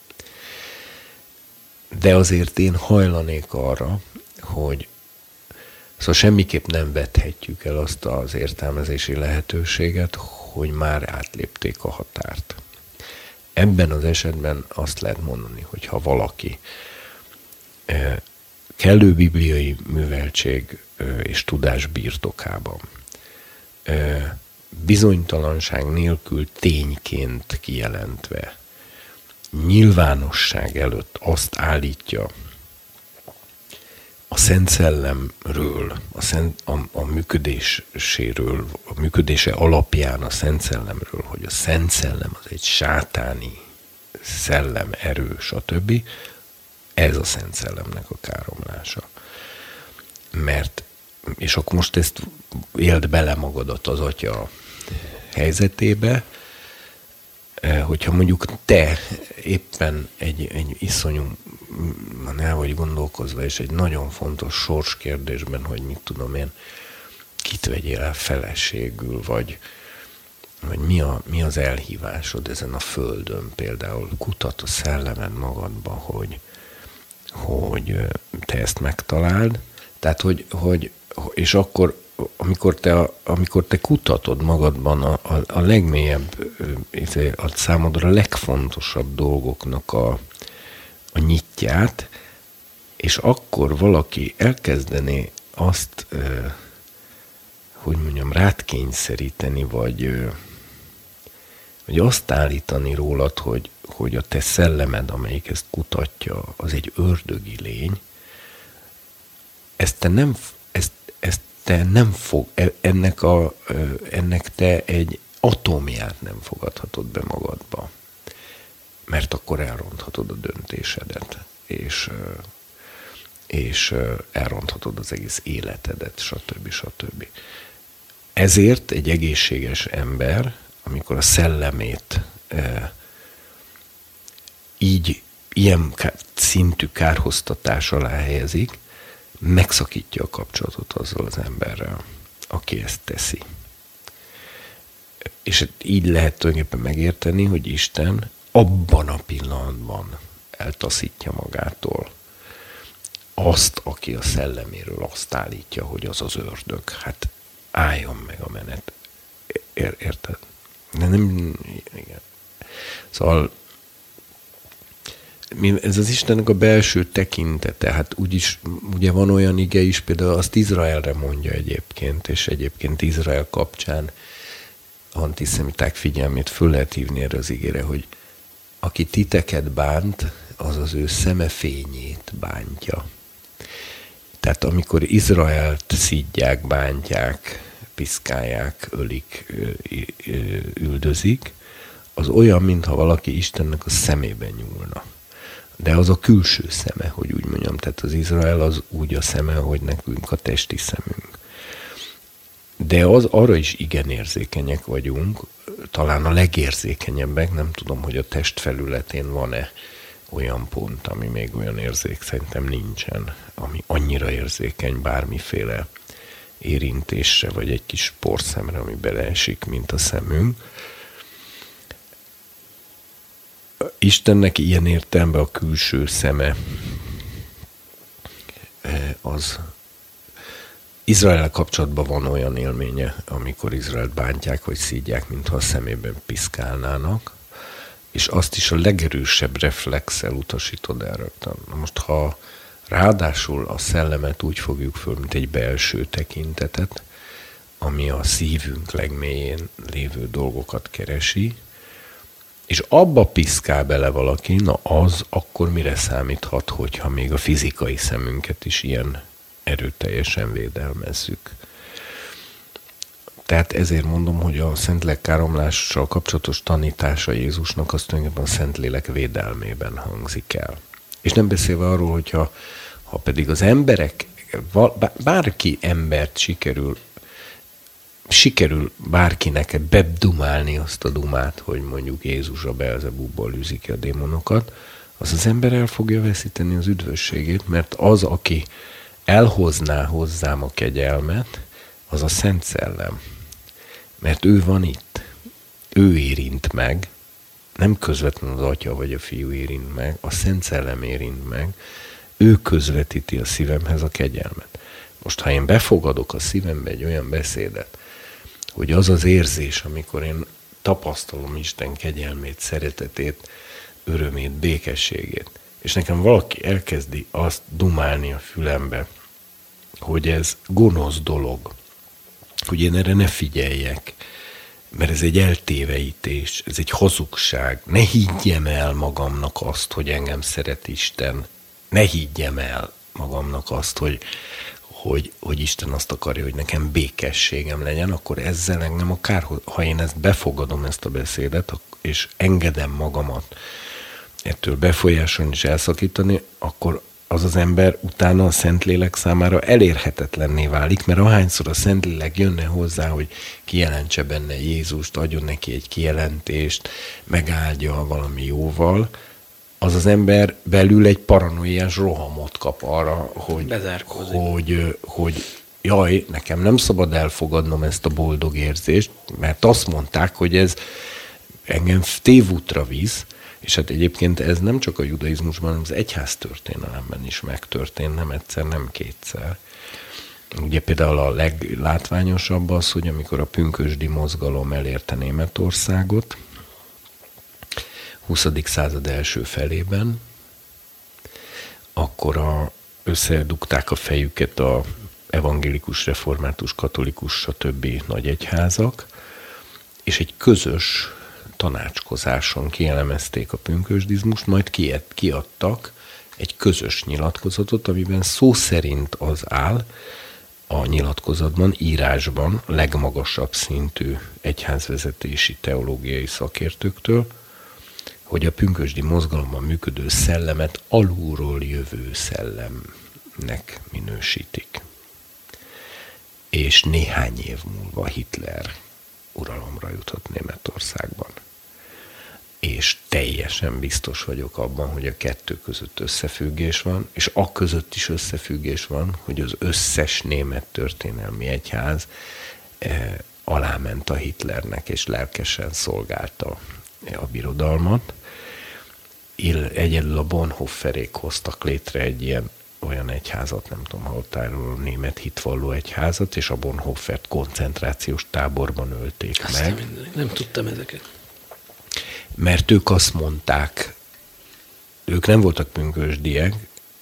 De azért én hajlanék arra, hogy szóval semmiképp nem vethetjük el azt az értelmezési lehetőséget, hogy már átlépték a határt. Ebben az esetben azt lehet mondani, hogy ha valaki kellő bibliai műveltség és tudás birtokában bizonytalanság nélkül tényként kijelentve nyilvánosság előtt azt állítja a Szent Szellemről, a, szent, a, a működéséről, a működése alapján a Szent Szellemről, hogy a Szent Szellem az egy sátáni szellem, erő, stb., ez a Szent Szellemnek a káromlása. Mert, és akkor most ezt éld bele magadat az atya helyzetébe, hogyha mondjuk te éppen egy, egy iszonyú, el vagy gondolkozva, és egy nagyon fontos sorskérdésben, hogy mit tudom én, kit vegyél el feleségül, vagy, vagy mi, a, mi az elhívásod ezen a földön, például kutat a szellemed magadba, hogy hogy te ezt megtaláld. Tehát, hogy, hogy és akkor, amikor te, amikor te kutatod magadban a, a, a legmélyebb, a számodra a legfontosabb dolgoknak a, a nyitját, és akkor valaki elkezdené azt, hogy mondjam, rád kényszeríteni, vagy, vagy azt állítani rólad, hogy hogy a te szellemed, amelyik ezt kutatja, az egy ördögi lény, ezt te nem, ezt, ezt te nem fog, ennek, a, ennek te egy atomját nem fogadhatod be magadba, mert akkor elronthatod a döntésedet, és, és elronthatod az egész életedet, stb. stb. Ezért egy egészséges ember, amikor a szellemét így ilyen szintű kárhoztatás alá helyezik, megszakítja a kapcsolatot azzal az emberrel, aki ezt teszi. És így lehet tulajdonképpen megérteni, hogy Isten abban a pillanatban eltaszítja magától azt, aki a szelleméről azt állítja, hogy az az ördög. Hát álljon meg a menet. Ér, érted? De nem, igen. Szóval ez az Istennek a belső tekintete, hát úgyis, ugye van olyan ige is, például azt Izraelre mondja egyébként, és egyébként Izrael kapcsán antiszemiták figyelmét föl lehet hívni erre az igére, hogy aki titeket bánt, az az ő szeme fényét bántja. Tehát amikor Izraelt szidják, bántják, piszkálják, ölik, üldözik, az olyan, mintha valaki Istennek a szemében nyúlna. De az a külső szeme, hogy úgy mondjam. Tehát az Izrael az úgy a szeme, hogy nekünk a testi szemünk. De az arra is igen érzékenyek vagyunk, talán a legérzékenyebbek, nem tudom, hogy a test felületén van-e olyan pont, ami még olyan érzék, szerintem nincsen, ami annyira érzékeny bármiféle érintésre, vagy egy kis porszemre, ami beleesik, mint a szemünk. Istennek ilyen értelemben a külső szeme az Izrael kapcsolatban van olyan élménye, amikor Izraelt bántják, vagy szídják, mintha a szemében piszkálnának, és azt is a legerősebb reflexel utasítod el rögtön. Na most, ha ráadásul a szellemet úgy fogjuk föl, mint egy belső tekintetet, ami a szívünk legmélyén lévő dolgokat keresi, és abba piszkál bele valaki, na az akkor mire számíthat, hogyha még a fizikai szemünket is ilyen erőteljesen védelmezzük. Tehát ezért mondom, hogy a Szentlélek káromlással kapcsolatos tanítása Jézusnak az tulajdonképpen a Szentlélek védelmében hangzik el. És nem beszélve arról, hogyha ha pedig az emberek, bárki embert sikerül, sikerül bárkinek bedumálni azt a dumát, hogy mondjuk Jézus a Beelzebubból űzi ki a démonokat, az az ember el fogja veszíteni az üdvösségét, mert az, aki elhozná hozzám a kegyelmet, az a Szent Szellem. Mert ő van itt. Ő érint meg. Nem közvetlenül az Atya vagy a Fiú érint meg, a Szent Szellem érint meg. Ő közvetíti a szívemhez a kegyelmet. Most, ha én befogadok a szívembe egy olyan beszédet, hogy az az érzés, amikor én tapasztalom Isten kegyelmét, szeretetét, örömét, békességét, és nekem valaki elkezdi azt dumálni a fülembe, hogy ez gonosz dolog, hogy én erre ne figyeljek, mert ez egy eltéveítés, ez egy hazugság. Ne higgyem el magamnak azt, hogy engem szeret Isten. Ne higgyem el magamnak azt, hogy, hogy, hogy Isten azt akarja, hogy nekem békességem legyen, akkor ezzel engem akár, ha én ezt befogadom, ezt a beszédet, és engedem magamat ettől befolyásolni és elszakítani, akkor az az ember utána a Szentlélek számára elérhetetlenné válik, mert ahányszor a Szentlélek jönne hozzá, hogy kijelentse benne Jézust, adjon neki egy kijelentést, megáldja valami jóval, az az ember belül egy paranoiás rohamot kap arra, hogy, hogy, hogy jaj, nekem nem szabad elfogadnom ezt a boldog érzést, mert azt mondták, hogy ez engem tévútra visz, és hát egyébként ez nem csak a judaizmusban, hanem az egyház történelemben is megtörtént, nem egyszer, nem kétszer. Ugye például a leglátványosabb az, hogy amikor a pünkösdi mozgalom elérte Németországot, huszadik század első felében, akkor a, összedugták a fejüket a evangélikus, református, katolikus, stb. Nagy egyházak, és egy közös tanácskozáson kielemezték a pünkösdizmust, majd kiadtak egy közös nyilatkozatot, amiben szó szerint az áll a nyilatkozatban, írásban, legmagasabb szintű egyházvezetési teológiai szakértőktől, hogy a pünkösdi mozgalomban működő szellemet alulról jövő szellemnek minősítik. És néhány év múlva Hitler uralomra jutott Németországban. És teljesen biztos vagyok abban, hogy a kettő között összefüggés van, és a között is összefüggés van, hogy az összes német történelmi egyház eh, aláment a Hitlernek, és lelkesen szolgálta a birodalmat. Egyedül a Bonhoefferék hoztak létre egy ilyen olyan egyházat, nem tudom, ha ott állul a német hitvalló egyházat, és a Bonhoeffert koncentrációs táborban ölték Azt meg. Nem, nem tudtam ezeket. Mert ők azt mondták, ők nem voltak pünkösdiek,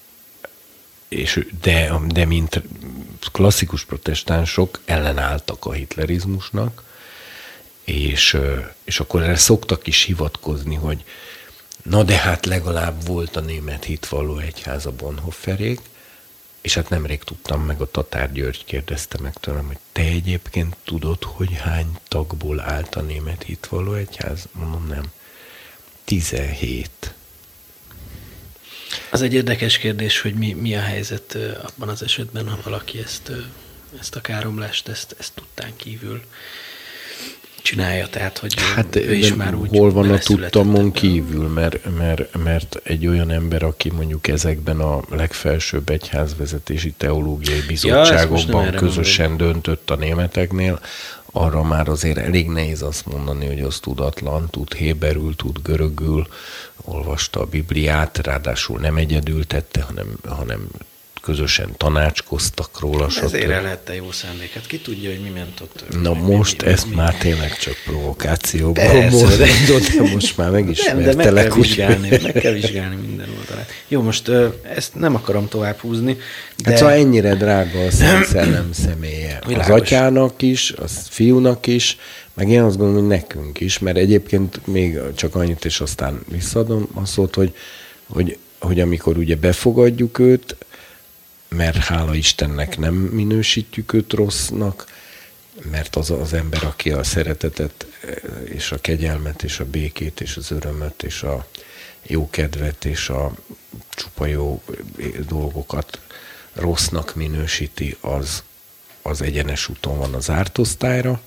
és de, de mint klasszikus protestánsok ellenálltak a hitlerizmusnak, és, és akkor erre szoktak is hivatkozni, hogy na de hát legalább volt a német hitvalló egyház a Bonhoefferék, és hát nemrég tudtam meg, a Tatár György kérdezte meg tőlem, hogy te egyébként tudod, hogy hány tagból állt a német hitvalló egyház? Mondom, nem. tizenhét. Az egy érdekes kérdés, hogy mi, mi a helyzet abban az esetben, ha valaki ezt, ezt a káromlást, ezt, ezt tudtán kívül csinálja, tehát, hogy hát ő is már úgy hol van a tudtamon ebben. kívül, mert, mert, mert egy olyan ember, aki mondjuk ezekben a legfelsőbb egyházvezetési teológiai bizottságokban ja, közösen mondom. döntött a németeknél, arra már azért elég nehéz azt mondani, hogy az tudatlan, tud héberül, tud görögül, olvasta a Bibliát, ráadásul nem egyedül tette, hanem, hanem közösen tanácskoztak róla. Ezért el lehette jó szándékát. Ki tudja, hogy mi ment ott? Na mi, most mi, ezt mi, már mi. tényleg csak provokációban mondod, de most már megismertelek. Nem, de meg kell vizsgálni, meg kell vizsgálni minden oldalát. Jó, most ezt nem akarom tovább húzni. De... Hát szóval ennyire drága a Szent Szellem személye. Világos. Az atyának is, a fiúnak is, meg én azt gondolom, hogy nekünk is, mert egyébként még csak annyit, és aztán visszaadom a szót, hogy, hogy, hogy amikor ugye befogadjuk őt, mert hála Istennek nem minősítjük őt rossznak, mert az az ember, aki a szeretetet, és a kegyelmet, és a békét, és az örömöt, és a jókedvet, és a csupa jó dolgokat rossznak minősíti, az, az egyenes úton van az ártosztályra.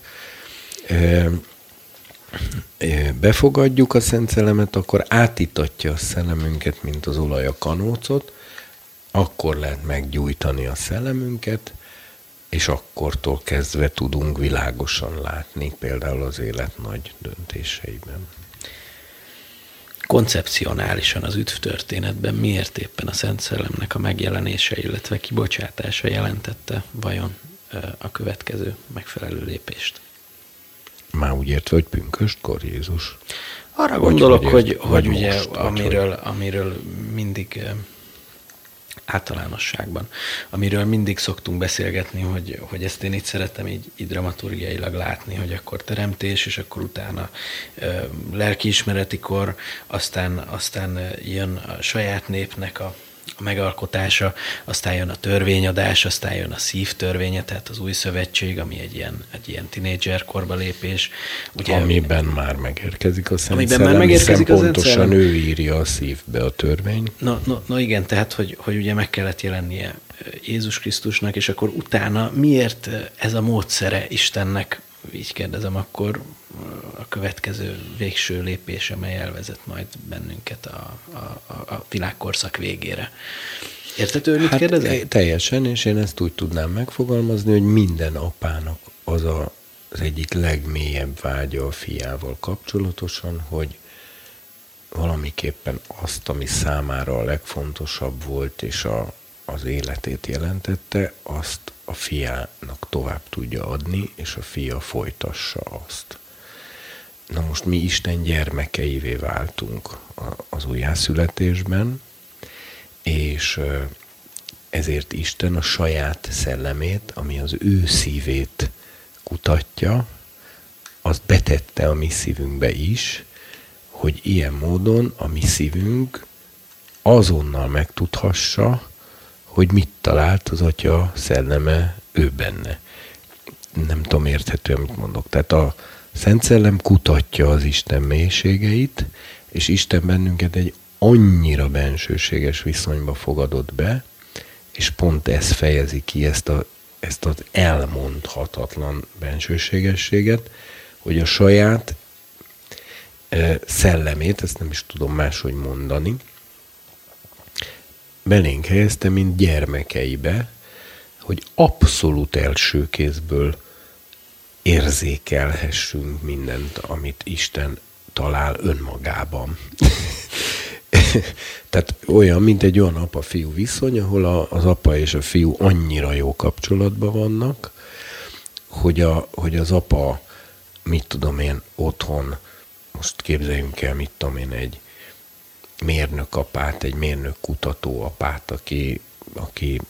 Befogadjuk a Szent Szellemet, akkor átítatja a szellemünket, mint az olaj a kanócot, akkor lehet meggyújtani a szellemünket, és akkortól kezdve tudunk világosan látni, például az élet nagy döntéseiben. Koncepcionálisan az üdvtörténetben miért éppen a Szent Szellemnek a megjelenése, illetve kibocsátása jelentette vajon a következő megfelelő lépést? Már úgy értve, hogy pünköstkor Jézus? Arra gondolok, hogy, hogy, hogy hogy ugye, most, amiről, amiről mindig általánosságban, amiről mindig szoktunk beszélgetni, hogy, hogy ezt én itt szeretem így, így dramaturgiailag látni, hogy akkor teremtés, és akkor utána ö, lelkiismeretikor, aztán, aztán jön a saját népnek a, a megalkotása, aztán jön a törvényadás, aztán jön a szív törvénye, tehát az új szövetség, ami egy ilyen, egy ilyen tinédzser korba lépés. Ugye, amiben már megérkezik a Szent amiben Szellem, már megérkezik hiszen a Szent pontosan Szellem. ő írja a szívbe a törvény. Na, na, na igen, tehát, hogy, hogy ugye meg kellett jelennie Jézus Krisztusnak, és akkor utána miért ez a módszere Istennek, így kérdezem, akkor a következő végső lépés, amely elvezet majd bennünket a, a, a világkorszak végére. Érthető, hogy mit hát kérdezem? Teljesen, és én ezt úgy tudnám megfogalmazni, hogy minden apának az a, az egyik legmélyebb vágya a fiával kapcsolatosan, hogy valamiképpen azt, ami számára a legfontosabb volt, és a, az életét jelentette, azt a fiának tovább tudja adni, és a fia folytassa azt. Na most mi Isten gyermekeivé váltunk az újjászületésben, és ezért Isten a saját szellemét, ami az ő szívét kutatja, azt betette a mi szívünkbe is, hogy ilyen módon a mi szívünk azonnal megtudhassa, hogy mit talált az Atya szelleme ő benne. Nem tudom, érthető, amit mondok. Tehát a Szent Szellem kutatja az Isten mélységeit, és Isten bennünket egy annyira bensőséges viszonyba fogadott be, és pont ez fejezi ki ezt, a, ezt az elmondhatatlan bensőségességet, hogy a saját e, szellemét, ezt nem is tudom máshogy mondani, belénk helyezte, mint gyermekeibe, hogy abszolút első kézből érzékelhessünk mindent, amit Isten talál önmagában. Tehát olyan, mint egy olyan apa-fiú viszony, ahol a, az apa és a fiú annyira jó kapcsolatban vannak, hogy, a, hogy az apa, mit tudom én, otthon, most képzeljünk el, mit tudom én, egy mérnök apát, egy mérnök kutató apát, aki, aki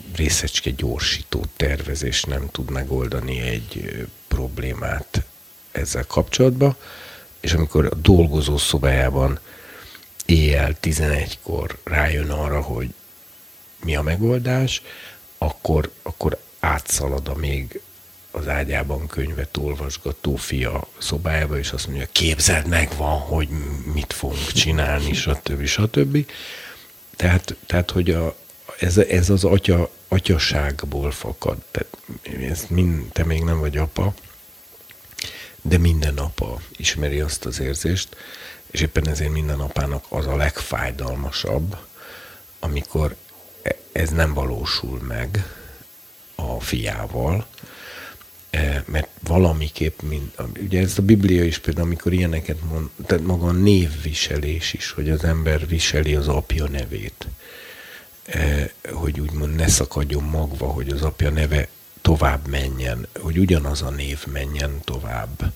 részecske gyorsítót tervez, és nem tud megoldani egy problémát ezzel kapcsolatban, és amikor a dolgozó szobájában éjjel tizenegykor rájön arra, hogy mi a megoldás, akkor, akkor átszalad a még az ágyában könyvet olvasgató fia szobájába, és azt mondja, képzeld meg van, hogy mit fogunk csinálni, stb. stb. Tehát, tehát hogy a, ez, ez az atya, atyaságból fakad. Tehát ez mind, te még nem vagy apa, de minden apa ismeri azt az érzést, és éppen ezért minden apának az a legfájdalmasabb, amikor ez nem valósul meg a fiával, mert valamiképp, mind, ugye ez a Biblia is például, amikor ilyeneket mond, tehát maga a névviselés is, hogy az ember viseli az apja nevét, hogy úgymond ne szakadjon magva, hogy az apja neve tovább menjen, hogy ugyanaz a név menjen tovább.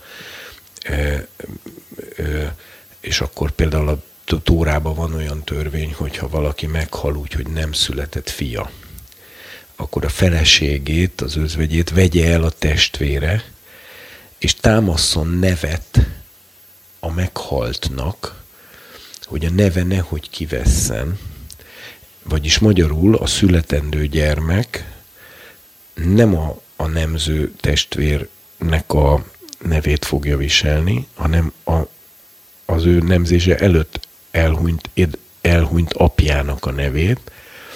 És akkor például a Tórában van olyan törvény, hogyha valaki meghal úgy, hogy nem született fia, akkor a feleségét, az özvegyét vegye el a testvére, és támasszon nevet a meghaltnak, hogy a neve nehogy kivesszen. Vagyis magyarul a születendő gyermek nem a, a nemző testvérnek a nevét fogja viselni, hanem a, az ő nemzése előtt elhunyt, elhunyt apjának a nevét,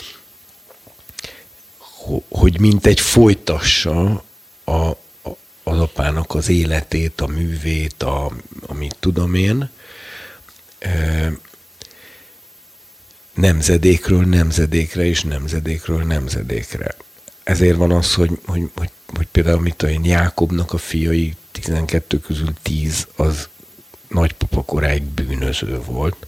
hogy mintegy folytassa a, a, az apának az életét, a művét, a, amit tudom én, e, nemzedékről nemzedékre és nemzedékről nemzedékre. Ezért van az, hogy, hogy, hogy, hogy például mit tudom én, Jákobnak a fiai tizenkettő közül tíz az nagypapa koráig bűnöző volt.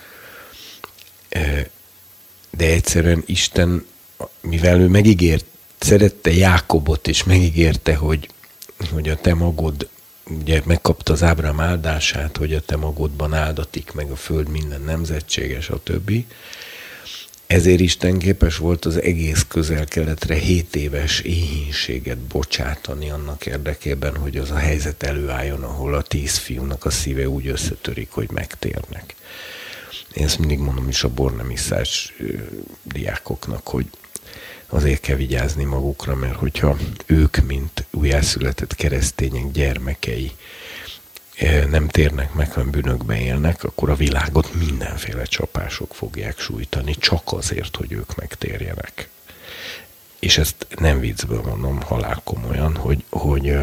E, de egyszerűen Isten, mivel ő megígért, szerette Jákobot, és megígérte, hogy, hogy a te magod, ugye megkapta az Ábrám áldását, hogy a te magodban áldatik meg a föld minden nemzetsége, stb. Ezért Isten képes volt az egész Közel-Keletre hét éves éhínséget bocsátani annak érdekében, hogy az a helyzet előálljon, ahol a tíz fiúnak a szíve úgy összetörik, hogy megtérnek. Én ezt mindig mondom is a bornemisszás diákoknak, hogy azért kell vigyázni magukra, mert hogyha ők, mint újjászületett keresztények gyermekei nem térnek meg, hanem bűnökben élnek, akkor a világot mindenféle csapások fogják sújtani, csak azért, hogy ők megtérjenek. És ezt nem viccből mondom, halálkomolyan, hogy, hogy,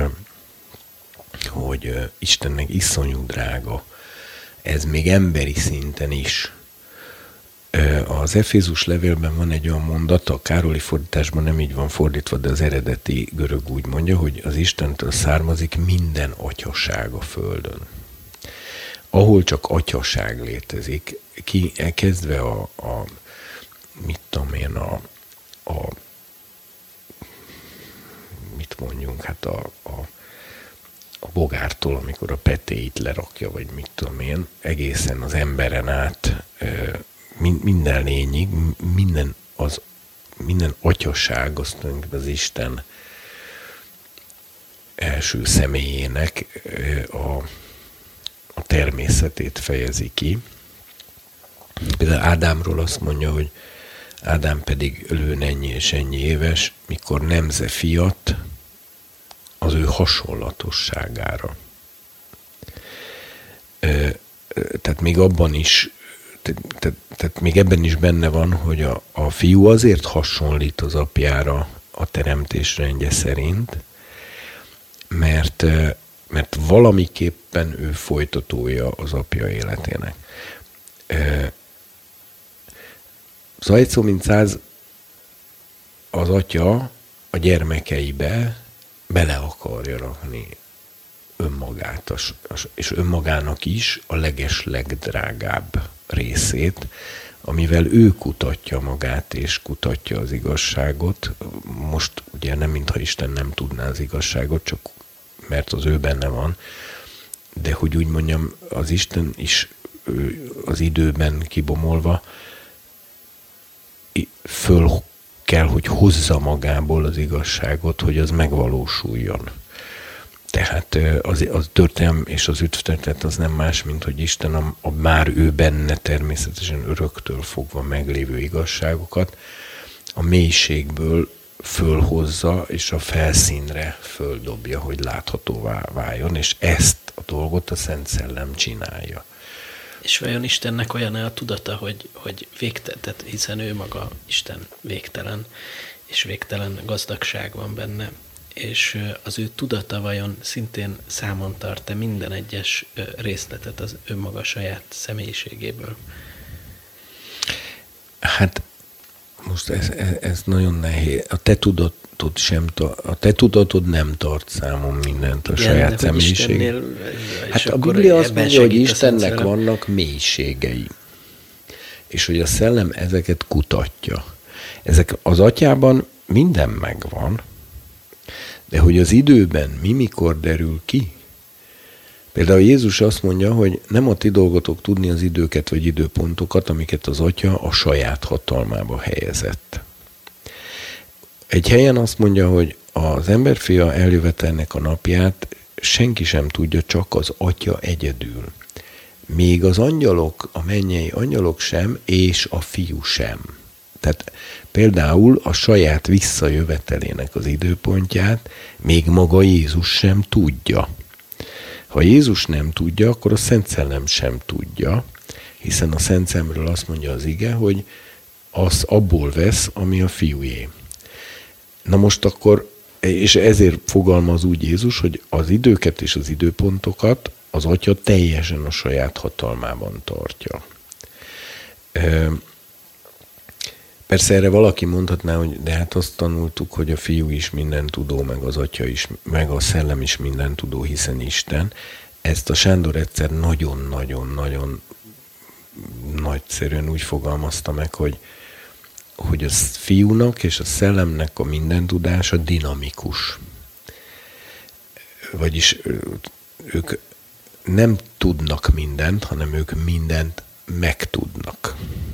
hogy Istennek iszonyú drága, ez még emberi szinten is. Az Efézus levélben van egy olyan mondat, a Károli fordításban nem így van fordítva, de az eredeti görög úgy mondja, hogy az Istentől származik minden atyaság a földön. Ahol csak atyaság létezik, ki elkezdve a, a mit tudom én, a, a mit mondjunk, hát a, a a bogártól, amikor a petéit lerakja, vagy mit tudom én, egészen az emberen át, minden lényig, minden, az, minden atyaság, azt az Isten első személyének a, a természetét fejezi ki. Például Ádámról azt mondja, hogy Ádám pedig ölőn ennyi és ennyi éves, mikor nemze fiat, az ő hasonlatosságára. Tehát még abban is, tehát, tehát még ebben is benne van, hogy a, a fiú azért hasonlít az apjára a teremtés rendje szerint, mert, mert valamiképpen ő folytatója az apja életének. Szóval egy szó mint száz, az atya a gyermekeibe bele akarja rakni önmagát, és önmagának is a leges legdrágább részét, amivel ő kutatja magát, és kutatja az igazságot. Most ugye nem mintha Isten nem tudná az igazságot, csak mert az ő benne van, de hogy úgy mondjam, az Isten is az időben kibomolva föl kell, hogy hozza magából az igazságot, hogy az megvalósuljon. Tehát az, az történelem és az üdvtörténet az nem más, mint hogy Isten a, a már ő benne természetesen öröktől fogva meglévő igazságokat a mélységből fölhozza, és a felszínre földobja, hogy láthatóvá váljon, és ezt a dolgot a Szent Szellem csinálja. És vajon Istennek olyan a tudata, hogy, hogy végtelen, tehát hiszen ő maga Isten végtelen, és végtelen gazdagság van benne, és az ő tudata vajon szintén számon tart-e minden egyes részletet az önmaga saját személyiségéből? Hát most ez, ez, ez nagyon nehéz. A te tudatod sem, a te tudatod nem tart számon mindent a igen, saját személyiség. Hát a Biblia azt mondja, hogy Istennek vannak mélységei. És hogy a szellem ezeket kutatja. Ezek az atyában minden megvan, de hogy az időben mi mikor derül ki? Például Jézus azt mondja, hogy nem a ti dolgotok tudni az időket vagy időpontokat, amiket az Atya a saját hatalmába helyezett. Egy helyen azt mondja, hogy az emberfia eljövetelnek a napját senki sem tudja, csak az Atya egyedül. Még az angyalok, a mennyei angyalok sem, és a fiú sem. Tehát például a saját visszajövetelének az időpontját még maga Jézus sem tudja. Ha Jézus nem tudja, akkor a Szent Szellem sem tudja, hiszen a Szent Szellemről azt mondja az ige, hogy az abból vesz, ami a fiújé. Na most akkor, és ezért fogalmaz úgy Jézus, hogy az időket és az időpontokat az Atya teljesen a saját hatalmában tartja. Persze erre valaki mondhatná, hogy de hát azt tanultuk, hogy a fiú is mindentudó, meg az Atya is, meg a Szellem is mindentudó, hiszen Isten. Ezt a Sándor egyszer nagyon-nagyon-nagyon nagyszerűen úgy fogalmazta meg, hogy, hogy a fiúnak és a Szellemnek a mindentudása dinamikus. Vagyis ők nem tudnak mindent, hanem ők mindent megtudnak.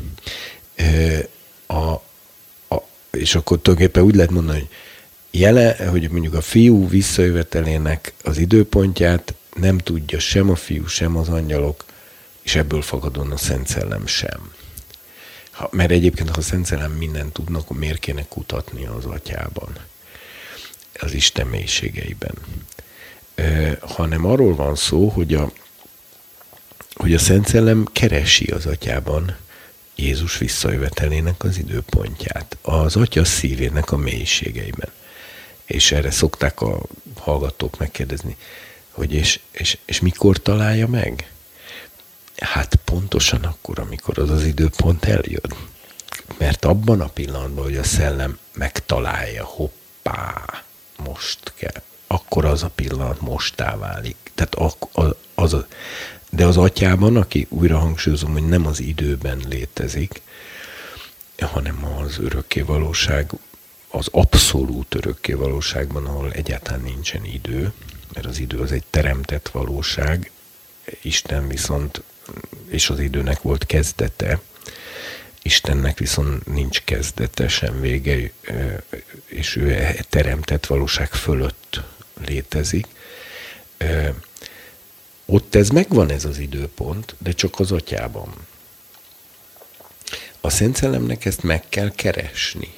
A, a, és akkor tulajdonképpen úgy lehet mondani, hogy, jele, hogy mondjuk a fiú visszajövetelének az időpontját nem tudja sem a fiú, sem az angyalok, és ebből fakadóan a Szent Szellem sem. Ha, mert egyébként, ha a Szent Szellem mindent tudnak, akkor miért kéne kutatni az Atyában, az Isten mélységeiben. E, hanem arról van szó, hogy a, hogy a Szent Szellem keresi az Atyában Jézus visszajövetelének az időpontját, az Atya szívének a mélységeiben. És erre szokták a hallgatók megkérdezni, hogy és, és, és mikor találja meg? Hát pontosan akkor, amikor az az időpont eljön. Mert abban a pillanatban, hogy a szellem megtalálja, hoppá, most kell, akkor az a pillanat mostá válik. Tehát az, az a, de az Atyában, aki újra hangsúlyozom, hogy nem az időben létezik, hanem az örökké valóság, az abszolút örökké valóságban, ahol egyáltalán nincsen idő, mert az idő az egy teremtett valóság, Isten viszont, és az időnek volt kezdete, Istennek viszont nincs kezdete, sem vége, és ő teremtett valóság fölött létezik. Ott ez megvan, ez az időpont, de csak az Atyában. A Szent Szellemnek ezt meg kell keresni.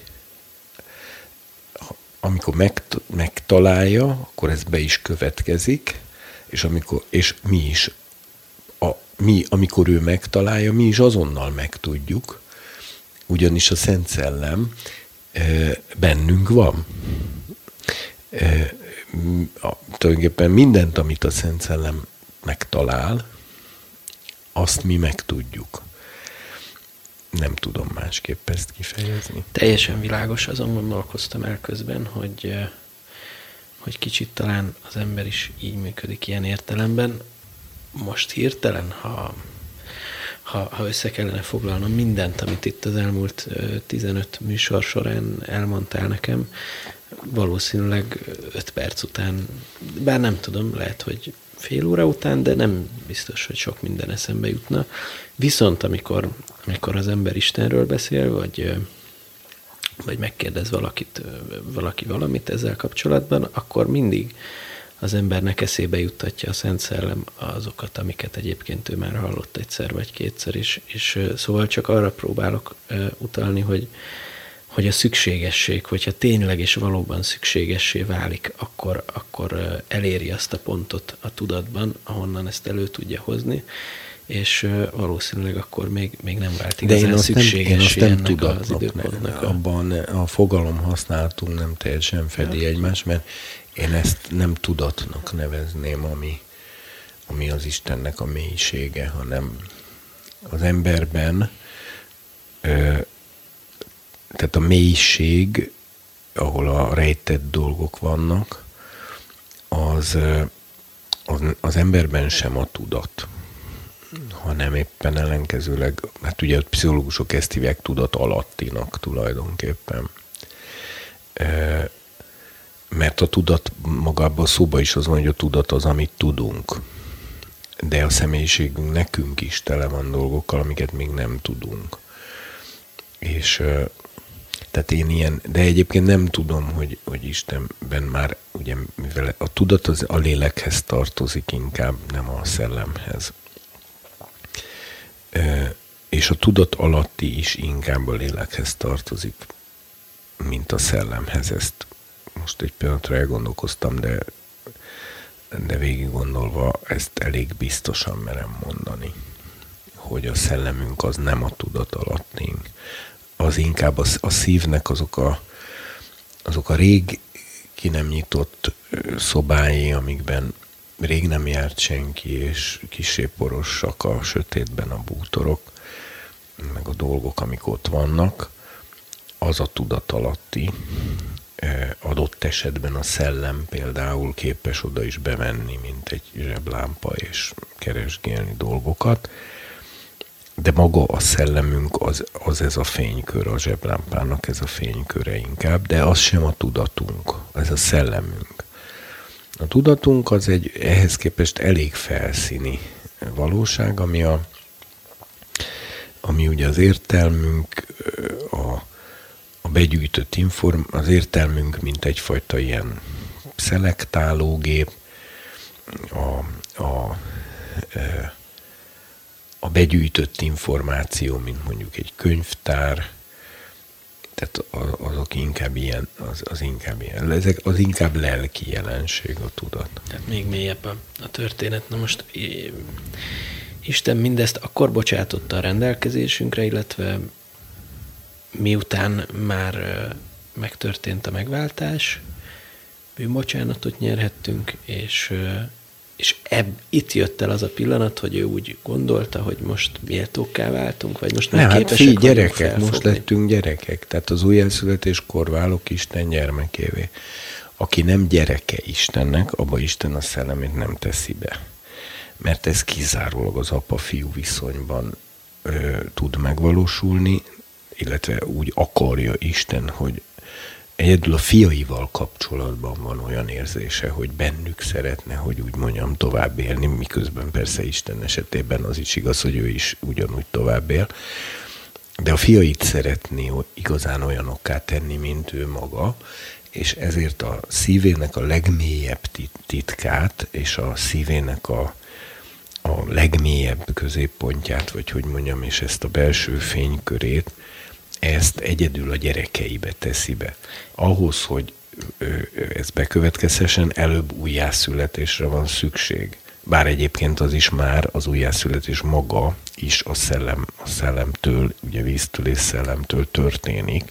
Amikor megtalálja, akkor ez be is következik, és, amikor, és mi is, a, mi, amikor ő megtalálja, mi is azonnal megtudjuk, ugyanis a Szent Szellem e, bennünk van. E, a, tulajdonképpen mindent, amit a Szent Szellem megtalál, azt mi megtudjuk. Nem tudom másképp ezt kifejezni. Teljesen világos, azon gondolkoztam el közben, hogy, hogy kicsit talán az ember is így működik ilyen értelemben. Most hirtelen, ha, ha, ha össze kellene foglalnom mindent, amit itt az elmúlt tizenöt műsor során elmondtál nekem, valószínűleg öt perc után, bár nem tudom, lehet, hogy fél óra után, de nem biztos, hogy sok minden eszembe jutna. Viszont amikor, amikor az ember Istenről beszél, vagy, vagy megkérdez valakit, valaki valamit ezzel kapcsolatban, akkor mindig az embernek eszébe juttatja a Szent Szellem azokat, amiket egyébként ő már hallott egyszer vagy kétszer is. És szóval csak arra próbálok utalni, hogy, hogy a szükségesség, hogyha tényleg és valóban szükségessé válik, akkor, akkor eléri azt a pontot a tudatban, ahonnan ezt elő tudja hozni, és valószínűleg akkor még, még nem vált igazán szükségessé ennek az időpontnak. Abban a fogalom használatunk nem teljesen fedi ja. egymást, mert én ezt nem tudatnak nevezném, ami, ami az Istennek a mélysége, hanem az emberben, ö, tehát a mélység, ahol a rejtett dolgok vannak, az, az, az emberben sem a tudat, hanem éppen ellenkezőleg, hát ugye a pszichológusok ezt hívják tudat alattinak tulajdonképpen. E, mert a tudat magában a szóban is az van, hogy a tudat az, amit tudunk. De a személyiségünk nekünk is tele van dolgokkal, amiket még nem tudunk. És tehát én ilyen, de egyébként nem tudom, hogy, hogy Istenben már, ugye, mivel a tudat az a lélekhez tartozik inkább, nem a szellemhez. És a tudat alatti is inkább a lélekhez tartozik, mint a szellemhez. Ezt most egy pillanatra elgondolkoztam, de, de végig gondolva ezt elég biztosan merem mondani, hogy a szellemünk az nem a tudat alattink. Az inkább a, a szívnek azok a, azok a rég ki nem nyitott szobái, amikben rég nem járt senki, és kissé porosak a sötétben a bútorok, meg a dolgok, amik ott vannak, az a tudatalatti. Adott esetben a szellem például képes oda is bemenni, mint egy zseblámpa, és keresgélni dolgokat, de maga a szellemünk az, az ez a fénykör, a zseblámpának ez a fényköre inkább, de az sem a tudatunk, ez a szellemünk. A tudatunk az egy ehhez képest elég felszíni valóság, ami, a, ami ugye az értelmünk, a, a begyűjtött inform, az értelmünk, mint egyfajta ilyen szelektálógép, a, a, a begyűjtött információ, mint mondjuk egy könyvtár, tehát azok inkább ilyen, az, az inkább ilyen, ezek az inkább lelki jelenség a tudat. Tehát még mélyebb a, a történet. Na most Isten mindezt akkor bocsátotta a rendelkezésünkre, illetve miután már megtörtént a megváltás, bűnbocsánatot nyerhettünk, és, és ebb, itt jött el az a pillanat, hogy ő úgy gondolta, hogy most méltókká váltunk, vagy most már képesek hát figyelj, gyerekek, felfogni. Most lettünk gyerekek, tehát az újjászületéskor válok Isten gyermekévé. Aki nem gyereke Istennek, abba Isten a szellemét nem teszi be. Mert ez kizárólag az apa-fiú viszonyban ö, tud megvalósulni, illetve úgy akarja Isten, hogy egyedül a fiaival kapcsolatban van olyan érzése, hogy bennük szeretne, hogy úgy mondjam, tovább élni, miközben persze Isten esetében az is igaz, hogy ő is ugyanúgy tovább él, de a fiait szeretné igazán olyanokká tenni, mint ő maga, és ezért a szívének a legmélyebb titkát, és a szívének a, a legmélyebb középpontját, vagy hogy mondjam, és ezt a belső fénykörét, ezt egyedül a gyerekeibe teszi be. Ahhoz, hogy ez bekövetkezhessen, előbb újjászületésre van szükség. Bár egyébként az is már, az újjászületés maga is a szellem, a szellemtől, ugye víztől és szellemtől történik.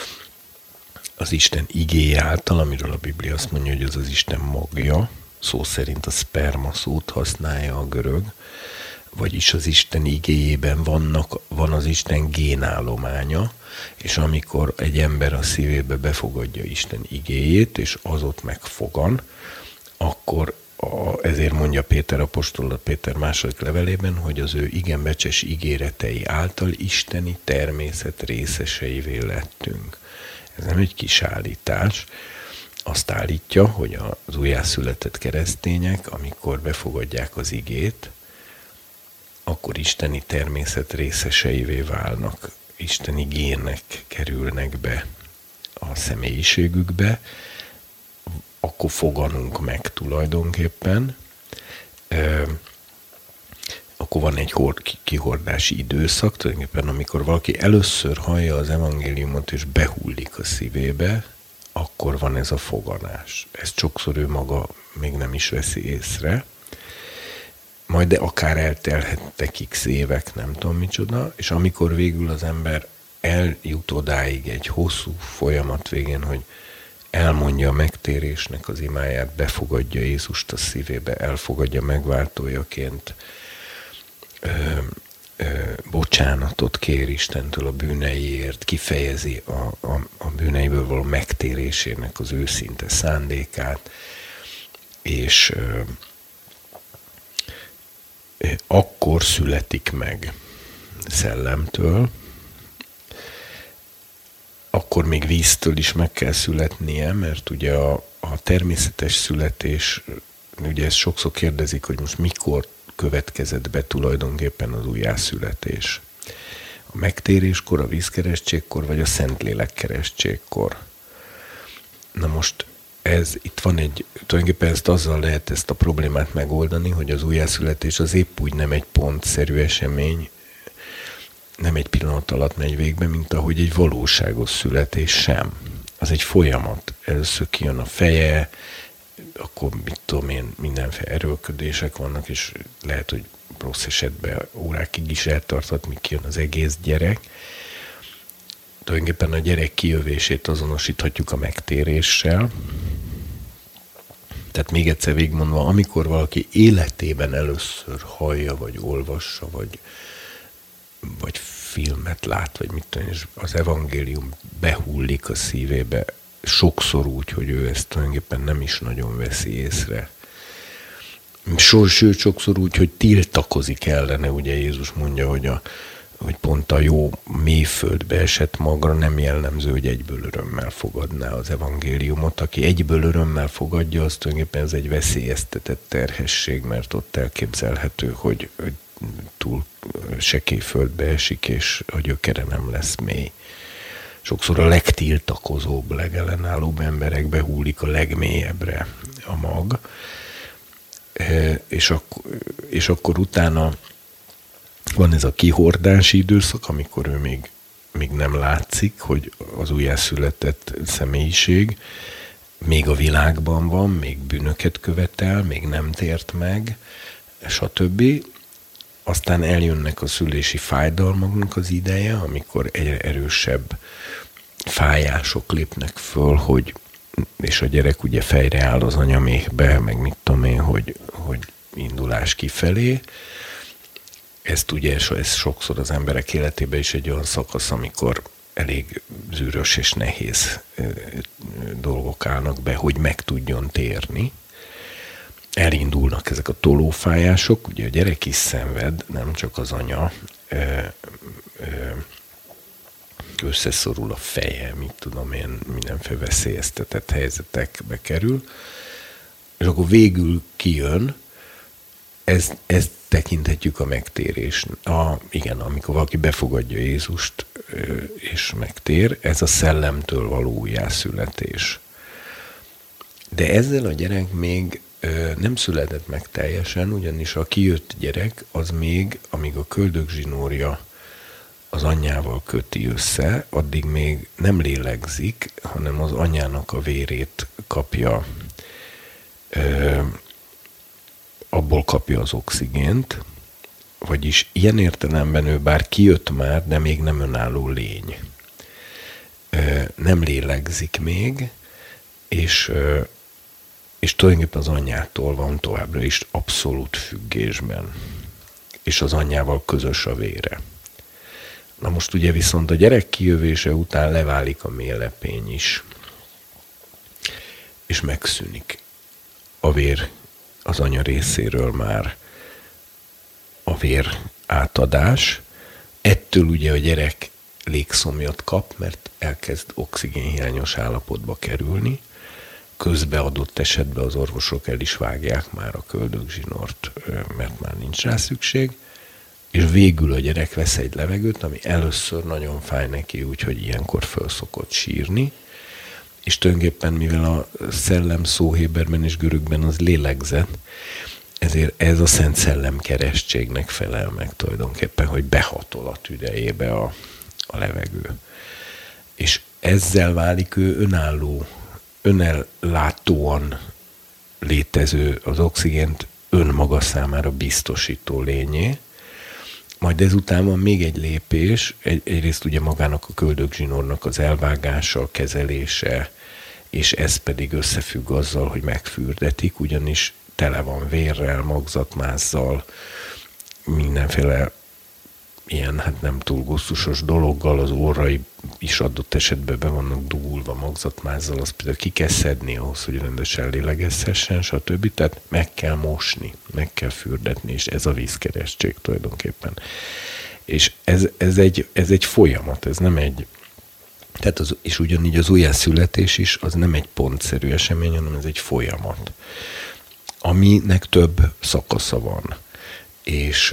Az Isten igéje által, amiről a Biblia azt mondja, hogy az az Isten magja, szó szerint a sperma szót használja a görög, vagyis az Isten igéjében vannak, van az Isten génállománya, és amikor egy ember a szívébe befogadja Isten igéjét, és az ott megfogan, akkor a, ezért mondja Péter apostol a Péter második levelében, hogy az ő igen becses ígéretei által isteni természet részeseivé lettünk. Ez nem egy kis állítás. Azt állítja, hogy az újjászületett keresztények, amikor befogadják az igét, akkor isteni természet részeseivé válnak, isteni gének kerülnek be a személyiségükbe, akkor foganunk meg tulajdonképpen. Akkor van egy kihordási időszak, tulajdonképpen amikor valaki először hallja az evangéliumot és behullik a szívébe, akkor van ez a foganás. Ezt sokszor ő maga még nem is veszi észre. Majd de akár eltelhettek x évek, nem tudom micsoda, és amikor végül az ember eljut odáig egy hosszú folyamat végén, hogy elmondja a megtérésnek az imáját, befogadja Jézust a szívébe, elfogadja megváltójaként, ö, ö, bocsánatot kér Istentől a bűneiért, kifejezi a, a, a bűneiből való megtérésének az őszinte szándékát, és ö, ö, akkor születik meg szellemtől, akkor még víztől is meg kell születnie, mert ugye a, a természetes születés, ugye ezt sokszor kérdezik, hogy most mikor következett be tulajdonképpen az újjászületés. A megtéréskor, a vízkeresztségkor, vagy a Szentlélek keresztségkor. Na most ez, itt van egy, tulajdonképpen ezt azzal lehet ezt a problémát megoldani, hogy az újjászületés az épp úgy nem egy pontszerű esemény, nem egy pillanat alatt megy végbe, mint ahogy egy valóságos születés sem. Az egy folyamat. Először kijön a feje, akkor mit tudom én, mindenféle erőlködések vannak, és lehet, hogy rossz esetben órákig is eltarthat, míg kijön az egész gyerek. Tulajdonképpen a gyerek kijövését azonosíthatjuk a megtéréssel. Tehát még egyszer végigmondva, amikor valaki életében először hallja, vagy olvassa, vagy vagy filmet lát, vagy mit tudom, és az evangélium behullik a szívébe, sokszor úgy, hogy ő ezt tulajdonképpen nem is nagyon veszi észre. Sőt, sokszor úgy, hogy tiltakozik ellene, ugye Jézus mondja, hogy, a, hogy pont a jó mélyföldbe esett magra nem jellemző, hogy egyből örömmel fogadná az evangéliumot. Aki egyből örömmel fogadja, az tulajdonképpen ez egy veszélyeztetett terhesség, mert ott elképzelhető, hogy, hogy túl sekély földbe esik, és a gyökere nem lesz mély. Sokszor a legtiltakozóbb, legellenállóbb emberekbe hullik a legmélyebbre a mag, és akkor, és akkor utána van ez a kihordási időszak, amikor ő még, még nem látszik, hogy az újjászületett személyiség még a világban van, még bűnöket követel, még nem tért meg, stb. Aztán eljönnek a szülési fájdalmaknak az ideje, amikor egyre erősebb fájások lépnek föl, hogy, és a gyerek ugye fejre áll az anyaméhbe, meg mit tudom én, hogy, hogy indulás kifelé. Ezt ugye, ez sokszor az emberek életében is egy olyan szakasz, amikor elég zűrös és nehéz dolgok állnak be, hogy meg tudjon térni. Elindulnak ezek a tolófájások, ugye a gyerek is szenved, nem csak az anya, ö, ö, összeszorul a feje, mit tudom én, mindenféle veszélyeztetett helyzetekbe kerül, és akkor végül kijön, ez, ezt tekinthetjük a megtérés. A, igen, amikor valaki befogadja Jézust ö, és megtér, ez a szellemtől való újjászületés. De ezzel a gyerek még nem született meg teljesen, ugyanis a kijött gyerek az még, amíg a köldökzsinórja az anyjával köti össze, addig még nem lélegzik, hanem az anyának a vérét kapja, ö, abból kapja az oxigént, vagyis ilyen értelemben ő bár kijött már, de még nem önálló lény. Ö, nem lélegzik még, és ö, és tulajdonképpen az anyjától van továbbra is abszolút függésben, és az anyjával közös a vére. Na most ugye viszont a gyerek kijövése után leválik a mélepény is, és megszűnik a vér az anya részéről már a vér átadás. Ettől ugye a gyerek légszomjat kap, mert elkezd oxigénhiányos állapotba kerülni, közbeadott esetben az orvosok el is vágják már a köldökzsinort, mert már nincs rá szükség, és végül a gyerek vesz egy levegőt, ami először nagyon fáj neki, úgyhogy ilyenkor föl szokott sírni, és tulajdonképpen mivel a szellem szó héberben és görögben az lélegzet, ezért ez a Szent Szellem keresztségnek felel meg tulajdonképpen, hogy behatol a tüdejébe a, a levegő. És ezzel válik ő önálló, önellátóan létező, az oxigént önmaga számára biztosító lényé. Majd ezután van még egy lépés, egy, egyrészt ugye magának a köldögzsinórnak az elvágása, a kezelése, és ez pedig összefügg azzal, hogy megfürdetik, ugyanis tele van vérrel, magzatmázzal, mindenféle ilyen, hát nem túl gusztusos dologgal, az orrai is adott esetben be vannak dugulva magzatmázzal, azt például ki kell szedni ahhoz, hogy rendesen lélegezhessen, stb. Tehát meg kell mosni, meg kell fürdetni, és ez a vízkeresztség tulajdonképpen. És ez, ez, egy, ez egy folyamat, ez nem egy, tehát az, és ugyanígy az újjászületés is, az nem egy pontszerű esemény, hanem ez egy folyamat, aminek több szakasza van. És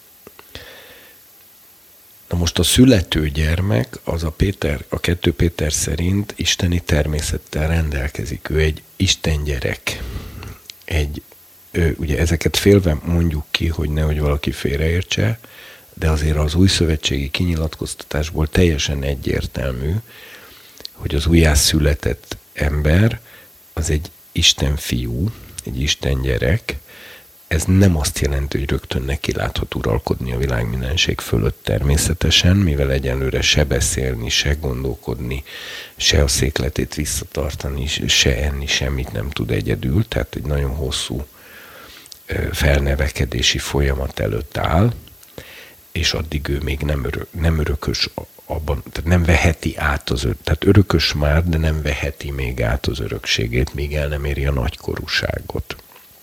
na most a születő gyermek, az a Péter, a kettő Péter szerint isteni természettel rendelkezik. Ő egy Isten gyerek. Egy, ő, ugye ezeket félve mondjuk ki, hogy nehogy valaki félreértse, de azért az újszövetségi kinyilatkoztatásból teljesen egyértelmű, hogy az újjászületett ember az egy Isten fiú, egy Isten gyerek. Ez nem azt jelenti, hogy rögtön neki láthat uralkodni a világ mindenség fölött természetesen, mivel egyenlőre se beszélni, se gondolkodni, se a székletét visszatartani, se enni, semmit nem tud egyedül, tehát egy nagyon hosszú felnevekedési folyamat előtt áll, és addig ő még nem, örök, nem örökös abban, tehát nem veheti át az örök, tehát örökös már, de nem veheti még át az örökségét, míg el nem éri a nagykorúságot.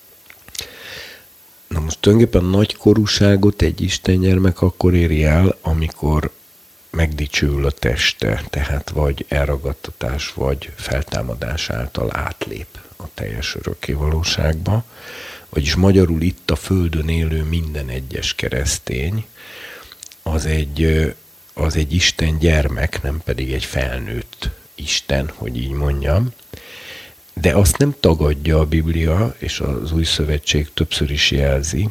Na most tulajdonképpen a nagykorúságot egy istengyermek akkor éri el, amikor megdicsőül a teste, tehát vagy elragadtatás, vagy feltámadás által átlép a teljes örökkévalóságba. Vagyis magyarul itt a földön élő minden egyes keresztény, az egy, az egy Isten gyermek, nem pedig egy felnőtt Isten, hogy így mondjam. De azt nem tagadja a Biblia, és az Új Szövetség többször is jelzi,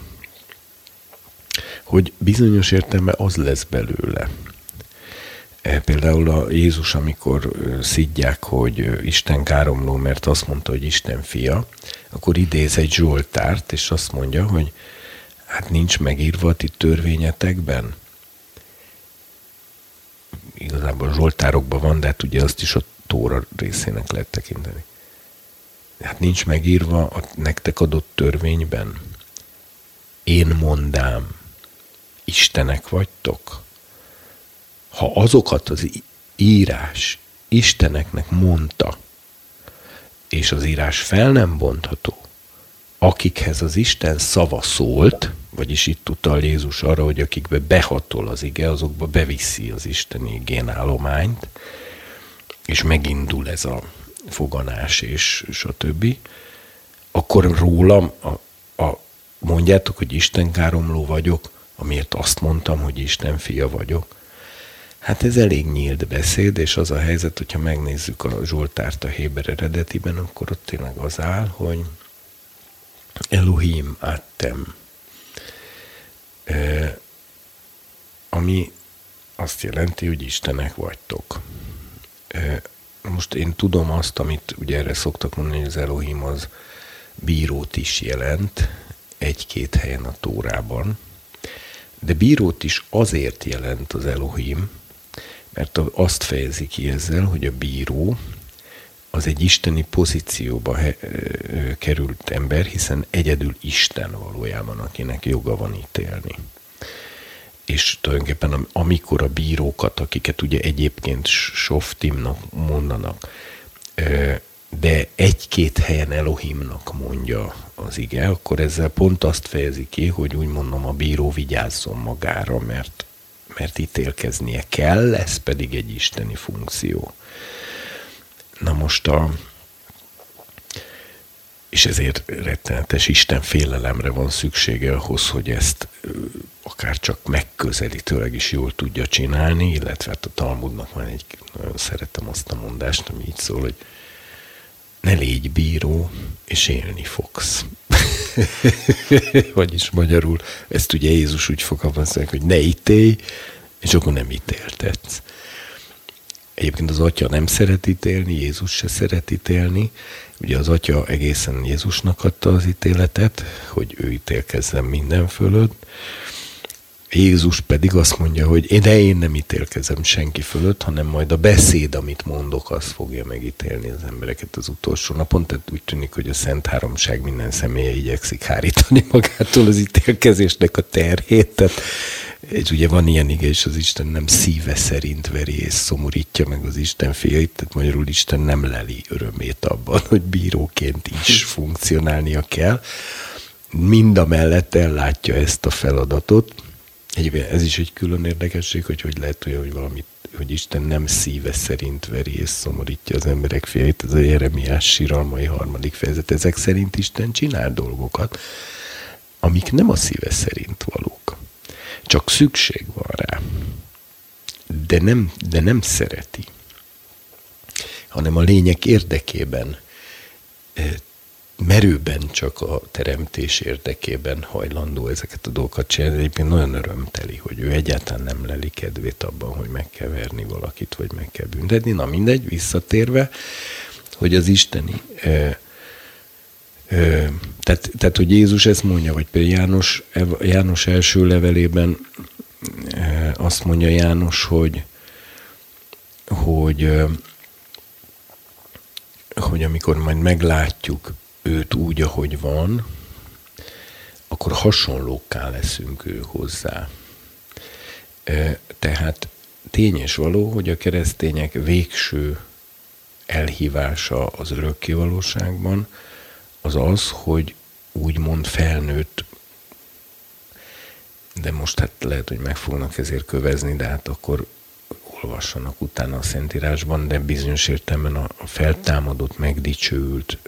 hogy bizonyos értelemben az lesz belőle. Például a Jézus, amikor szidják, hogy Isten káromló, mert azt mondta, hogy Isten fia, akkor idéz egy Zsoltárt, és azt mondja, hogy hát nincs megírva a ti törvényetekben. Igazából a Zsoltárokban van, de hát ugye azt is a Tóra részének lehet tekinteni. Hát nincs megírva a nektek adott törvényben. Én mondám, istenek vagytok. Ha azokat az írás isteneknek mondta, és az írás fel nem bontható, akikhez az Isten szava szólt, vagyis itt utal Jézus arra, hogy akikbe behatol az ige, azokba beviszi az isteni génállományt, és megindul ez a foganás és stb., akkor rólam a, a, mondjátok, hogy Isten káromló vagyok, amiért azt mondtam, hogy Isten fia vagyok. Hát ez elég nyílt beszéd, és az a helyzet, hogyha megnézzük a Zsoltárt a héber eredetiben, akkor ott tényleg az áll, hogy Elohim attem, e, ami azt jelenti, hogy Istenek vagytok. E, most én tudom azt, amit ugye erre szoktak mondani, hogy az Elohim az bírót is jelent egy-két helyen a Tórában, de bírót is azért jelent az Elohim, mert azt fejezi ki ezzel, hogy a bíró az egy isteni pozícióba he- került ember, hiszen egyedül Isten valójában, akinek joga van ítélni. És tulajdonképpen amikor a bírókat, akiket ugye egyébként softimnak mondanak, de egy-két helyen Elohimnak mondja az ige, akkor ezzel pont azt fejezi ki, hogy úgy mondom, a bíró vigyázzon magára, mert, mert ítélkeznie kell, ez pedig egy isteni funkció. Na most a... És ezért rettenetes Isten félelemre van szüksége ahhoz, hogy ezt akár csak megközelítőleg is jól tudja csinálni, illetve hát a Talmudnak már egy, nagyon szeretem azt a mondást, ami így szól, hogy ne légy bíró, és élni fogsz. Vagyis magyarul, ezt ugye Jézus úgy fogalmazik, hogy ne ítélj, és akkor nem ítéltetsz. Egyébként az atya nem szeret ítélni, Jézus se szeret ítélni. Ugye az atya egészen Jézusnak adta az ítéletet, hogy ő ítélkezzen minden fölött. Jézus pedig azt mondja, hogy én, de én nem ítélkezem senki fölött, hanem majd a beszéd, amit mondok, az fogja megítélni az embereket az utolsó napon. Tehát úgy tűnik, hogy a Szent Háromság minden személye igyekszik hárítani magától az ítélkezésnek a terhét. Tehát, és ugye van ilyen ige, és az Isten nem szíve szerint veri és szomorítja meg az Isten fiait, tehát magyarul Isten nem leli örömét abban, hogy bíróként is funkcionálnia kell. Mind a mellett ellátja ezt a feladatot. Egyébként ez is egy külön érdekesség, hogy hogy lehet olyan, hogy valamit, hogy Isten nem szíve szerint veri és szomorítja az emberek fiait. Ez a Jeremiás síralmai harmadik fejezet. Ezek szerint Isten csinál dolgokat, amik nem a szíve szerint valók. Csak szükség van rá. De nem, de nem szereti. Hanem a lények érdekében, merőben csak a teremtés érdekében hajlandó ezeket a dolgokat csinálni. Egyébként nagyon örömteli, hogy ő egyáltalán nem leli kedvét abban, hogy meg kell verni valakit, vagy meg kell büntetni. Na mindegy, visszatérve, hogy az isteni... Ö, ö, tehát, tehát, hogy Jézus ezt mondja, vagy például János, János első levelében ö, azt mondja János, hogy hogy, ö, hogy amikor majd meglátjuk őt úgy, ahogy van, akkor hasonlókká leszünk ő hozzá. Tehát tény és való, hogy a keresztények végső elhívása az örökkévalóságban az az, hogy úgymond felnőtt, de most hát lehet, hogy meg fognak ezért kövezni, de hát akkor olvassanak utána a Szentírásban, de bizonyos értelemben a feltámadott, megdicsőült,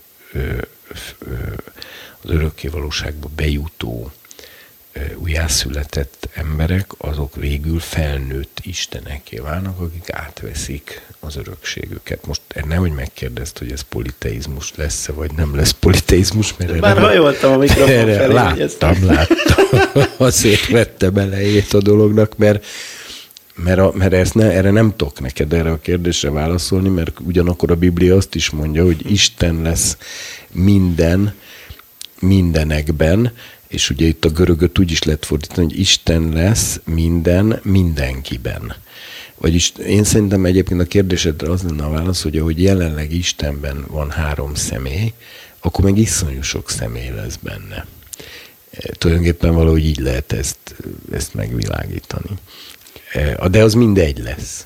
az örökkévalóságba bejutó, újjászületett emberek, azok végül felnőtt istenekké válnak, akik átveszik az örökségüket. Most nehogy megkérdezd, hogy ez politeizmus lesz-e, vagy nem lesz politeizmus, mert bár hajoltam a mikrofon felé. Láttam, láttam. Azért vette belejét a dolognak, mert Mert, a, mert ezt ne, erre nem tudok neked erre a kérdésre válaszolni, mert ugyanakkor a Biblia azt is mondja, hogy Isten lesz minden, mindenekben, és ugye itt a görögöt úgy is lehet fordítani, hogy Isten lesz minden, mindenkiben. Vagyis én szerintem egyébként a kérdésedre az lenne a válasz, hogy ahogy jelenleg Istenben van három személy, akkor meg iszonyú sok személy lesz benne. E, tulajdonképpen valahogy így lehet ezt, ezt megvilágítani. De az mindegy lesz.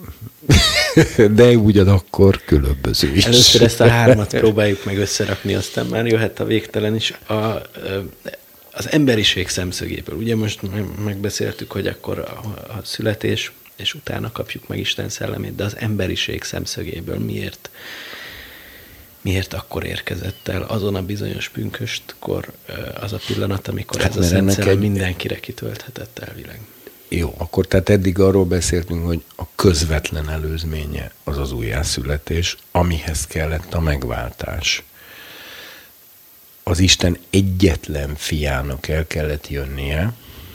De ugyanakkor különböző is. Először ezt a hármat próbáljuk meg összerakni, aztán már jöhet a végtelen is. A, az emberiség szemszögéből. Ugye most megbeszéltük, hogy akkor a, a születés, és utána kapjuk meg Isten szellemét, de az emberiség szemszögéből miért, miért akkor érkezett el azon a bizonyos pünköstkor az a pillanat, amikor hát ez a Szent Szellem egy... mindenkire kitölthetett elvileg. Jó, akkor tehát eddig arról beszéltünk, hogy a közvetlen előzménye az az újjászületés, amihez kellett a megváltás. Az Isten egyetlen fiának el kellett jönnie,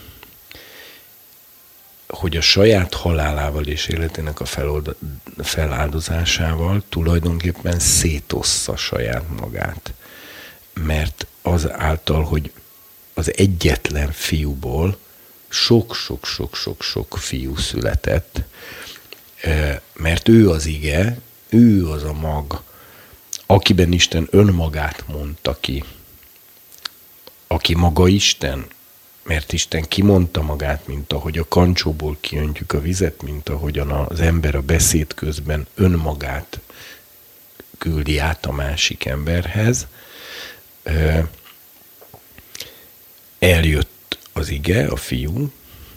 hogy a saját halálával és életének a felolda, feláldozásával tulajdonképpen szétossza saját magát. Mert az által, hogy az egyetlen fiúból sok-sok-sok-sok-sok fiú született, mert ő az ige, ő az a mag, akiben Isten önmagát mondta ki, aki maga Isten, mert Isten kimondta magát, mint ahogy a kancsóból kiöntjük a vizet, mint ahogyan az ember a beszéd közben önmagát küldi át a másik emberhez. Eljött az ige, a fiú,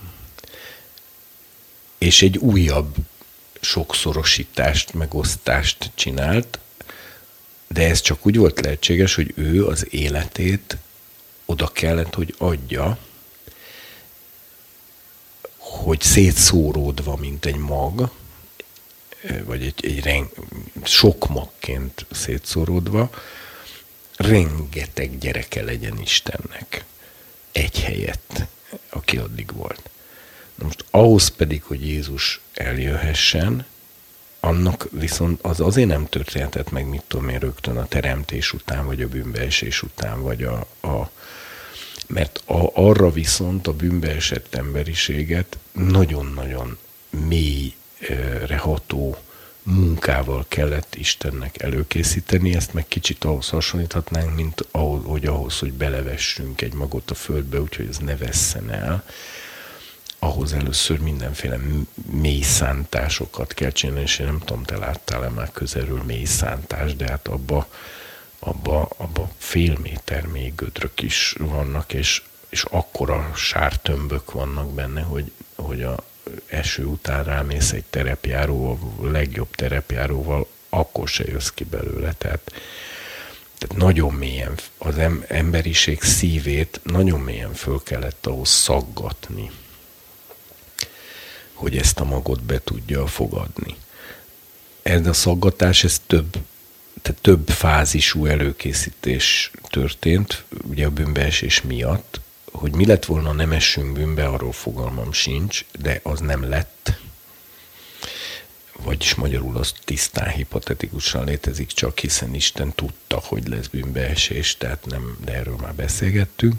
és egy újabb sokszorosítást, megosztást csinált, de ez csak úgy volt lehetséges, hogy ő az életét oda kellett, hogy adja, hogy szétszóródva, mint egy mag, vagy egy, egy ren, sok magként szétszóródva, rengeteg gyereke legyen Istennek egy helyett, aki addig volt. Na most ahhoz pedig, hogy Jézus eljöhessen, annak viszont az azért nem történhetett meg, mit tudom én, rögtön a teremtés után, vagy a bűnbeesés után, vagy a, a mert a, arra viszont a bűnbeesett emberiséget nagyon-nagyon mélyre ható munkával kellett Istennek előkészíteni, ezt meg kicsit ahhoz hasonlíthatnánk, mint ahhoz, hogy ahhoz, hogy belevessünk egy magot a földbe, úgyhogy ez ne vesszen el, ahhoz először mindenféle mély szántásokat kell csinálni, és én nem tudom, te láttál-e már közelről mély szántást, de hát abba, abba, abba fél méter mély gödrök is vannak, és, és akkora sártömbök vannak benne, hogy, hogy a eső után rámész egy terepjáróval, a legjobb terepjáróval, akkor se jössz ki belőle. Tehát, tehát nagyon mélyen, az emberiség szívét nagyon mélyen föl kellett ahhoz szaggatni, hogy ezt a magot be tudja fogadni. Ez a szaggatás, ez több, tehát több fázisú előkészítés történt, ugye a bűnbeesés miatt. Hogy mi lett volna, nem essünk bűnbe, arról fogalmam sincs, de az nem lett. Vagyis magyarul az tisztán hipotetikusan létezik, csak hiszen Isten tudta, hogy lesz bűnbeesés, tehát nem, de erről már beszélgettünk.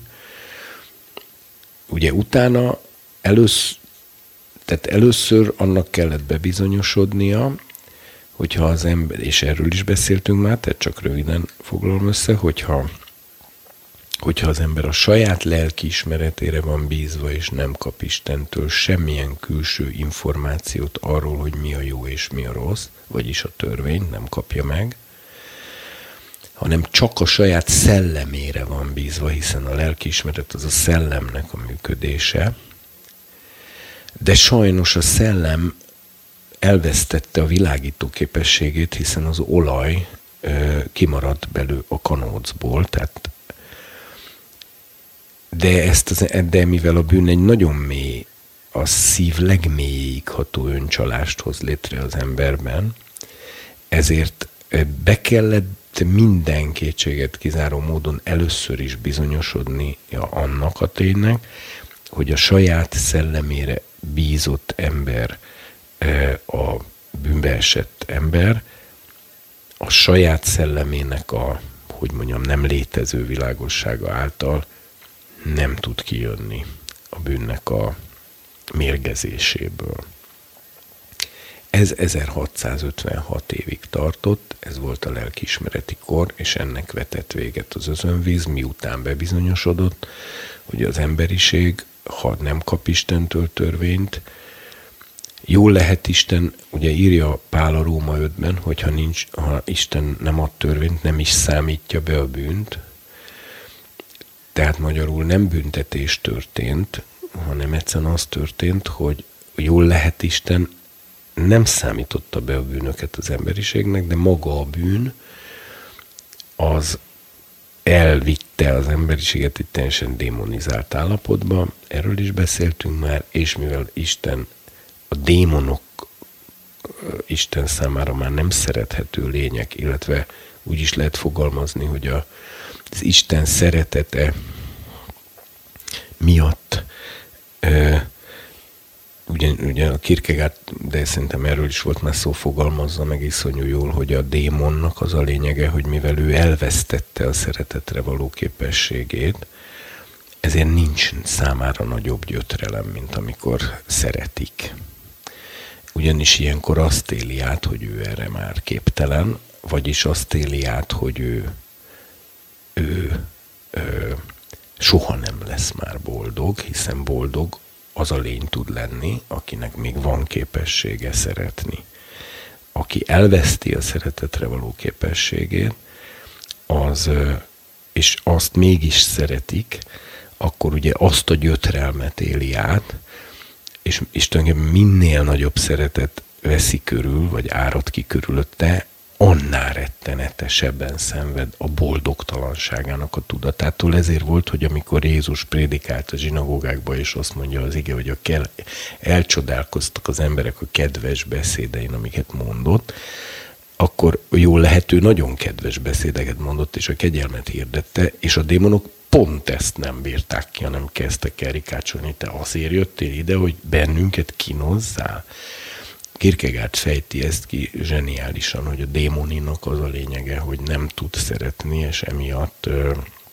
Ugye utána először, tehát először annak kellett bebizonyosodnia, hogyha az ember, és erről is beszéltünk már, tehát csak röviden foglalom össze, hogyha hogyha az ember a saját lelkiismeretére van bízva, és nem kap Istentől semmilyen külső információt arról, hogy mi a jó és mi a rossz, vagyis a törvényt nem kapja meg, hanem csak a saját szellemére van bízva, hiszen a lelkiismeret az a szellemnek a működése, de sajnos a szellem elvesztette a világító képességét, hiszen az olaj ö, kimaradt belül a kanócból, tehát De, ezt az, de mivel a bűn egy nagyon mély, a szív legmélyig ható öncsalást hoz létre az emberben, ezért be kellett minden kétséget kizáró módon először is bizonyosodni annak a ténynek, hogy a saját szellemére bízott ember, a bűnbeesett ember, a saját szellemének a, hogy mondjam, nem létező világossága által nem tud kijönni a bűnnek a mérgezéséből. Ez ezerhatszázötvenhat évig tartott, ez volt a lelkiismereti kor, és ennek vetett véget az özönvíz, miután bebizonyosodott, hogy az emberiség, ha nem kap Istentől törvényt, jól lehet Isten, ugye írja Pál a Róma ötben, hogy ha, nincs, ha Isten nem ad törvényt, nem is számítja be a bűnt, tehát magyarul nem büntetés történt, hanem egyszerűen az történt, hogy jól lehet Isten nem számította be a bűnöket az emberiségnek, de maga a bűn az elvitte az emberiséget egy teljesen démonizált állapotba, erről is beszéltünk már, és mivel Isten, a démonok Isten számára már nem szerethető lények, illetve úgy is lehet fogalmazni, hogy a az Isten szeretete miatt ö, ugyan, ugyan a Kierkegaard, de szerintem erről is volt már szó, fogalmazza meg iszonyú jól, hogy a démonnak az a lényege, hogy mivel ő elvesztette a szeretetre való képességét, ezért nincs számára nagyobb gyötrelem, mint amikor szeretik. Ugyanis ilyenkor azt éli át, hogy ő erre már képtelen, vagyis azt éli át, hogy ő ő ö, soha nem lesz már boldog, hiszen boldog az a lény tud lenni, akinek még van képessége szeretni. Aki elveszti a szeretetre való képességét, az, és azt mégis szeretik, akkor ugye azt a gyötrelmet éli át, és, és tulajdonképpen minél nagyobb szeretet veszi körül, vagy árad ki körülötte, annál rettenetesebben szenved a boldogtalanságának a tudatától. Ezért volt, hogy amikor Jézus prédikált a zsinagógákba, és azt mondja az ige, hogy a kell, elcsodálkoztak az emberek a kedves beszédein, amiket mondott, akkor jól lehető nagyon kedves beszédeket mondott, és a kegyelmet hirdette, és a démonok pont ezt nem bírták ki, hanem kezdtek el rikácsolni. Te azért jöttél ide, hogy bennünket kínozzál? Kierkegaard fejti ezt ki zseniálisan, hogy a démoninak az a lényege, hogy nem tud szeretni, és emiatt ö,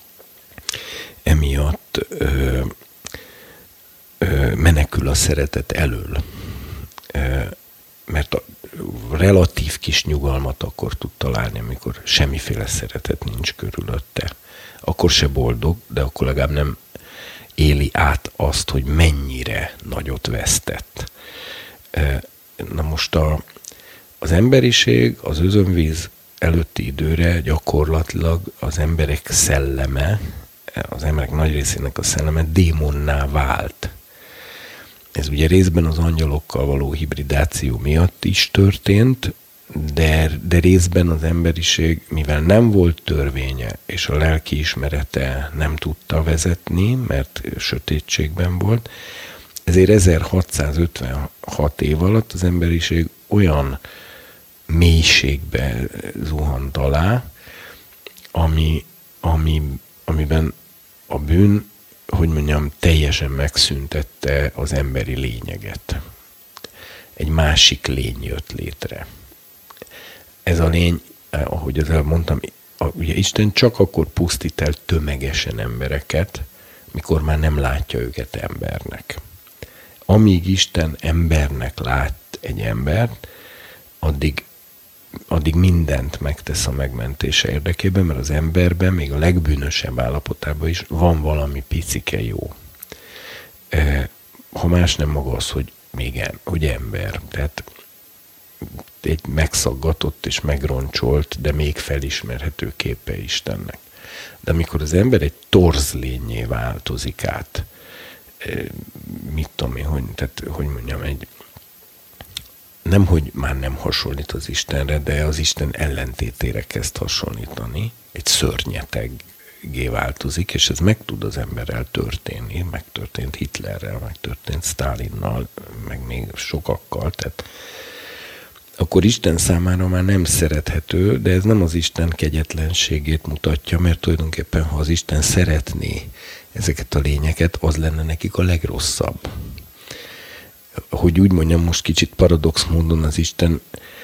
emiatt ö, ö, menekül a szeretet elől. Ö, mert a relatív kis nyugalmat akkor tud találni, amikor semmiféle szeretet nincs körülötte. Akkor se boldog, de akkor legalább nem éli át azt, hogy mennyire nagyot vesztett. Na most a, az emberiség az özönvíz előtti időre gyakorlatilag az emberek szelleme, az emberek nagy részének a szelleme démonná vált. Ez ugye részben az angyalokkal való hibridáció miatt is történt, de, de részben az emberiség, mivel nem volt törvénye, és a lelki ismerete nem tudta vezetni, mert sötétségben volt, ezért ezerhatszázötvenhat év alatt az emberiség olyan mélységbe zuhant alá, ami, ami, amiben a bűn, hogy mondjam, teljesen megszüntette az emberi lényeget. Egy másik lény jött létre. Ez a lény, ahogy az elmondtam, ugye Isten csak akkor pusztít el tömegesen embereket, mikor már nem látja őket embernek. Amíg Isten embernek lát egy embert, addig, addig mindent megtesz a megmentése érdekében, mert az emberben, még a legbűnösebb állapotában is van valami picike jó. Ha más nem maga az, hogy még em, hogy ember. Tehát egy megszaggatott és megroncsolt, de még felismerhető képe Istennek. De amikor az ember egy torz lényé változik át, mit tudom én, hogy, tehát, hogy mondjam, egy, nem, hogy már nem hasonlít az Istenre, de az Isten ellentétére kezd hasonlítani, egy szörnyeteggé változik, és ez meg tud az emberrel történni, megtörtént Hitlerrel, megtörtént Sztálinnal, meg még sokakkal, tehát akkor Isten számára már nem szerethető, de ez nem az Isten kegyetlenségét mutatja, mert tulajdonképpen, ha az Isten szeretné ezeket a lényeket, az lenne nekik a legrosszabb. Hogy úgy mondjam, most kicsit paradox módon az Isten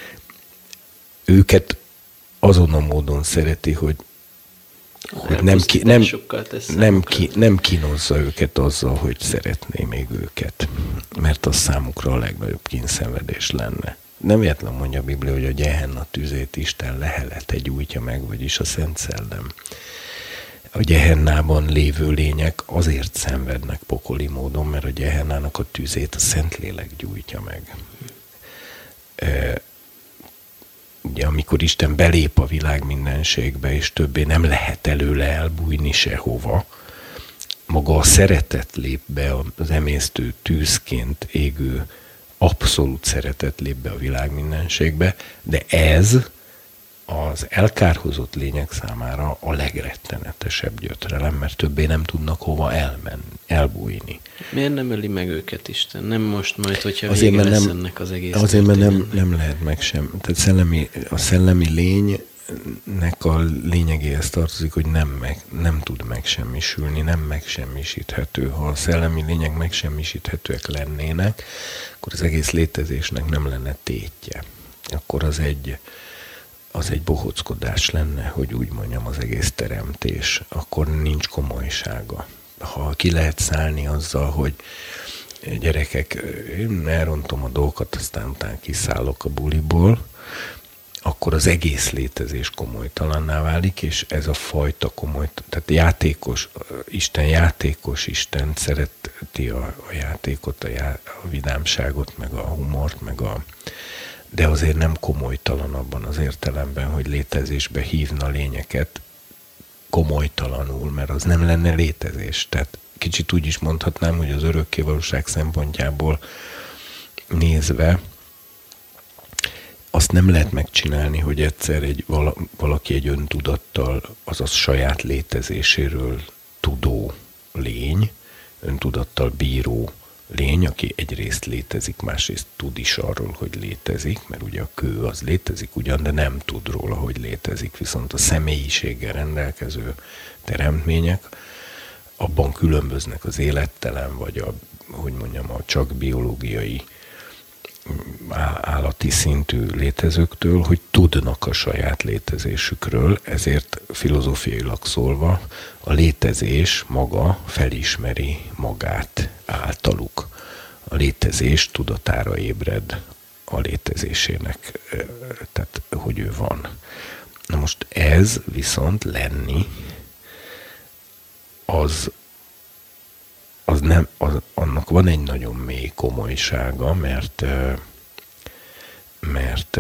őket azon a módon szereti, hogy, hogy nem, ki, nem, nem, ki, nem kínozza őket azzal, hogy szeretné még őket, mert az számukra a legnagyobb kínszenvedés lenne. Nem véletlen mondja a Biblia, hogy a Gehenna tüzét Isten lehelete gyújtja meg, vagyis a Szent Szellem. A Gehennában lévő lények azért szenvednek pokoli módon, mert a Gehennának a tüzét a Szentlélek gyújtja meg. E, ugye amikor Isten belép a világ mindenségbe, és többé nem lehet előle elbújni sehova, maga a szeretet lép be, az emésztő tűzként égő abszolút szeretet lép be a világ mindenségbe, de ez az elkárhozott lények számára a legrettenetesebb gyötrelem, mert többé nem tudnak hova elmenni, elbújni. Miért nem öli meg őket Isten? Nem most majd, hogyha azért, vége lesz nem, ennek az egész azért, mert nem, nem lehet meg sem. Tehát szellemi, a szellemi lénynek a lényegéhez tartozik, hogy nem, meg, nem tud megsemmisülni, nem megsemmisíthető. Ha a szellemi lények megsemmisíthetőek lennének, akkor az egész létezésnek nem lenne tétje. Akkor az egy az egy bohóckodás lenne, hogy úgy mondjam, az egész teremtés, akkor nincs komolysága. Ha ki lehet szállni azzal, hogy gyerekek, én elrontom a dolgokat, aztán utána kiszállok a buliból, akkor az egész létezés komolytalanná válik, és ez a fajta komoly, tehát játékos, Isten játékos, Isten szereti a, a játékot, a, já, a vidámságot, meg a humort, meg a de azért nem komolytalan abban az értelemben, hogy létezésbe hívna lényeket komolytalanul, mert az nem lenne létezés. Tehát kicsit úgy is mondhatnám, hogy az örökkévalóság szempontjából nézve azt nem lehet megcsinálni, hogy egyszer egy valaki egy öntudattal, azaz saját létezéséről tudó lény, öntudattal bíró lény, aki egyrészt létezik, másrészt tud is arról, hogy létezik, mert ugye a kő az létezik ugyan, de nem tud róla, hogy létezik, viszont a személyiséggel rendelkező teremtmények abban különböznek az élettelen, vagy a, hogy mondjam, a csak biológiai állati szintű létezőktől, hogy tudnak a saját létezésükről, ezért filozófiailag szólva a létezés maga felismeri magát általuk. A létezés tudatára ébred a létezésének, tehát hogy ő van. Na most ez viszont lenni, az az nem, az, annak van egy nagyon mély komolysága, mert, mert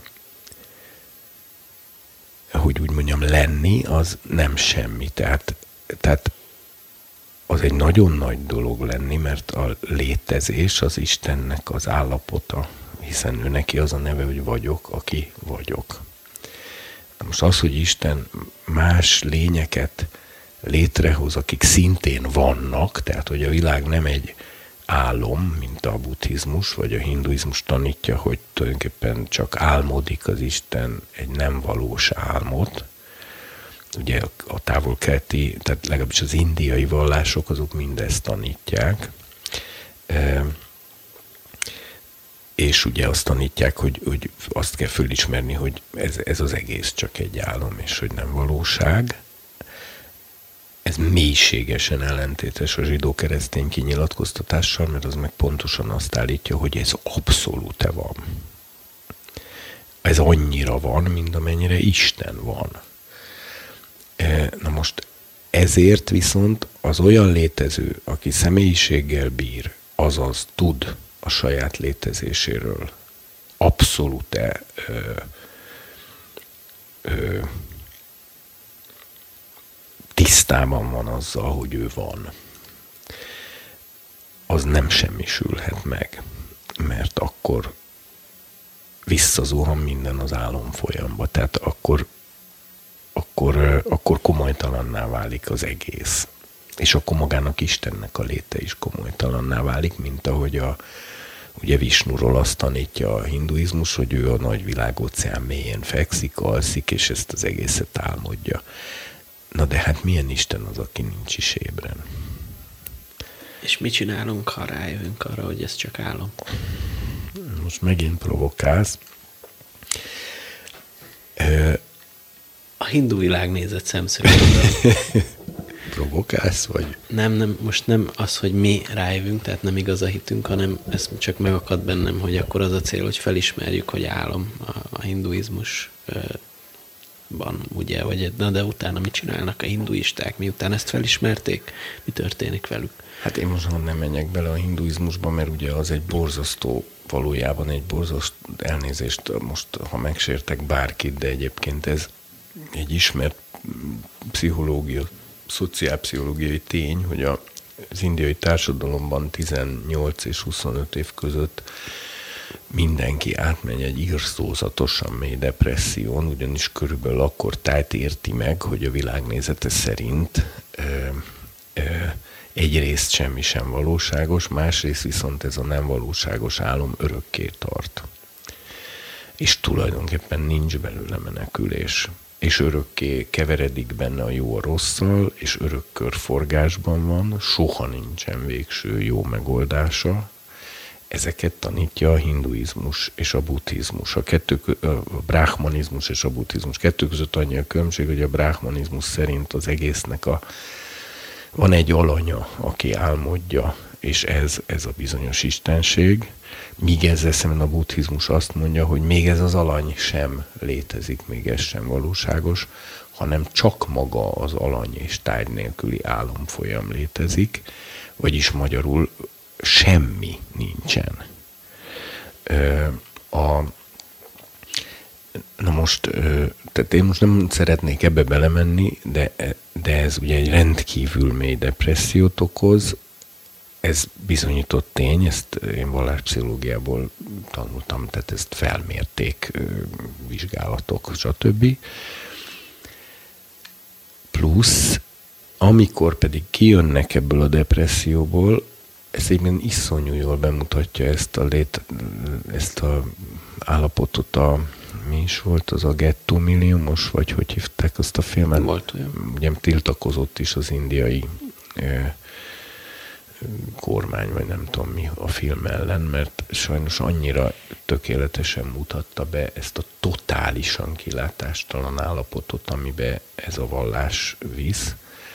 hogy úgy mondjam, lenni az nem semmi. Tehát, tehát az egy nagyon nagy dolog lenni, mert a létezés az Istennek az állapota, hiszen ő neki az a neve, hogy vagyok, aki vagyok. Most az, hogy Isten más lényeket létrehoz, akik szintén vannak, tehát hogy a világ nem egy álom, mint a buddhizmus, vagy a hinduizmus tanítja, hogy tulajdonképpen csak álmodik az Isten egy nem valós álmot. Ugye a távol-keleti, tehát legalábbis az indiai vallások, azok mindezt tanítják. E, és ugye azt tanítják, hogy, hogy azt kell fölismerni, hogy ez, ez az egész csak egy álom, és hogy nem valóság. Ez mélységesen ellentétes a zsidó-keresztény kinyilatkoztatással, mert az meg pontosan azt állítja, hogy ez abszolút van. Ez annyira van, mint amennyire Isten van. Na most ezért viszont az olyan létező, aki személyiséggel bír, azaz tud a saját létezéséről abszolút-e ö, ö, tisztában van azzal, hogy ő van, az nem semmisülhet meg, mert akkor visszazuhan minden az álom folyamba. Tehát akkor, akkor, akkor komolytalanná válik az egész. És akkor magának Istennek a léte is komolytalanná válik, mint ahogy a, ugye Visnuról azt tanítja a hinduizmus, hogy ő a nagy világóceán mélyén fekszik, alszik, és ezt az egészet álmodja. Na de hát milyen Isten az, aki nincs is ébren? És mit csinálunk, ha rájövünk arra, hogy ez csak álom? Most megint provokálsz. A hindu világnézet szemszögéből. Provokálsz, vagy? Nem, nem, most nem az, hogy mi rájövünk, tehát nem igaz a hitünk, hanem ez csak megakad bennem, hogy akkor az a cél, hogy felismerjük, hogy álom a, a hinduizmus van, ugye, vagy na de utána mit csinálnak a hinduisták, miután ezt felismerték, mi történik velük? Hát én most nem menjek bele a hinduizmusba, mert ugye az egy borzasztó, valójában egy borzasztó, elnézést most, ha megsértek bárkit, de egyébként ez egy ismert pszichológia, szociálpszichológiai tény, hogy a, az indiai társadalomban tizennyolc és huszonöt év között mindenki átmegy egy irszózatosan mély depresszión, ugyanis körülbelül akkor tájt érti meg, hogy a világnézete szerint ö, ö, egyrészt semmi sem valóságos, másrészt viszont ez a nem valóságos álom örökké tart. És tulajdonképpen nincs belőle menekülés. És örökké keveredik benne a jó a rosszal, és örök körforgásban van, soha nincsen végső jó megoldása. Ezeket tanítja a hinduizmus és a buddhizmus. A, kettő, a bráhmanizmus és a buddhizmus. Kettő között annyi a különbség, hogy a bráhmanizmus szerint az egésznek a, van egy alanya, aki álmodja, és ez, ez a bizonyos istenség. Míg ezzel szemben a buddhizmus azt mondja, hogy még ez az alany sem létezik, még ez sem valóságos, hanem csak maga az alany és tárgy nélküli álomfolyam létezik, vagyis magyarul semmi nincsen. A, na most, tehát én most nem szeretnék ebbe belemenni, de, de ez ugye egy rendkívül mély depressziót okoz. Ez bizonyított tény, ezt én valláspszichológiából tanultam, tehát ezt felmérték vizsgálatok, stb. Plusz, amikor pedig kijönnek ebből a depresszióból, ez egyben iszonyú jól bemutatja ezt a, lét, ezt a állapotot, a, mi is volt, az a Gettó Milliómos, vagy hogy hívták azt a filmet? Volt olyan. Ugye tiltakozott is az indiai e, kormány, vagy nem tudom mi a film ellen, mert sajnos annyira tökéletesen mutatta be ezt a totálisan kilátástalan állapotot, amiben ez a vallás visz,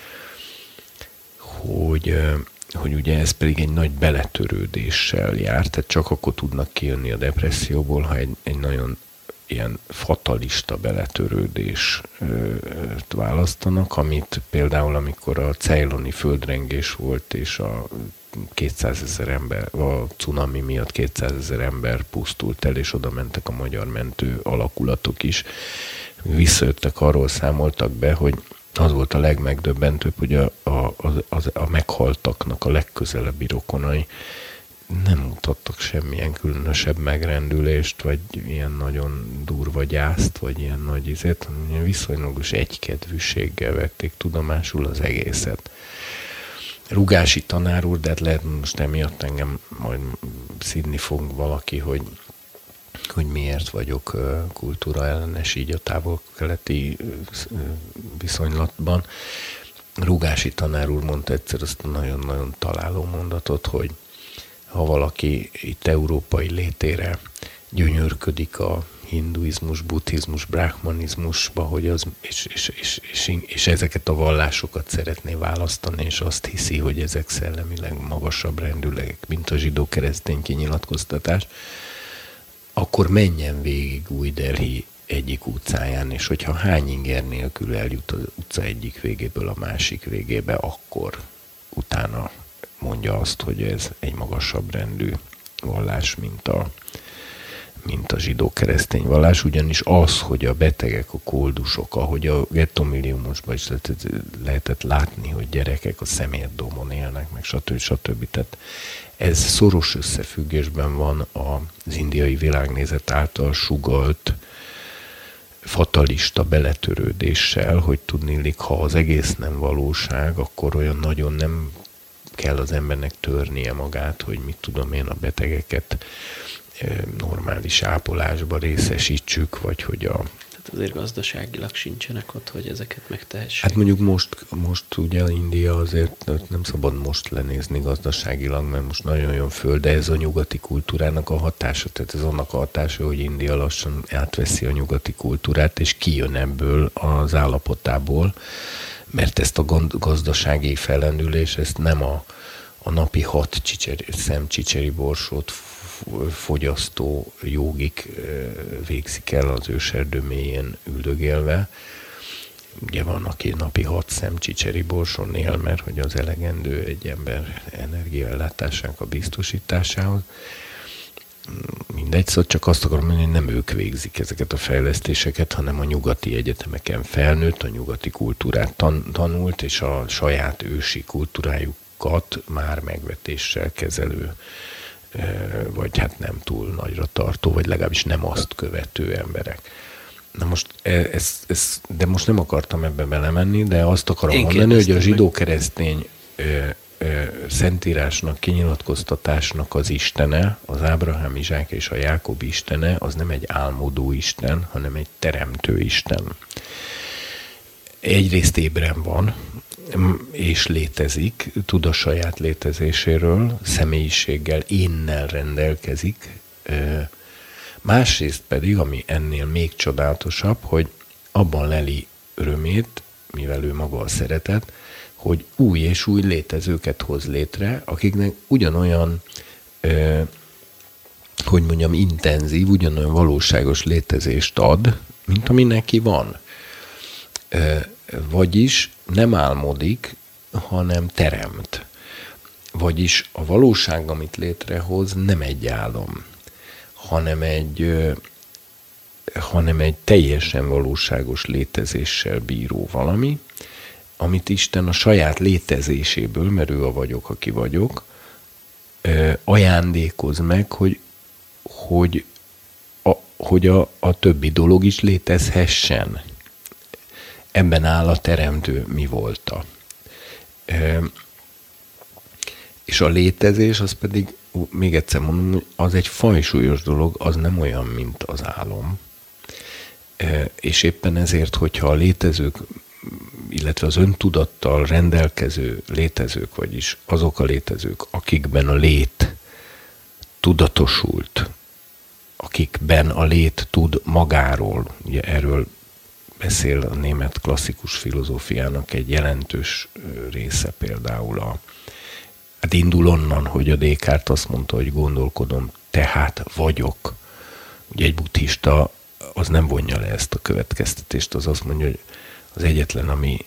hogy, hogy ugye ez pedig egy nagy beletörődéssel jár, tehát csak akkor tudnak kijönni a depresszióból, ha egy, egy nagyon ilyen fatalista beletörődést választanak, amit például amikor a ceyloni földrengés volt, és a kétszázezer ember, a cunami miatt kétszázezer ember pusztult el, és oda mentek a magyar mentő alakulatok is. Visszajöttek, arról számoltak be, hogy az volt a legmegdöbbentőbb, hogy a, a, a, a meghaltaknak a legközelebbi rokonai nem mutattak semmilyen különösebb megrendülést, vagy ilyen nagyon durva gyászt, vagy ilyen nagy izét, hanem viszonylagos egykedvűséggel vették tudomásul az egészet. Rugási tanár úr, de hát lehet most emiatt engem majd szidni fog valaki, hogy, hogy miért vagyok kultúra ellenes így a távol-keleti viszonylatban. Rugási tanár úr mondta egyszer azt a nagyon-nagyon találó mondatot, hogy ha valaki itt európai létére gyönyörködik a hinduizmus, buddhizmus, brahmanizmusba, hogy az, és, és, és, és, és ezeket a vallásokat szeretné választani, és azt hiszi, hogy ezek szellemileg magasabb rendűleg, mint a zsidó-keresztény kinyilatkoztatás, akkor menjen végig Új-Delhi egyik utcáján, és hogyha hány inger nélkül eljut az utca egyik végéből a másik végébe, akkor utána mondja azt, hogy ez egy magasabb rendű vallás, mint a, mint a zsidó-keresztény vallás, ugyanis az, hogy a betegek, a koldusok, ahogy a Gettó Milliómosban is lehetett, lehetett látni, hogy gyerekek a szemétdómon élnek, meg stb. stb. Tehát ez szoros összefüggésben van az indiai világnézet által sugalt fatalista beletörődéssel, hogy tudniillik, ha az egész nem valóság, akkor olyan nagyon nem kell az embernek törnie magát, hogy mit tudom én, a betegeket normális ápolásba részesítsük, vagy hogy a... Tehát azért gazdaságilag sincsenek ott, hogy ezeket megtehessék. Hát mondjuk most, most ugye India azért nem szabad most lenézni gazdaságilag, mert most nagyon jön föl, de ez a nyugati kultúrának a hatása, tehát ez annak a hatása, hogy India lassan átveszi a nyugati kultúrát, és kijön ebből az állapotából, mert ezt a gazdasági fellendülés, ezt nem a, a napi hat csicseri, szemcsicseri borsót fogyasztó jogik végzik el az őserdő mélyén üldögélve. Ugye van, aki napi hat szemcsicseri borson él, mert hogy az elegendő egy ember energiaellátásának a biztosításához. Mindegy, szóval csak azt akarom mondani, hogy nem ők végzik ezeket a fejlesztéseket, hanem a nyugati egyetemeken felnőtt, a nyugati kultúrát tan- tanult, és a saját ősi kultúrájukat már megvetéssel kezelő, vagy hát nem túl nagyra tartó, vagy legalábbis nem azt követő emberek. Na most, ez, ez, de most nem akartam ebbe belemenni, de azt akarom Én mondani, hogy a zsidó-keresztény szentírásnak, kinyilatkoztatásnak az istene, az Ábrahám, Izsák és a Jákob istene, az nem egy álmodó isten, hanem egy teremtő isten. Egyrészt ébren van, és létezik, tud a saját létezéséről, személyiséggel, énnel rendelkezik. Másrészt pedig, ami ennél még csodálatosabb, hogy abban leli örömét, mivel ő maga a szeretet, hogy új és új létezőket hoz létre, akiknek ugyanolyan, ö, hogy mondjam, intenzív, ugyanolyan valóságos létezést ad, mint ami neki van. Ö, vagyis nem álmodik, hanem teremt. Vagyis a valóság, amit létrehoz, nem egy álom, hanem egy, ö, hanem egy teljesen valóságos létezéssel bíró valami, amit Isten a saját létezéséből, mert ő a vagyok, aki vagyok, ajándékoz meg, hogy, hogy a, hogy a, a többi dolog is létezhessen. Ebben áll a teremtő mi volta. E, és a létezés az pedig, még egyszer mondom, hogy az egy fajsúlyos dolog, az nem olyan, mint az álom. E, és éppen ezért, hogyha a létezők, illetve az öntudattal rendelkező létezők, vagyis azok a létezők, akikben a lét tudatosult, akikben a lét tud magáról, ugye erről beszél a német klasszikus filozófiának egy jelentős része, például a, hát indul onnan, hogy a Descartes azt mondta, hogy gondolkodom, tehát vagyok. Ugye egy buddhista az nem vonja le ezt a következtetést, az azt mondja, hogy az egyetlen, ami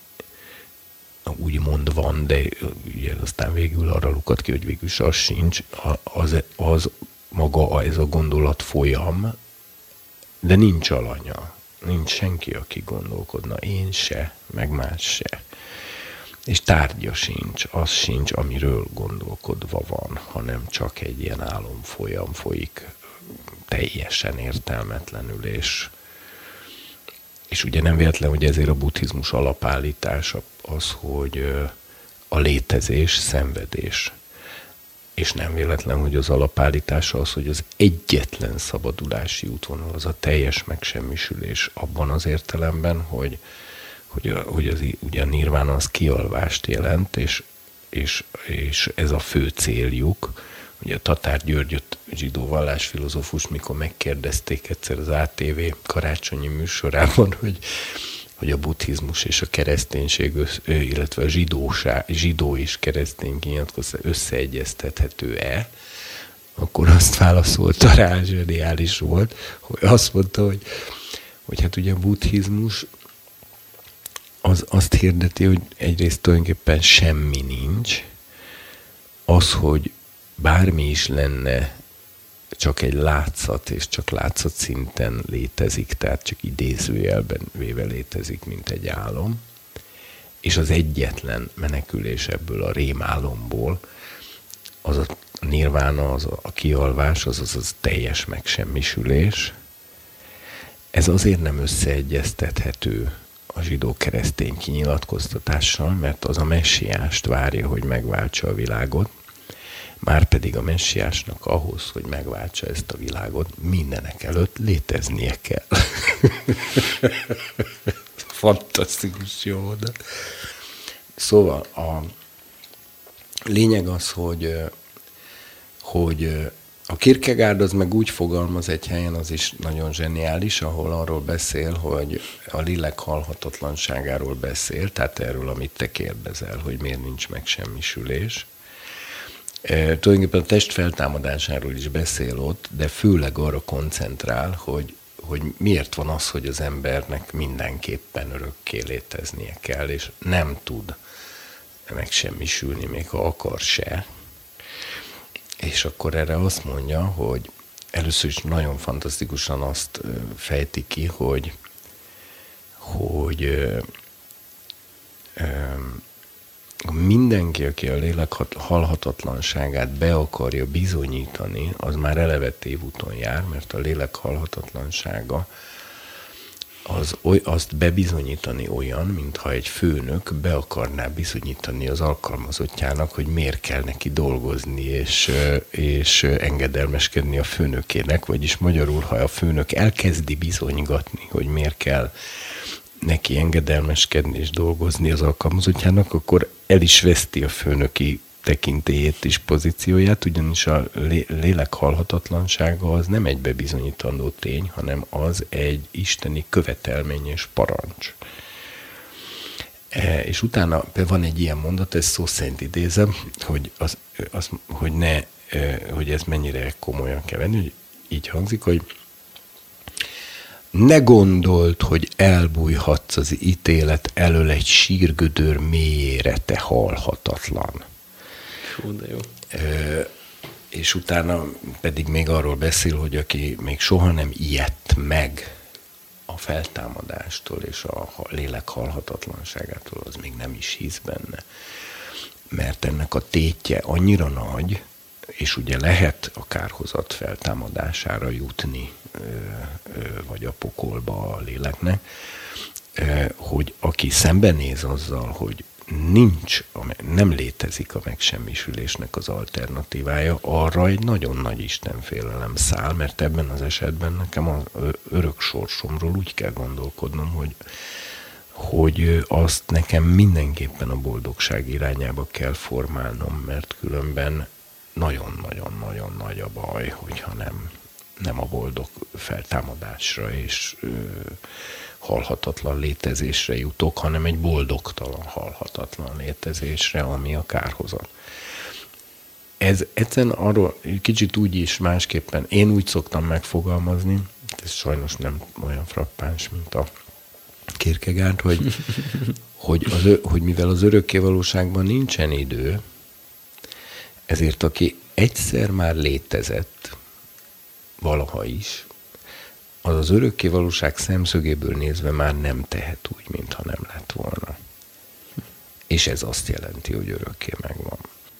úgymond van, de ugye aztán végül arra lukat ki, hogy végül is az sincs, az, az maga ez a gondolat folyam, de nincs alanya. Nincs senki, aki gondolkodna. Én se, meg más se. És tárgya sincs, az sincs, amiről gondolkodva van, hanem csak egy ilyen álomfolyam folyik teljesen értelmetlenül, és És ugye nem véletlen, hogy ezért a buddhizmus alapállítása az, hogy a létezés szenvedés. És nem véletlen, hogy az alapállítása az, hogy az egyetlen szabadulási útvonal az a teljes megsemmisülés abban az értelemben, hogy, hogy, a, hogy az, ugye a nirvána az kialvást jelent, és, és, és ez a fő céljuk. Ugye a Tatár Györgyöt, zsidó vallásfilozófus, mikor megkérdezték egyszer az á té vé karácsonyi műsorában, hogy, hogy a buddhizmus és a kereszténység, illetve a zsidóság, zsidó és keresztény kinyilatkozat összeegyeztethető-e, akkor azt válaszolta rá, zseniális volt, hogy azt mondta, hogy, hogy hát ugye a buddhizmus az azt hirdeti, hogy egyrészt tulajdonképpen semmi nincs, az, hogy bármi is lenne, csak egy látszat, és csak látszat szinten létezik, tehát csak idézőjelben véve létezik, mint egy álom. És az egyetlen menekülés ebből a rémálomból, az a nirvána, az a kialvás, az az, az teljes megsemmisülés. Ez azért nem összeegyeztethető a zsidó-keresztény kinyilatkoztatással, mert az a messiást várja, hogy megváltsa a világot, márpedig a messiásnak ahhoz, hogy megváltsa ezt a világot, mindenek előtt léteznie kell. Fantasztikus jó mondat. Szóval a lényeg az, hogy, hogy a Kierkegaard az meg úgy fogalmaz egy helyen, az is nagyon zseniális, ahol arról beszél, hogy a lélek halhatatlanságáról beszél, tehát erről, amit te kérdezel, hogy miért nincs megsemmisülés. E, tulajdonképpen a test feltámadásáról is beszél ott, de főleg arra koncentrál, hogy, hogy miért van az, hogy az embernek mindenképpen örökké léteznie kell, és nem tud megsemmisülni, még ha akar se. És akkor erre azt mondja, hogy először is nagyon fantasztikusan azt fejti ki, hogy, hogy ö, ö, mindenki, aki a lélek halhatatlanságát be akarja bizonyítani, az már eleve tévúton jár, mert a lélek halhatatlansága az, azt bebizonyítani olyan, mintha egy főnök be akarná bizonyítani az alkalmazottjának, hogy miért kell neki dolgozni, és, és engedelmeskedni a főnökének, vagyis magyarul, ha a főnök elkezdi bizonygatni, hogy miért kell neki engedelmeskedni és dolgozni az alkalmazottjának, akkor el is veszti a főnöki tekintélyét és pozícióját, ugyanis a lélek halhatatlansága az nem egy bebizonyítandó tény, hanem az egy isteni követelmény és parancs. E, és utána van egy ilyen mondat, ezt szó szerint idézem, hogy, az, az, hogy, ne, hogy ez mennyire komolyan kell venni, hogy így hangzik, hogy ne gondold, hogy elbújhatsz az ítélet elől egy sírgödör mélyére, te halhatatlan. Hú, de jó. Ö, és utána pedig még arról beszél, hogy aki még soha nem ijedt meg a feltámadástól és a lélek halhatatlanságától, az még nem is hisz benne. Mert ennek a tétje annyira nagy, és ugye lehet a kárhozat feltámadására jutni, vagy a pokolba a léleknek, hogy aki szembenéz azzal, hogy nincs, nem létezik a megsemmisülésnek az alternatívája, arra egy nagyon nagy istenfélelem száll, mert ebben az esetben nekem az örök sorsomról úgy kell gondolkodnom, hogy, hogy azt nekem mindenképpen a boldogság irányába kell formálnom, mert különben nagyon-nagyon-nagyon nagy a baj, hogyha nem, nem a boldog feltámadásra és ö, halhatatlan létezésre jutok, hanem egy boldogtalan, halhatatlan létezésre, ami a kárhozat. Ez egyszerűen arról kicsit úgy is másképpen, én úgy szoktam megfogalmazni, ez sajnos nem olyan frappáns, mint a Kierkegaard, hogy, hogy, az, hogy mivel az örökkévalóságban nincsen idő, ezért aki egyszer már létezett, valaha is, az az örökkévalóság szemszögéből nézve már nem tehet úgy, mintha nem lett volna. És ez azt jelenti, hogy örökké megvan.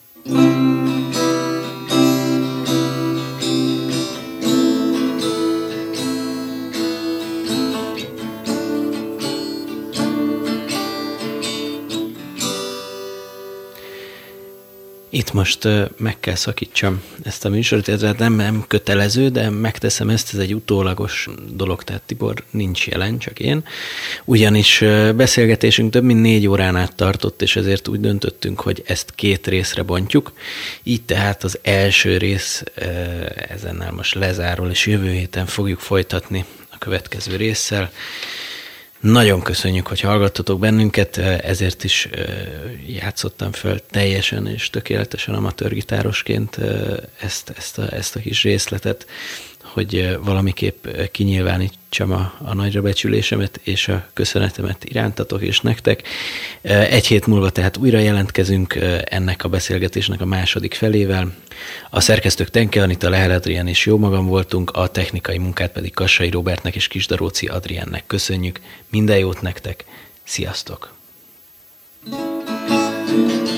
Itt most uh, meg kell szakítsam ezt a műsort, ez nem, nem kötelező, de megteszem ezt, ez egy utólagos dolog, tehát Tibor nincs jelen, csak én. Ugyanis uh, beszélgetésünk több mint négy órán át tartott, és ezért úgy döntöttünk, hogy ezt két részre bontjuk. Így tehát az első rész uh, ezennel most lezárul, és jövő héten fogjuk folytatni a következő résszel. Nagyon köszönjük, hogy hallgattatok bennünket, ezért is játszottam föl teljesen és tökéletesen amatőrgitárosként ezt, ezt, a, ezt a kis részletet, hogy valamiképp kinyilvánítsam a, a nagyra becsülésemet és a köszönetemet irántatok és nektek. Egy hét múlva tehát újra jelentkezünk ennek a beszélgetésnek a második felével. A szerkesztők Tenke Anita, Lehel Adrián és jó magam voltunk, a technikai munkát pedig Kassai Róbertnek és Kisdaróci Adriánnek köszönjük. Minden jót nektek, sziasztok!